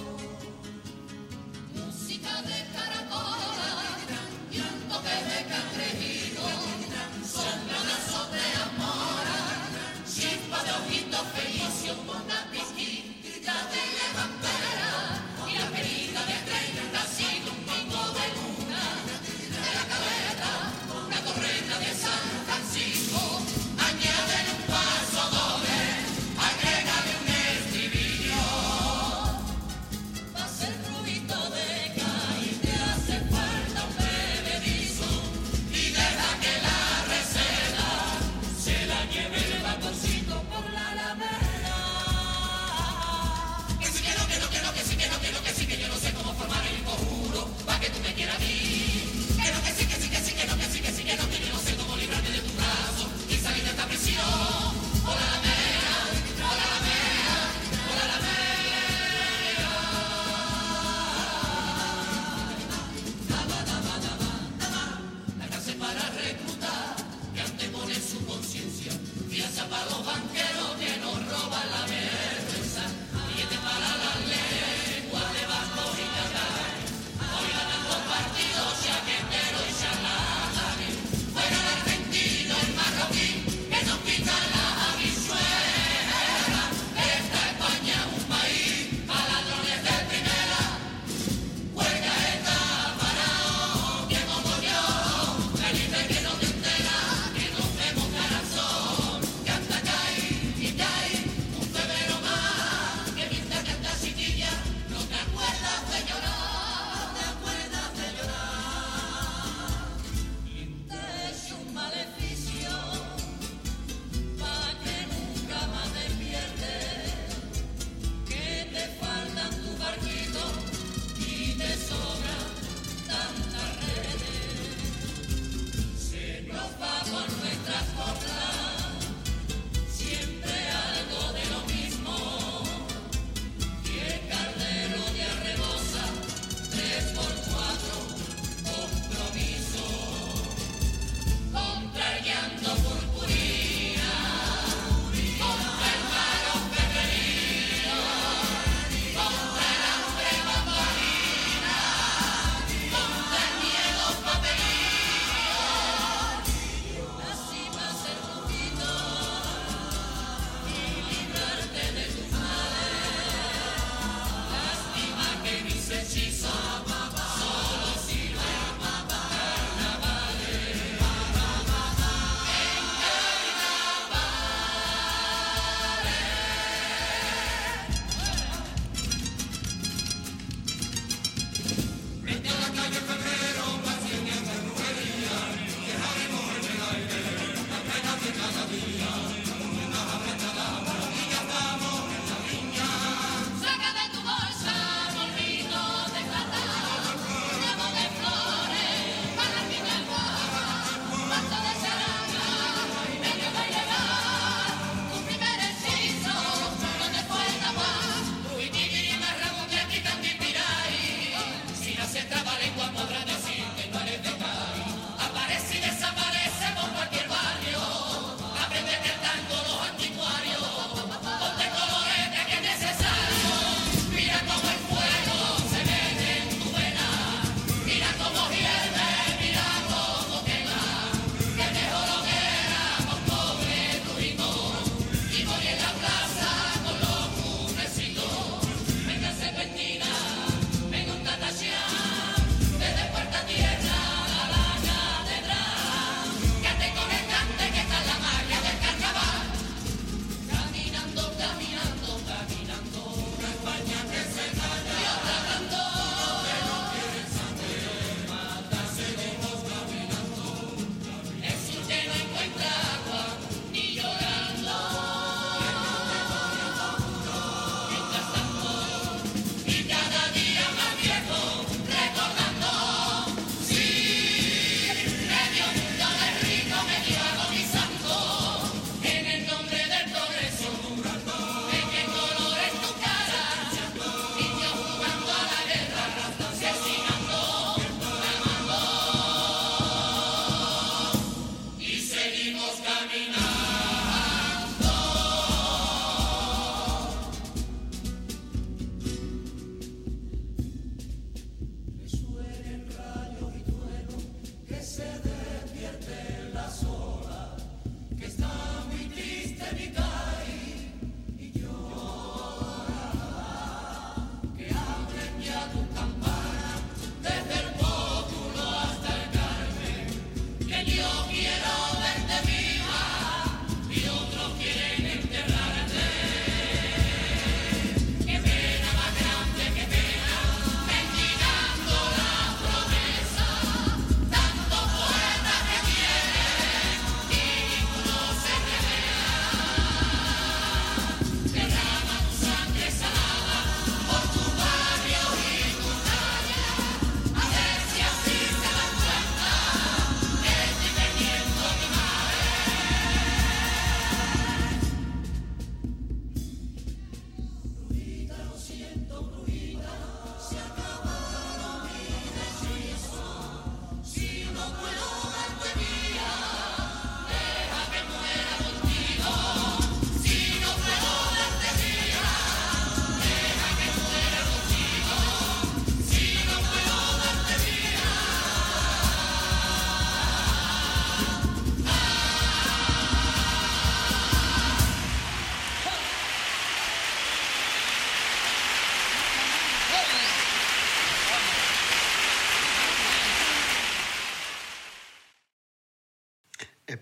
Música de caracola y un toque de cangrejito, sombronazos de amora, chispa de ojito felicio, una pizquita de levantera y la perita de treinta sigue un pico de luna de la caleta, una correta de San Francisco. Añádele un paso doble, agrégale un estribillo. Va a ser ruido de calle, te hace falta un bebedizo y deja que la receta se la lleve el vagoncito por la alameda. Que sí que no, que no, que no, que sí que no, que no, que sí que yo no sé cómo formar el conjuro pa' que tú me quieras a mí. Que no, que sí, que sí, que sí, que no, que sí, que sí, que no, que yo no sé cómo librarme de tu brazo y salir de esta prisión. Por la alameda, por la alameda, por la alameda. La cárcel para reclutar, que antepone su conciencia, fianza para los banqueros que nos roban la vergüenza, billetes para la lengua de Vasco y Catar. Hoy ganan dos partidos, chaquetero y charlatanes. Fuera el argentino, el marroquí, que nos quitan las habichuelas. Esta España es un país a ladrones de primera. Huelga está parado, que como yo, Felipe que no te entera, que nos vemos carazón, que hasta cae y cae un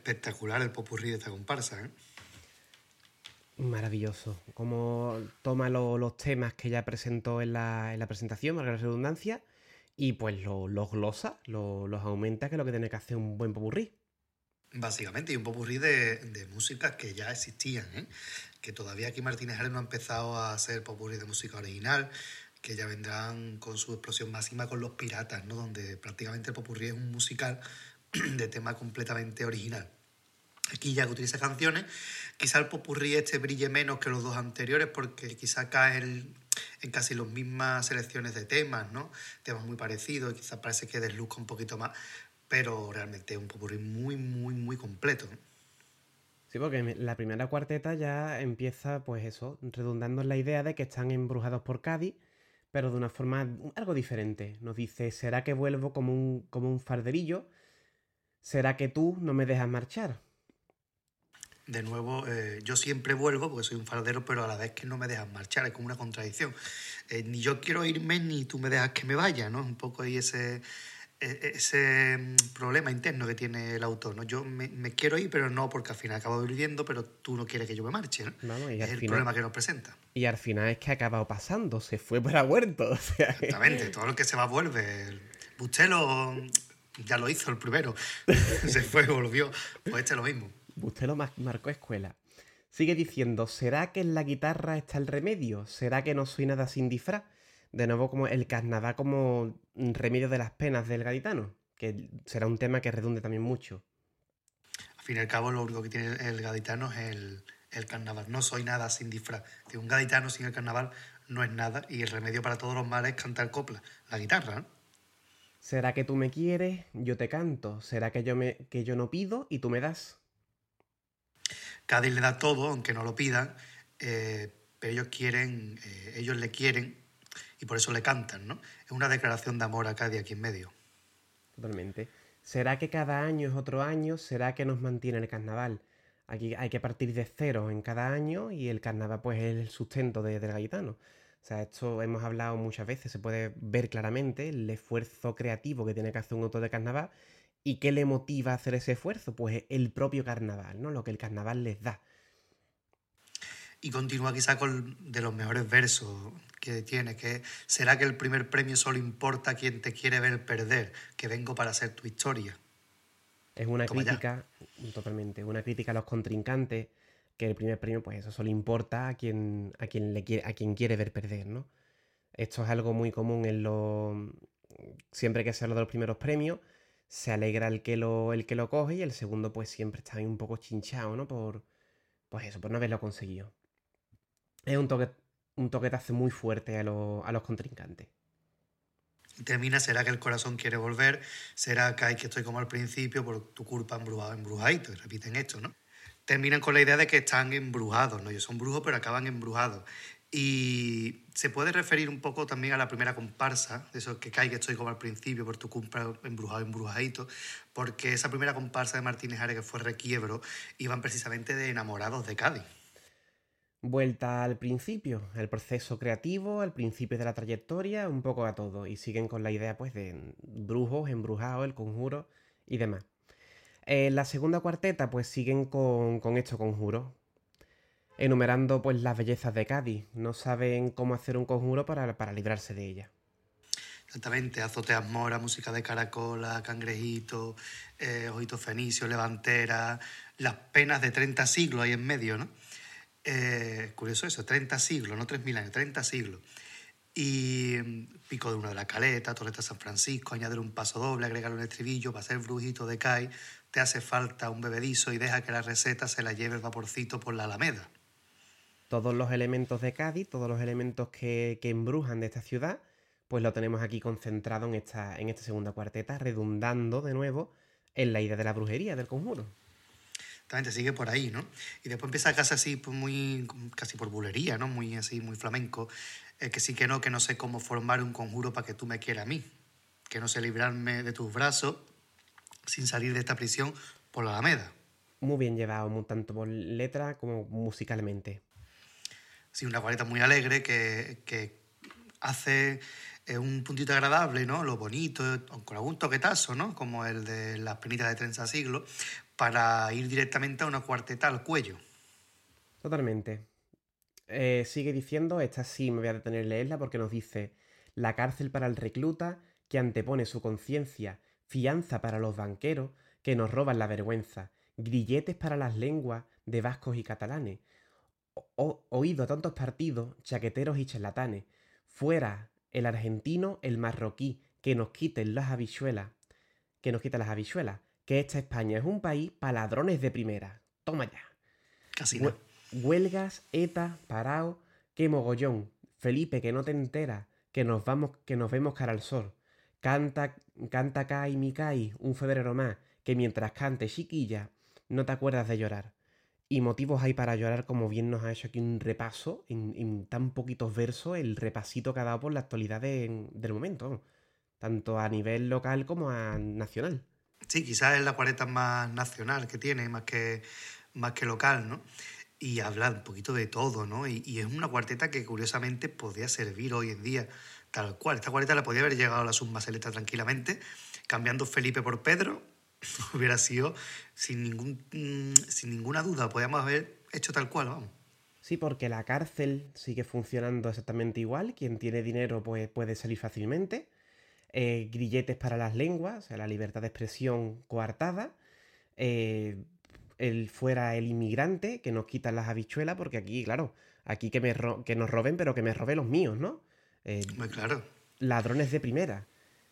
espectacular el popurrí de esta comparsa, ¿eh? Maravilloso. Como toma lo- los temas que ya presentó en la, en la presentación, valga la redundancia, y pues lo- los glosa, lo- los aumenta, que es lo que tiene que hacer un buen popurrí. Básicamente, y un popurrí de, de músicas que ya existían, ¿eh? Que todavía aquí Martínez Ares no ha empezado a hacer popurrí de música original, que ya vendrán con su explosión máxima con Los Piratas, ¿no? Donde prácticamente el popurrí es un musical de tema completamente original. Aquí ya que utiliza canciones, quizá el popurrí este brille menos que los dos anteriores porque quizá cae en, en casi las mismas selecciones de temas, ¿no? Temas muy parecidos y quizá parece que desluzca un poquito más, pero realmente es un popurrí muy, muy, muy completo, ¿no? Sí, porque me- la primera cuarteta ya empieza, pues eso, redundando en la idea de que están embrujados por Cádiz, pero de una forma algo diferente. Nos dice, ¿será que vuelvo como un, como un farderillo? ¿Será que tú no me dejas marchar? De nuevo, eh, yo siempre vuelvo porque soy un fardero, pero a la vez que no me dejas marchar, es como una contradicción. Eh, ni yo quiero irme ni tú me dejas que me vaya, ¿no? Es un poco ahí ese, e- ese mm, problema interno que tiene el autor, ¿no? Yo me, me quiero ir, pero no porque al final acabo viviendo, pero tú no quieres que yo me marche, ¿no? Vamos, y Es al el final, problema que nos presenta. y al final es que ha acabado pasando, se fue para Huerto. O sea, que- Exactamente, todo lo que se va vuelve. Bustelo ya lo hizo el primero, se fue, volvió, pues este es lo mismo. usted lo mar- marcó escuela. Sigue diciendo, ¿será que en la guitarra está el remedio? ¿Será que no soy nada sin disfraz? De nuevo, como el carnaval como un remedio de las penas del gaditano, que será un tema que redunde también mucho. Al fin y al cabo, lo único que tiene el gaditano es el, el carnaval. No soy nada sin disfraz. De un gaditano sin el carnaval no es nada y el remedio para todos los males es cantar copla, la guitarra, ¿no? ¿Será que tú me quieres? Yo te canto. ¿Será que yo, me, que yo no pido y tú me das? Cádiz le da todo, aunque no lo pidan, eh, pero ellos quieren, eh, ellos le quieren y por eso le cantan, ¿no? Es una declaración de amor a Cádiz aquí en medio. Totalmente. ¿Será que cada año es otro año? ¿Será que nos mantiene el carnaval? Aquí hay que partir de cero en cada año y el carnaval pues es el sustento de- del gaditano. O sea, esto hemos hablado muchas veces, se puede ver claramente el esfuerzo creativo que tiene que hacer un autor de carnaval y qué le motiva a hacer ese esfuerzo, pues el propio carnaval, ¿no? Lo que el carnaval les da. Y continúa quizá con de los mejores versos que tiene, que es, ¿será que el primer premio solo importa a quien te quiere ver perder? Que vengo para hacer tu historia. Es una Toma ya. crítica, totalmente, una crítica a los contrincantes, que el primer premio, pues eso solo importa a quien, a quien le quiere, a quien quiere ver perder, ¿no? Esto es algo muy común en los. Siempre que se habla de los primeros premios, se alegra el que lo, el que lo coge y el segundo, pues siempre está ahí un poco chinchado, ¿no? Por. Pues eso, por no haberlo conseguido. Es un toque, un toquetazo muy fuerte a, los- a los contrincantes. Y termina, ¿será que el corazón quiere volver? ¿Será que hay que estoy como al principio por tu culpa embrujado, embrujadito? Y repiten esto, ¿no? Terminan con la idea de que están embrujados, ¿no? Ellos son brujos, pero acaban embrujados. Y se puede referir un poco también a la primera comparsa, de eso que cae que estoy como al principio por tu culpa embrujado, embrujadito, porque esa primera comparsa de Martínez Ares, que fue Requiebro, iban precisamente de enamorados de Cádiz. Vuelta al principio, el proceso creativo, al principio de la trayectoria, un poco a todo. Y siguen con la idea, pues, de brujos, embrujados, el conjuro y demás. En la segunda cuarteta, pues siguen con, con estos conjuros, enumerando pues las bellezas de Cádiz. No saben cómo hacer un conjuro para, para librarse de ella. Exactamente, azoteas mora, música de caracola, cangrejito, eh, ojitos fenicios, levantera, las penas de treinta siglos ahí en medio, ¿no? Eh, curioso eso, treinta siglos, no tres mil años, treinta siglos. Y mm, pico de una de la caleta, torreta San Francisco, añadir un paso doble, agregar un estribillo, para ser brujito de Cádiz, te hace falta un bebedizo y deja que la receta se la lleve el vaporcito por la Alameda. Todos los elementos de Cádiz, todos los elementos que, que embrujan de esta ciudad, pues lo tenemos aquí concentrado en esta, en esta segunda cuarteta, redundando de nuevo en la idea de la brujería, del conjuro. También te sigue por ahí, ¿no? Y después empieza casi así, pues muy, casi por bulería, ¿no? Muy así, muy flamenco. Eh, que sí que no, que no sé cómo formar un conjuro para que tú me quieras a mí. Que no sé librarme de tus brazos sin salir de esta prisión por la Alameda. Muy bien llevado, muy- tanto por letra como musicalmente. Sí, una cuareta muy alegre que, que hace eh, un puntito agradable, ¿no? Lo bonito, con algún toquetazo, ¿no? Como el de las penitas de treinta siglos, para ir directamente a una cuarteta al cuello. Totalmente. Eh, sigue diciendo, esta sí me voy a detener en leerla porque nos dice: la cárcel para el recluta que antepone su conciencia, fianza para los banqueros que nos roban la vergüenza, grilletes para las lenguas de vascos y catalanes, o- o- oído a tantos partidos, chaqueteros y charlatanes, fuera el argentino, el marroquí, que nos quiten las habichuelas, que nos quiten las habichuelas, que esta España es un país para ladrones de primera. Toma ya. Casi Hue- nada. Huelgas, ETA, parao, qué mogollón. Felipe, que no te enteras, que nos vamos, que nos vemos cara al sol. Canta, canta Kai mi Kai, un febrero más, que mientras cante chiquilla, no te acuerdas de llorar. Y motivos hay para llorar, como bien nos ha hecho aquí un repaso, en, en tan poquitos versos, el repasito que ha dado por la actualidad de- del momento, vamos, tanto a nivel local como a nacional. Sí, quizás es la cuarteta más nacional que tiene, más que, más que local, ¿no? Y habla un poquito de todo, ¿no? Y, y es una cuarteta que curiosamente podría servir hoy en día tal cual. Esta cuarteta la podía haber llegado a la summa selecta tranquilamente, cambiando Felipe por Pedro, hubiera sido sin, ningún, mm, sin ninguna duda, podíamos haber hecho tal cual, vamos. Sí, porque la cárcel sigue funcionando exactamente igual. Quien tiene dinero pues, puede salir fácilmente. Eh, grilletes para las lenguas, o sea, la libertad de expresión coartada. Eh, el, fuera el inmigrante, que nos quitan las habichuelas, porque aquí, claro, aquí que, me ro- que nos roben, pero que me roben los míos, ¿no? Eh, Muy claro. ladrones de primera.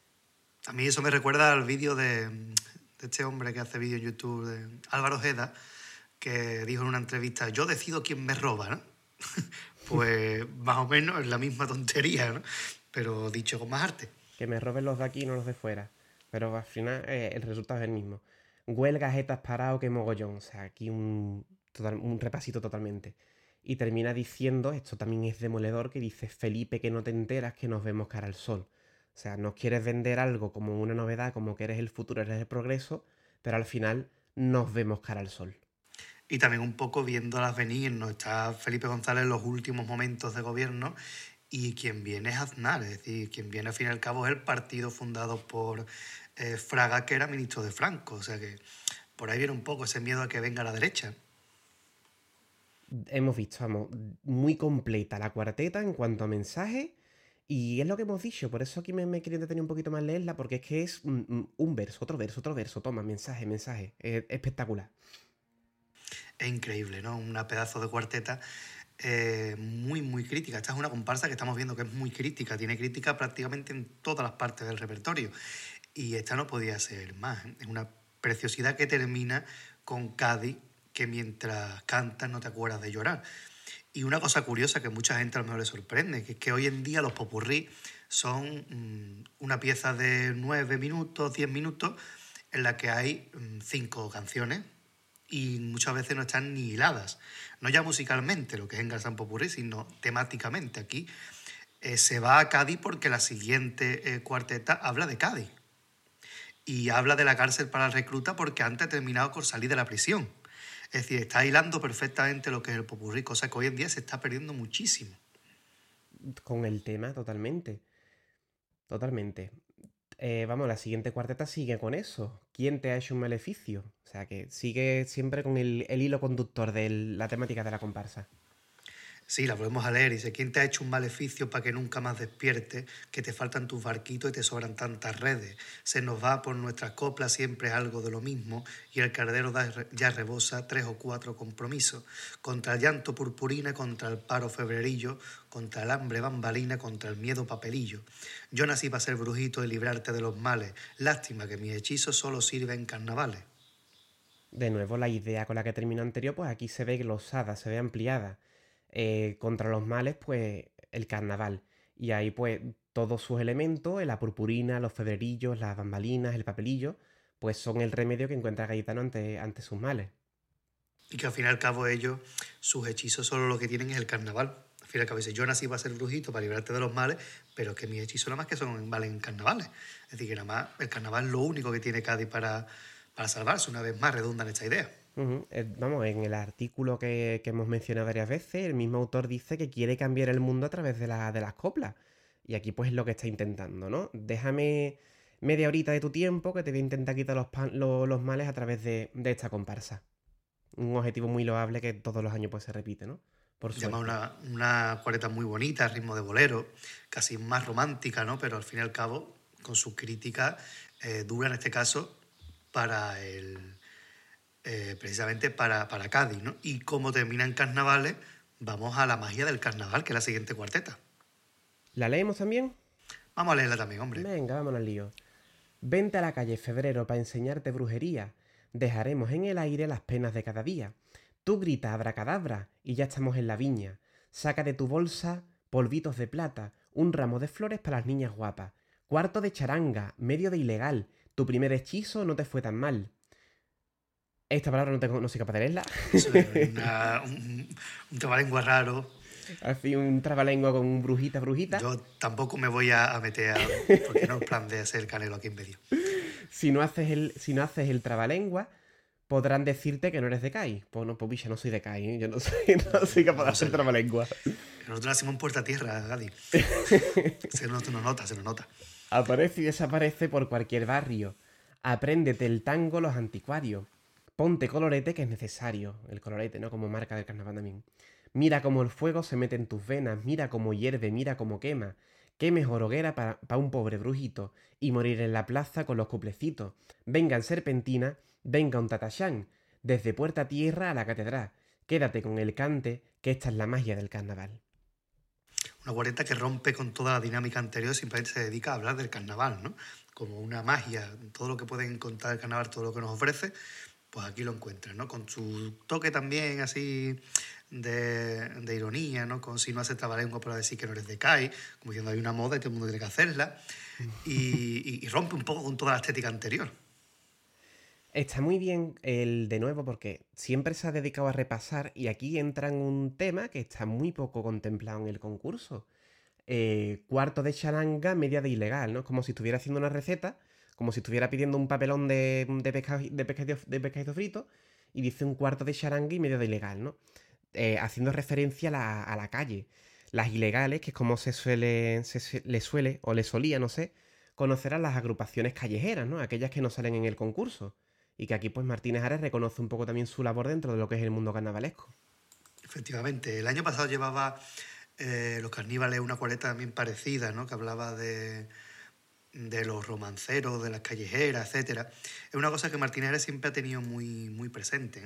A mí eso me recuerda al vídeo de, de este hombre que hace vídeo en YouTube, de Álvaro Ojeda, que dijo en una entrevista: yo decido quién me roba, ¿no? Pues más o menos es la misma tontería, ¿no? Pero dicho con más arte. Que me roben los de aquí y no los de fuera. Pero al final eh, el resultado es el mismo. Huelgas, jetas, parado, que mogollón. O sea, aquí un, total- un repasito totalmente. Y termina diciendo, esto también es demoledor, que dice: Felipe, que no te enteras que nos vemos cara al sol. O sea, nos quieres vender algo como una novedad, como que eres el futuro, eres el progreso, pero al final nos vemos cara al sol. Y también un poco viéndolas venir, ¿no? Está Felipe González en los últimos momentos de gobierno y quien viene es Aznar, es decir, quien viene al fin y al cabo es el partido fundado por eh, Fraga, que era ministro de Franco. O sea que por ahí viene un poco ese miedo a que venga la derecha. Hemos visto, vamos, muy completa la cuarteta en cuanto a mensaje. Y es lo que hemos dicho, por eso aquí me, me quería detener un poquito más leerla, porque es que es un, un- un verso, otro verso, otro verso, toma, mensaje, mensaje, es espectacular. Es increíble, ¿no? Una pedazo de cuarteta eh, muy, muy crítica. Esta es una comparsa que estamos viendo que es muy crítica, tiene crítica prácticamente en todas las partes del repertorio. Y esta no podía ser más, ¿eh? Es una preciosidad que termina con Cádiz, que mientras cantas no te acuerdas de llorar. Y una cosa curiosa que mucha gente a lo mejor le sorprende, que es que hoy en día los popurrí son mm, una pieza de nueve minutos, diez minutos, en la que hay mm, cinco canciones y muchas veces no están ni hiladas. No ya musicalmente, lo que es en Garsan Popurrí, sino temáticamente. Aquí eh, se va a Cádiz porque la siguiente eh, cuarteta habla de Cádiz. Y habla de la cárcel para el recluta porque antes ha terminado por salir de la prisión. Es decir, está hilando perfectamente lo que es el popurrí, cosa que hoy en día se está perdiendo muchísimo. Con el tema, totalmente, totalmente. Eh, vamos, la siguiente cuarteta sigue con eso. ¿Quién te ha hecho un maleficio? O sea, que sigue siempre con el, el hilo conductor de la temática de la comparsa. Sí, la volvemos a leer. Dice: ¿quién te ha hecho un maleficio para que nunca más despiertes? Que te faltan tus barquitos y te sobran tantas redes. Se nos va por nuestras coplas siempre algo de lo mismo y el cardero da- ya rebosa tres o cuatro compromisos. Contra el llanto purpurina, contra el paro febrerillo, contra el hambre bambalina, contra el miedo papelillo. Yo nací para ser brujito y librarte de los males. Lástima que mis hechizos solo sirven en carnavales. De nuevo, la idea con la que terminó anterior, pues aquí se ve glosada, se ve ampliada. Eh, contra los males, pues el carnaval. Y ahí, pues, todos sus elementos, la purpurina, los febrerillos, las bambalinas, el papelillo, pues son el remedio que encuentra Gaetano ante, ante sus males. Y que al fin y al cabo ellos, sus hechizos solo lo que tienen es el carnaval. Al fin y al cabo dice: yo nací para ser brujito, para librarte de los males, pero es que mis hechizos nada más que son valen en carnavales. Es decir, que nada más el carnaval es lo único que tiene Cádiz para, para salvarse. Una vez más redunda en esta idea. Ujú. Eh, vamos, en el artículo que, que hemos mencionado varias veces, el mismo autor dice que quiere cambiar el mundo a través de, la- de las coplas. Y aquí pues es lo que está intentando, ¿no? Déjame media horita de tu tiempo que te voy a intentar quitar los, pan- lo- los males a través de, de esta comparsa. Un objetivo muy loable que todos los años pues se repite, ¿no? Por Llama suerte. una, una cuareta muy bonita, ritmo de bolero, casi más romántica, ¿no? Pero al fin y al cabo, con su crítica eh, dura en este caso para el eh, precisamente para, para Cádiz, ¿no? Y como termina en carnavales, vamos a la magia del carnaval, que es la siguiente cuarteta. ¿La leemos también? Vamos a leerla también, hombre. Venga, vámonos al lío. Vente a la calle febrero para enseñarte brujería. Dejaremos en el aire las penas de cada día. Tú grita abracadabra y ya estamos en la viña. Saca de tu bolsa polvitos de plata, un ramo de flores para las niñas guapas. Cuarto de charanga, medio de ilegal. Tu primer hechizo no te fue tan mal. Esta palabra no, tengo, no soy capaz de leerla. Eso es una- un, un trabalengua raro. Así un trabalengua con brujita, brujita. Yo tampoco me voy a, a meter a, porque no es plan de hacer canelo aquí en medio. Si no haces el, si no haces el trabalengua, podrán decirte que no eres de Cádiz. Pues no, pues bicha, no soy de Cádiz, ¿eh? Yo no soy, no soy capaz de No hacer sé. trabalengua. Nosotros nacimos en Puerta Tierra, Gadi. Se nos, nos nota, se nos nota. Aparece y desaparece por cualquier barrio. Apréndete el tango los anticuarios. Ponte colorete que es necesario. El colorete, ¿no? Como marca del carnaval también. Mira cómo el fuego se mete en tus venas. Mira cómo hierve, mira cómo quema. Qué mejor hoguera para pa un pobre brujito. Y morir en la plaza con los cuplecitos. Venga en serpentina, venga un tatachán. Desde Puerta Tierra a la catedral. Quédate con el cante, que esta es la magia del carnaval. Una cuarenta que rompe con toda la dinámica anterior, simplemente se dedica a hablar del carnaval, ¿no? Como una magia, todo lo que pueden contar el carnaval, todo lo que nos ofrece, pues aquí lo encuentran, ¿no? Con su toque también así de, de ironía, ¿no? Con si no haces trabalengua para decir que no eres de Cádiz, como diciendo hay una moda y todo el mundo tiene que hacerla, y, y, y rompe un poco con toda la estética anterior. Está muy bien el de nuevo porque siempre se ha dedicado a repasar y aquí entra en un tema que está muy poco contemplado en el concurso. Eh, cuarto de charanga, media de ilegal, ¿no? Es como si estuviera haciendo una receta, como si estuviera pidiendo un papelón de, de, pescado, de, pescado, de pescado frito y dice un cuarto de charanga y medio de ilegal, ¿no? Eh, haciendo referencia a la, a la calle. Las ilegales, que es como se suele, se, se, le suele o le solía, no sé, conocer a las agrupaciones callejeras, ¿no? Aquellas que no salen en el concurso. Y que aquí pues Martínez Ares reconoce un poco también su labor dentro de lo que es el mundo carnavalesco. Efectivamente, el año pasado llevaba eh, Los Carníbales una cuareta también parecida, ¿no? Que hablaba de, de los romanceros, de las callejeras, etcétera. Es una cosa que Martínez Ares siempre ha tenido muy, muy presente.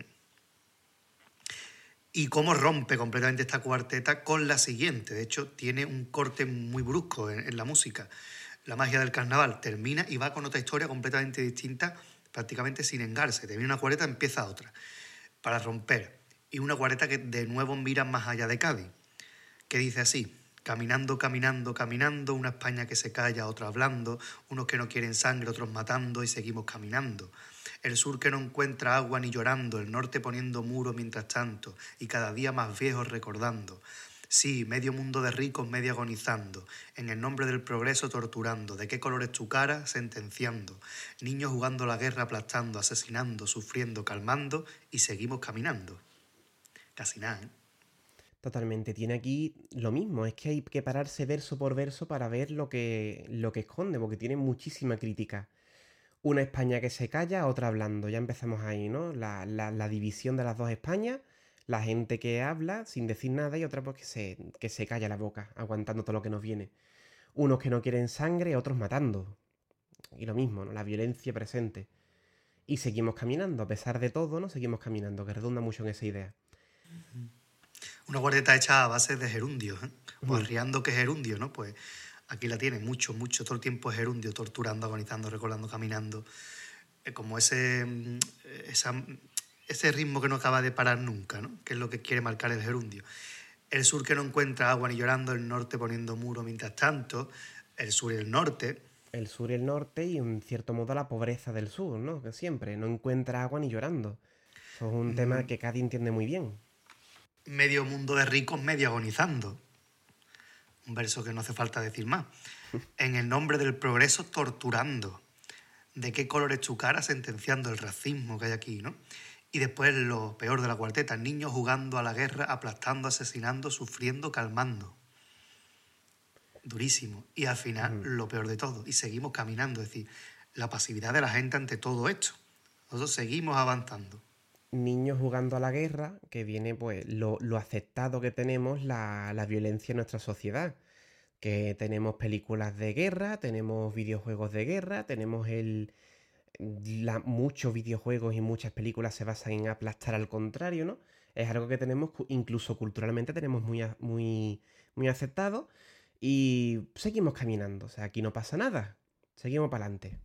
Y cómo rompe completamente esta cuarteta con la siguiente. De hecho, tiene un corte muy brusco en, en la música. La magia del carnaval termina y va con otra historia completamente distinta, prácticamente sin engarse. Termina una cuareta, empieza otra, para romper. Y una cuareta que de nuevo mira más allá de Cádiz, que dice así: caminando, caminando, caminando, una España que se calla, otra hablando, unos que no quieren sangre, otros matando, y seguimos caminando. El sur que no encuentra agua ni llorando, el norte poniendo muro mientras tanto, y cada día más viejos recordando. Sí, medio mundo de ricos medio agonizando, en el nombre del progreso torturando, ¿de qué color es tu cara? Sentenciando. Niños jugando la guerra aplastando, asesinando, sufriendo, calmando, y seguimos caminando. Casi nada, ¿eh? Totalmente, tiene aquí lo mismo, es que hay que pararse verso por verso para ver lo que, lo que esconde, porque tiene muchísima crítica. Una España que se calla, otra hablando, ya empezamos ahí, ¿no? La, la, la división de las dos Españas, la gente que habla sin decir nada y otra pues que se, que se calla la boca, aguantando todo lo que nos viene. Unos que no quieren sangre, otros matando. Y lo mismo, ¿no? La violencia presente. Y seguimos caminando, a pesar de todo, ¿no? Seguimos caminando, que redunda mucho en esa idea. Una cuarteta hecha a base de gerundios, ¿eh? O arriando que es gerundio, ¿no? Pues aquí la tiene, mucho, mucho, todo el tiempo es gerundio, torturando, agonizando, recordando, caminando. Eh, como ese, esa, ese ritmo que no acaba de parar nunca, ¿no? Que es lo que quiere marcar el gerundio. El sur que no encuentra agua ni llorando, el norte poniendo muro mientras tanto, el sur y el norte. El sur y el norte y en cierto modo la pobreza del sur, ¿no? Que siempre no encuentra agua ni llorando. Eso es un mm. tema que Cádiz entiende muy bien. Medio mundo de ricos medio agonizando. Un verso que no hace falta decir más. En el nombre del progreso torturando. ¿De qué color es tu cara? Sentenciando el racismo que hay aquí, ¿no? Y después lo peor de la cuarteta, niños jugando a la guerra, aplastando, asesinando, sufriendo, calmando. durísimo. Y al final, Ujú. lo peor de todo, y seguimos caminando, es decir, la pasividad de la gente ante todo esto. Nosotros seguimos avanzando. Niños jugando a la guerra, que viene pues lo, lo aceptado que tenemos la, la violencia en nuestra sociedad. Que tenemos películas de guerra, tenemos videojuegos de guerra, tenemos el... La, muchos videojuegos y muchas películas se basan en aplastar al contrario, ¿no? Es algo que tenemos, cu- incluso culturalmente, tenemos muy, a- muy, muy aceptado y seguimos caminando. O sea, aquí no pasa nada. Seguimos para adelante.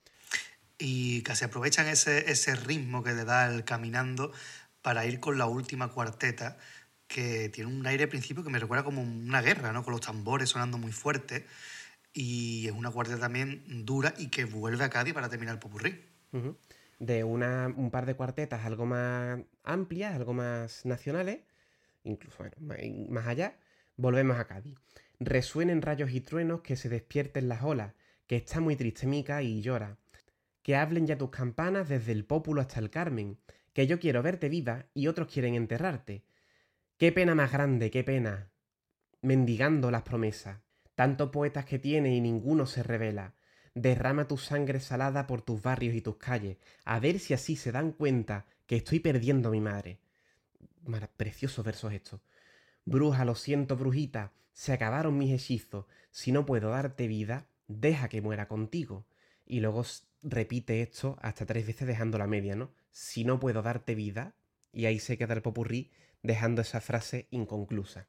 Y casi aprovechan ese, ese ritmo que le da el caminando para ir con la última cuarteta, que tiene un aire al principio que me recuerda como una guerra, ¿no? Con los tambores sonando muy fuerte. Y es una cuarteta también dura y que vuelve a Cádiz para terminar el popurrí. Ujú. De una, un par de cuartetas algo más amplias, algo más nacionales, incluso bueno, más, más allá, volvemos a Cádiz. Resuenen rayos y truenos, que se despierten las olas, que está muy triste Mica y llora. Que hablen ya tus campanas desde el Pópulo hasta el Carmen, que yo quiero verte viva y otros quieren enterrarte. Qué pena más grande, qué pena, mendigando las promesas. Tantos poetas que tiene y ninguno se revela. Derrama tu sangre salada por tus barrios y tus calles, a ver si así se dan cuenta que estoy perdiendo a mi madre. Mara- preciosos versos estos. Bruja, lo siento, brujita, se acabaron mis hechizos. Si no puedo darte vida, deja que muera contigo. Y luego s- repite esto hasta tres veces dejando la media, ¿no? Si no puedo darte vida, y ahí se queda el popurrí dejando esa frase inconclusa.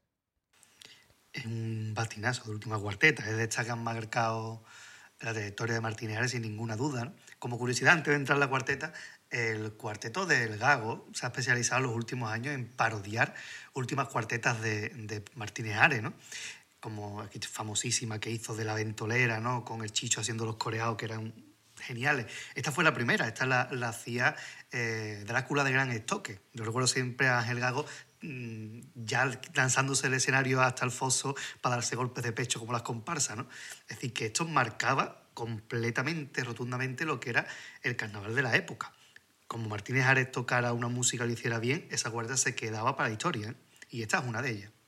Es un batinazo de última cuarteta, es de estas que han marcado la trayectoria de Martínez Ares sin ninguna duda, ¿no? Como curiosidad, antes de entrar en la cuarteta, el cuarteto del Gago se ha especializado en los últimos años en parodiar últimas cuartetas de, de Martínez Ares, ¿no? Como aquí famosísima que hizo de La Ventolera, ¿no? Con el Chicho haciendo los coreados que eran geniales. Esta fue la primera, esta la, la hacía eh, Drácula de Gran Estoque. Yo recuerdo siempre a Ángel Gago mmm, ya lanzándose el escenario hasta el foso para darse golpes de pecho como las comparsas, ¿no? Es decir, que esto marcaba completamente, rotundamente lo que era el carnaval de la época. Como Martínez Ares tocara una música y lo hiciera bien, esa cuarta se quedaba para la historia, ¿eh? Y esta es una de ellas.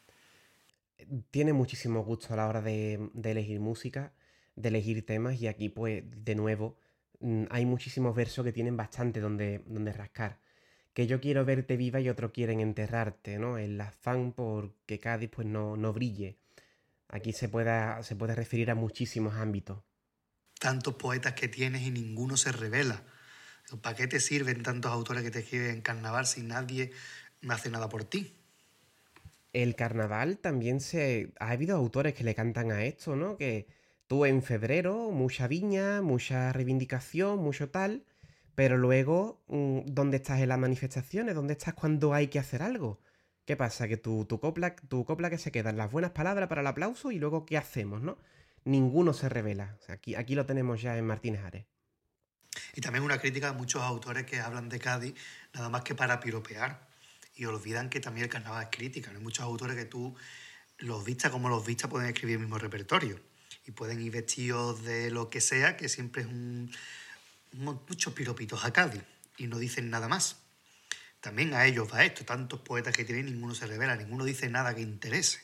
Tiene muchísimo gusto a la hora de, de elegir música, de elegir temas, y aquí pues de nuevo mm, hay muchísimos versos que tienen bastante donde, donde rascar. Que yo quiero verte viva y otros quieren enterrarte, ¿no? El afán por que Cádiz pues no, no brille. Aquí se, pueda, se puede referir a muchísimos ámbitos. Tantos poetas que tienes y ninguno se revela. ¿Para qué te sirven tantos autores que te escriben en carnaval si nadie me hace nada por ti? El carnaval también se... Ha habido autores que le cantan a esto, ¿no? Que tú en febrero, mucha viña, mucha reivindicación, mucho tal, pero luego, mm, ¿dónde estás en las manifestaciones? ¿Dónde estás cuando hay que hacer algo? ¿Qué pasa? Que tu, tu copla, tu copla que se quedan las buenas palabras para el aplauso y luego ¿qué hacemos, no? Ninguno se revela. O sea, aquí, aquí lo tenemos ya en Martínez Ares. Y también una crítica a muchos autores que hablan de Cádiz nada más que para piropear y olvidan que también el carnaval es crítica, ¿no? Hay muchos autores que tú, los vistas como los vistas, pueden escribir el mismo repertorio y pueden ir vestidos de lo que sea, que siempre es un, un- muchos piropitos a Cádiz y no dicen nada más. También a ellos va esto, tantos poetas que tienen, ninguno se revela, ninguno dice nada que interese.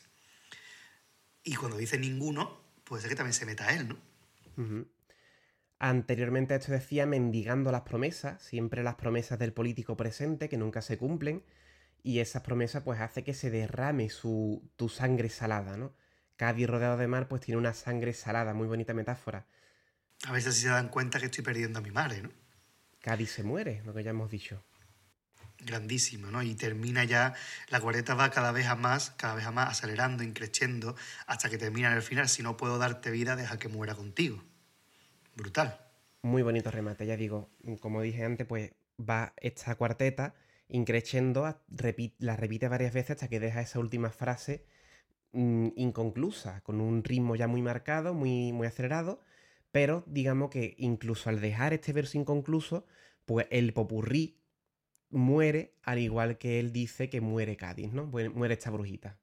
Y cuando dice ninguno, puede ser que también se meta él, ¿no? Ujú. Anteriormente a esto decía mendigando las promesas, siempre las promesas del político presente que nunca se cumplen, y esas promesas pues hace que se derrame su, tu sangre salada, ¿no? Cádiz rodeado de mar pues tiene una sangre salada, muy bonita metáfora. A ver si se dan cuenta que estoy perdiendo a mi madre, ¿no? Cádiz se muere, lo que ya hemos dicho. Grandísimo, ¿no? Y termina ya, la cuarteta va cada vez a más, cada vez a más, acelerando, increciendo, hasta que termina en el final. Si no puedo darte vida, deja que muera contigo. Brutal. Muy bonito remate, ya digo, como dije antes, pues va esta cuarteta increciendo, a- repi- la repite varias veces hasta que deja esa última frase mm, inconclusa, con un ritmo ya muy marcado, muy, muy acelerado, pero digamos que incluso al dejar este verso inconcluso, pues el popurrí muere, al igual que él dice que muere Cádiz, ¿no? Muere, muere esta brujita.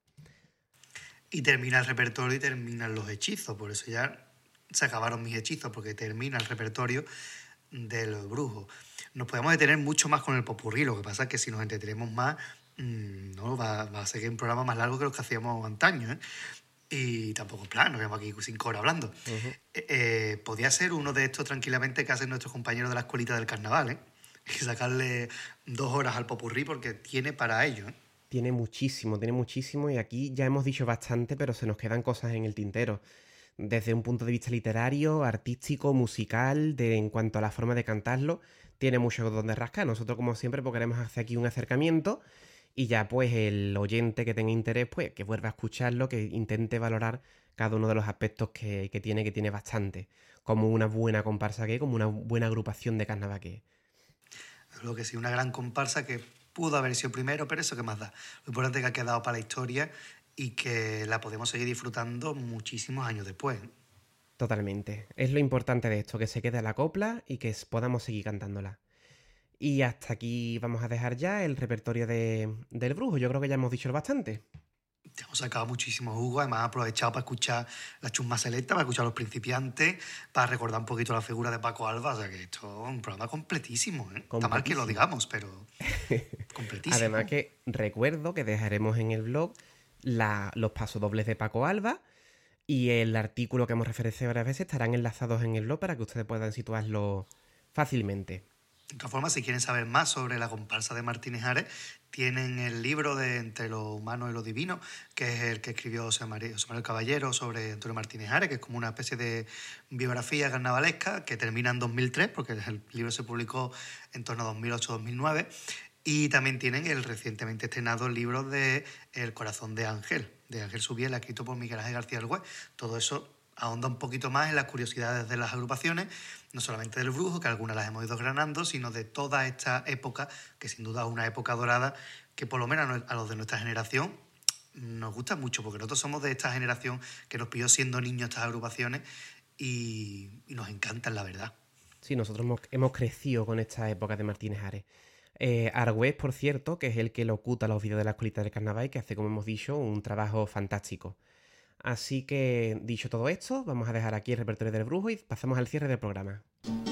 Y termina el repertorio y terminan los hechizos. Por eso ya se acabaron mis hechizos, porque termina el repertorio del brujo. Nos podemos detener mucho más con el popurrí. Lo que pasa es que si nos entretenemos más, mmm, no va, va a ser un programa más largo que los que hacíamos antaño, ¿eh? Y tampoco es plan, nos quedamos aquí cinco horas hablando. Uh-huh. Eh, eh, podía ser uno de estos tranquilamente que hacen nuestros compañeros de la escuelita del carnaval, ¿eh? Y sacarle dos horas al popurrí porque tiene para ello, ¿eh? Tiene muchísimo, tiene muchísimo y aquí ya hemos dicho bastante, pero se nos quedan cosas en el tintero. Desde un punto de vista literario, artístico, musical, de, en cuanto a la forma de cantarlo, tiene mucho donde rascar. Nosotros, como siempre, pues queremos hacer aquí un acercamiento y ya pues el oyente que tenga interés, pues que vuelva a escucharlo, que intente valorar cada uno de los aspectos que, que tiene, que tiene bastante. Como una buena comparsa que es, como una buena agrupación de carnaval que es. Lo que sí, una gran comparsa que pudo haber sido primero, pero eso qué más da. Lo importante es que ha quedado para la historia y que la podemos seguir disfrutando muchísimos años después. Totalmente. Es lo importante de esto, que se quede la copla y que podamos seguir cantándola. Y hasta aquí vamos a dejar ya el repertorio de, del brujo. Yo creo que ya hemos dicho bastante. Te hemos sacado muchísimo jugo, además aprovechado para escuchar la chusma selecta, para escuchar a los principiantes, para recordar un poquito la figura de Paco Alba. O sea que esto es un programa completísimo, ¿eh? Está mal que lo digamos, pero completísimo. Además que recuerdo que dejaremos en el blog la, los pasodobles de Paco Alba y el artículo que hemos referenciado varias veces estarán enlazados en el blog para que ustedes puedan situarlo fácilmente. De todas formas, si quieren saber más sobre la comparsa de Martínez Ares, tienen el libro de Entre lo humano y lo divino, que es el que escribió José María, José Manuel Caballero sobre Antonio Martínez Ares, que es como una especie de biografía carnavalesca que termina en dos mil tres, porque el libro se publicó en torno a dos mil ocho dos mil nueve. Y también tienen el recientemente estrenado libro de El corazón de Ángel, de Ángel Subiela, escrito por Miguel Ángel García Argüez. Todo eso ahonda un poquito más en las curiosidades de las agrupaciones, no solamente del brujo, que algunas las hemos ido granando, sino de toda esta época, que sin duda es una época dorada, que por lo menos a los de nuestra generación nos gusta mucho, porque nosotros somos de esta generación que nos pilló siendo niños estas agrupaciones y, y nos encantan, la verdad. Sí, nosotros hemos, hemos crecido con esta época de Martínez Ares. Eh, Argüez, por cierto, que es el que locuta los vídeos de la escuelita del carnaval y que hace, como hemos dicho, un trabajo fantástico. Así que, dicho todo esto, vamos a dejar aquí el repertorio del brujo y pasamos al cierre del programa.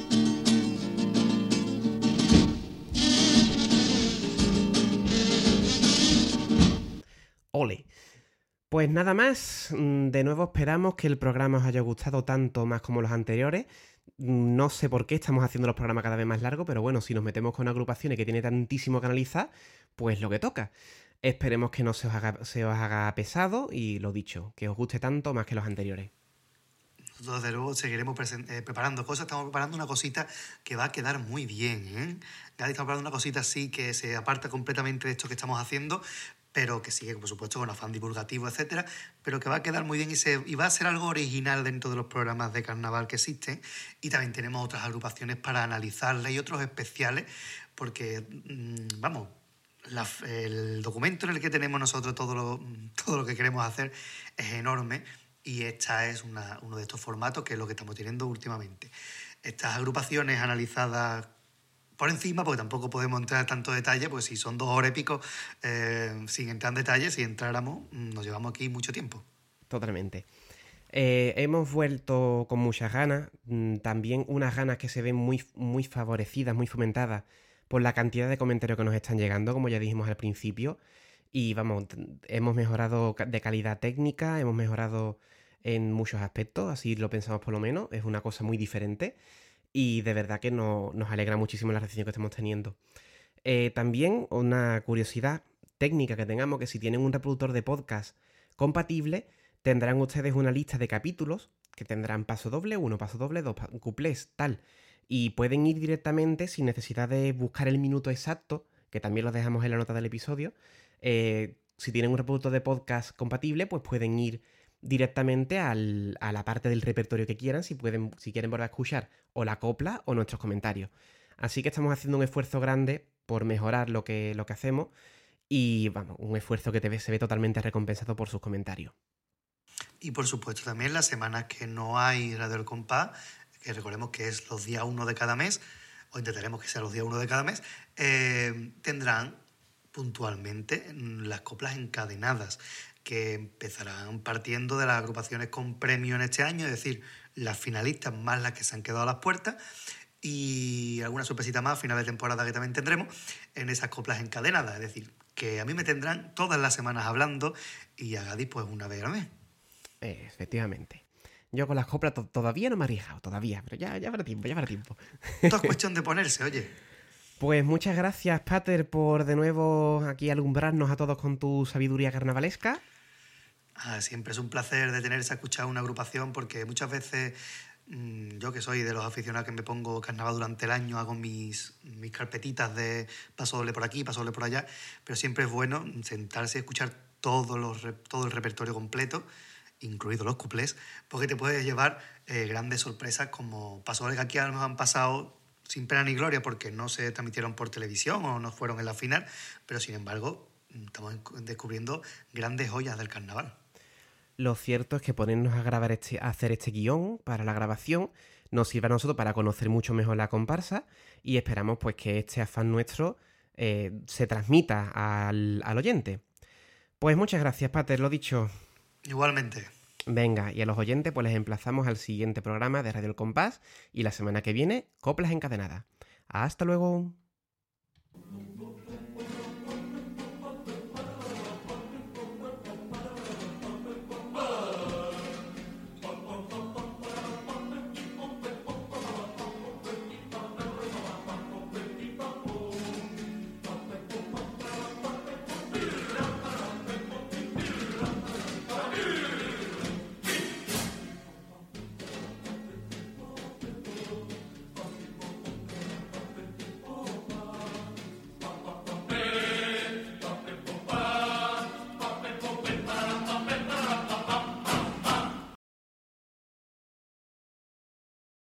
¡Ole! Pues nada más, de nuevo esperamos que el programa os haya gustado tanto más como los anteriores. No sé por qué estamos haciendo los programas cada vez más largos, pero bueno, si nos metemos con agrupaciones que tiene tantísimo que analizar, pues lo que toca. Esperemos que no se os haga, se os haga pesado y lo dicho, que os guste tanto más que los anteriores. Nosotros, desde luego, seguiremos eh, preparando cosas. Estamos preparando una cosita que va a quedar muy bien, ¿eh? Gadi está preparando una cosita así que se aparta completamente de esto que estamos haciendo, pero que sigue, por supuesto, con afán divulgativo, etcétera, pero que va a quedar muy bien y, se, y va a ser algo original dentro de los programas de carnaval que existen. Y también tenemos otras agrupaciones para analizarlas y otros especiales, porque, mmm, vamos, la, el documento en el que tenemos nosotros todo lo, todo lo que queremos hacer es enorme y esta es una, uno de estos formatos que es lo que estamos teniendo últimamente. Estas agrupaciones analizadas por encima, porque tampoco podemos entrar en tanto detalle, porque si son dos horas y pico, eh, sin entrar en detalle, si entráramos, nos llevamos aquí mucho tiempo. Totalmente. Eh, hemos vuelto con muchas ganas, también unas ganas que se ven muy, muy favorecidas, muy fomentadas por la cantidad de comentarios que nos están llegando, como ya dijimos al principio, y vamos, hemos mejorado de calidad técnica, hemos mejorado en muchos aspectos, así lo pensamos por lo menos, es una cosa muy diferente. Y de verdad que no, nos alegra muchísimo la recepción que estamos teniendo. Eh, también una curiosidad técnica que tengamos, que si tienen un reproductor de podcast compatible, tendrán ustedes una lista de capítulos que tendrán paso doble uno, paso doble dos, cuplés, tal. Y pueden ir directamente sin necesidad de buscar el minuto exacto, que también lo dejamos en la nota del episodio. Eh, si tienen un reproductor de podcast compatible, pues pueden ir directamente al, a la parte del repertorio que quieran, si, pueden, si quieren volver a escuchar o la copla o nuestros comentarios. Así que estamos haciendo un esfuerzo grande por mejorar lo que, lo que hacemos y vamos, un esfuerzo que te ve, se ve totalmente recompensado por sus comentarios. Y por supuesto también las semanas que no hay Radio El Compás, que recordemos que es los días uno de cada mes, o intentaremos que sea los días uno de cada mes, eh, tendrán puntualmente las coplas encadenadas, que empezarán partiendo de las agrupaciones con premio en este año, es decir, las finalistas más las que se han quedado a las puertas y alguna sorpresita más a final de temporada que también tendremos en esas coplas encadenadas, es decir, que a mí me tendrán todas las semanas hablando y a Gadi pues una vez al mes. Eh, efectivamente. Yo con las coplas to- todavía no me he arriesgado, todavía, pero ya, ya habrá tiempo, ya habrá tiempo. Todo es cuestión de ponerse, oye. Pues muchas gracias, Pater, por de nuevo aquí alumbrarnos a todos con tu sabiduría carnavalesca. Ah, siempre es un placer detenerse a escuchar una agrupación porque muchas veces mm, yo que soy de los aficionados que me pongo carnaval durante el año, hago mis, mis carpetitas de paso doble por aquí, paso doble por allá, pero siempre es bueno sentarse y escuchar todos los, re- todo el repertorio completo, incluidos los cuplés, porque te puedes llevar eh, grandes sorpresas como paso doble que aquí nos han pasado sin pena ni gloria porque no se transmitieron por televisión o no fueron en la final, pero sin embargo mm, estamos en- descubriendo grandes joyas del carnaval. Lo cierto es que ponernos a grabar este, a hacer este guión para la grabación nos sirve a nosotros para conocer mucho mejor la comparsa y esperamos pues que este afán nuestro eh, se transmita al, al oyente. Pues muchas gracias, Pater, lo dicho. Igualmente. Venga, y a los oyentes pues les emplazamos al siguiente programa de Radio El Compás y la semana que viene, Coplas Encadenadas. ¡Hasta luego!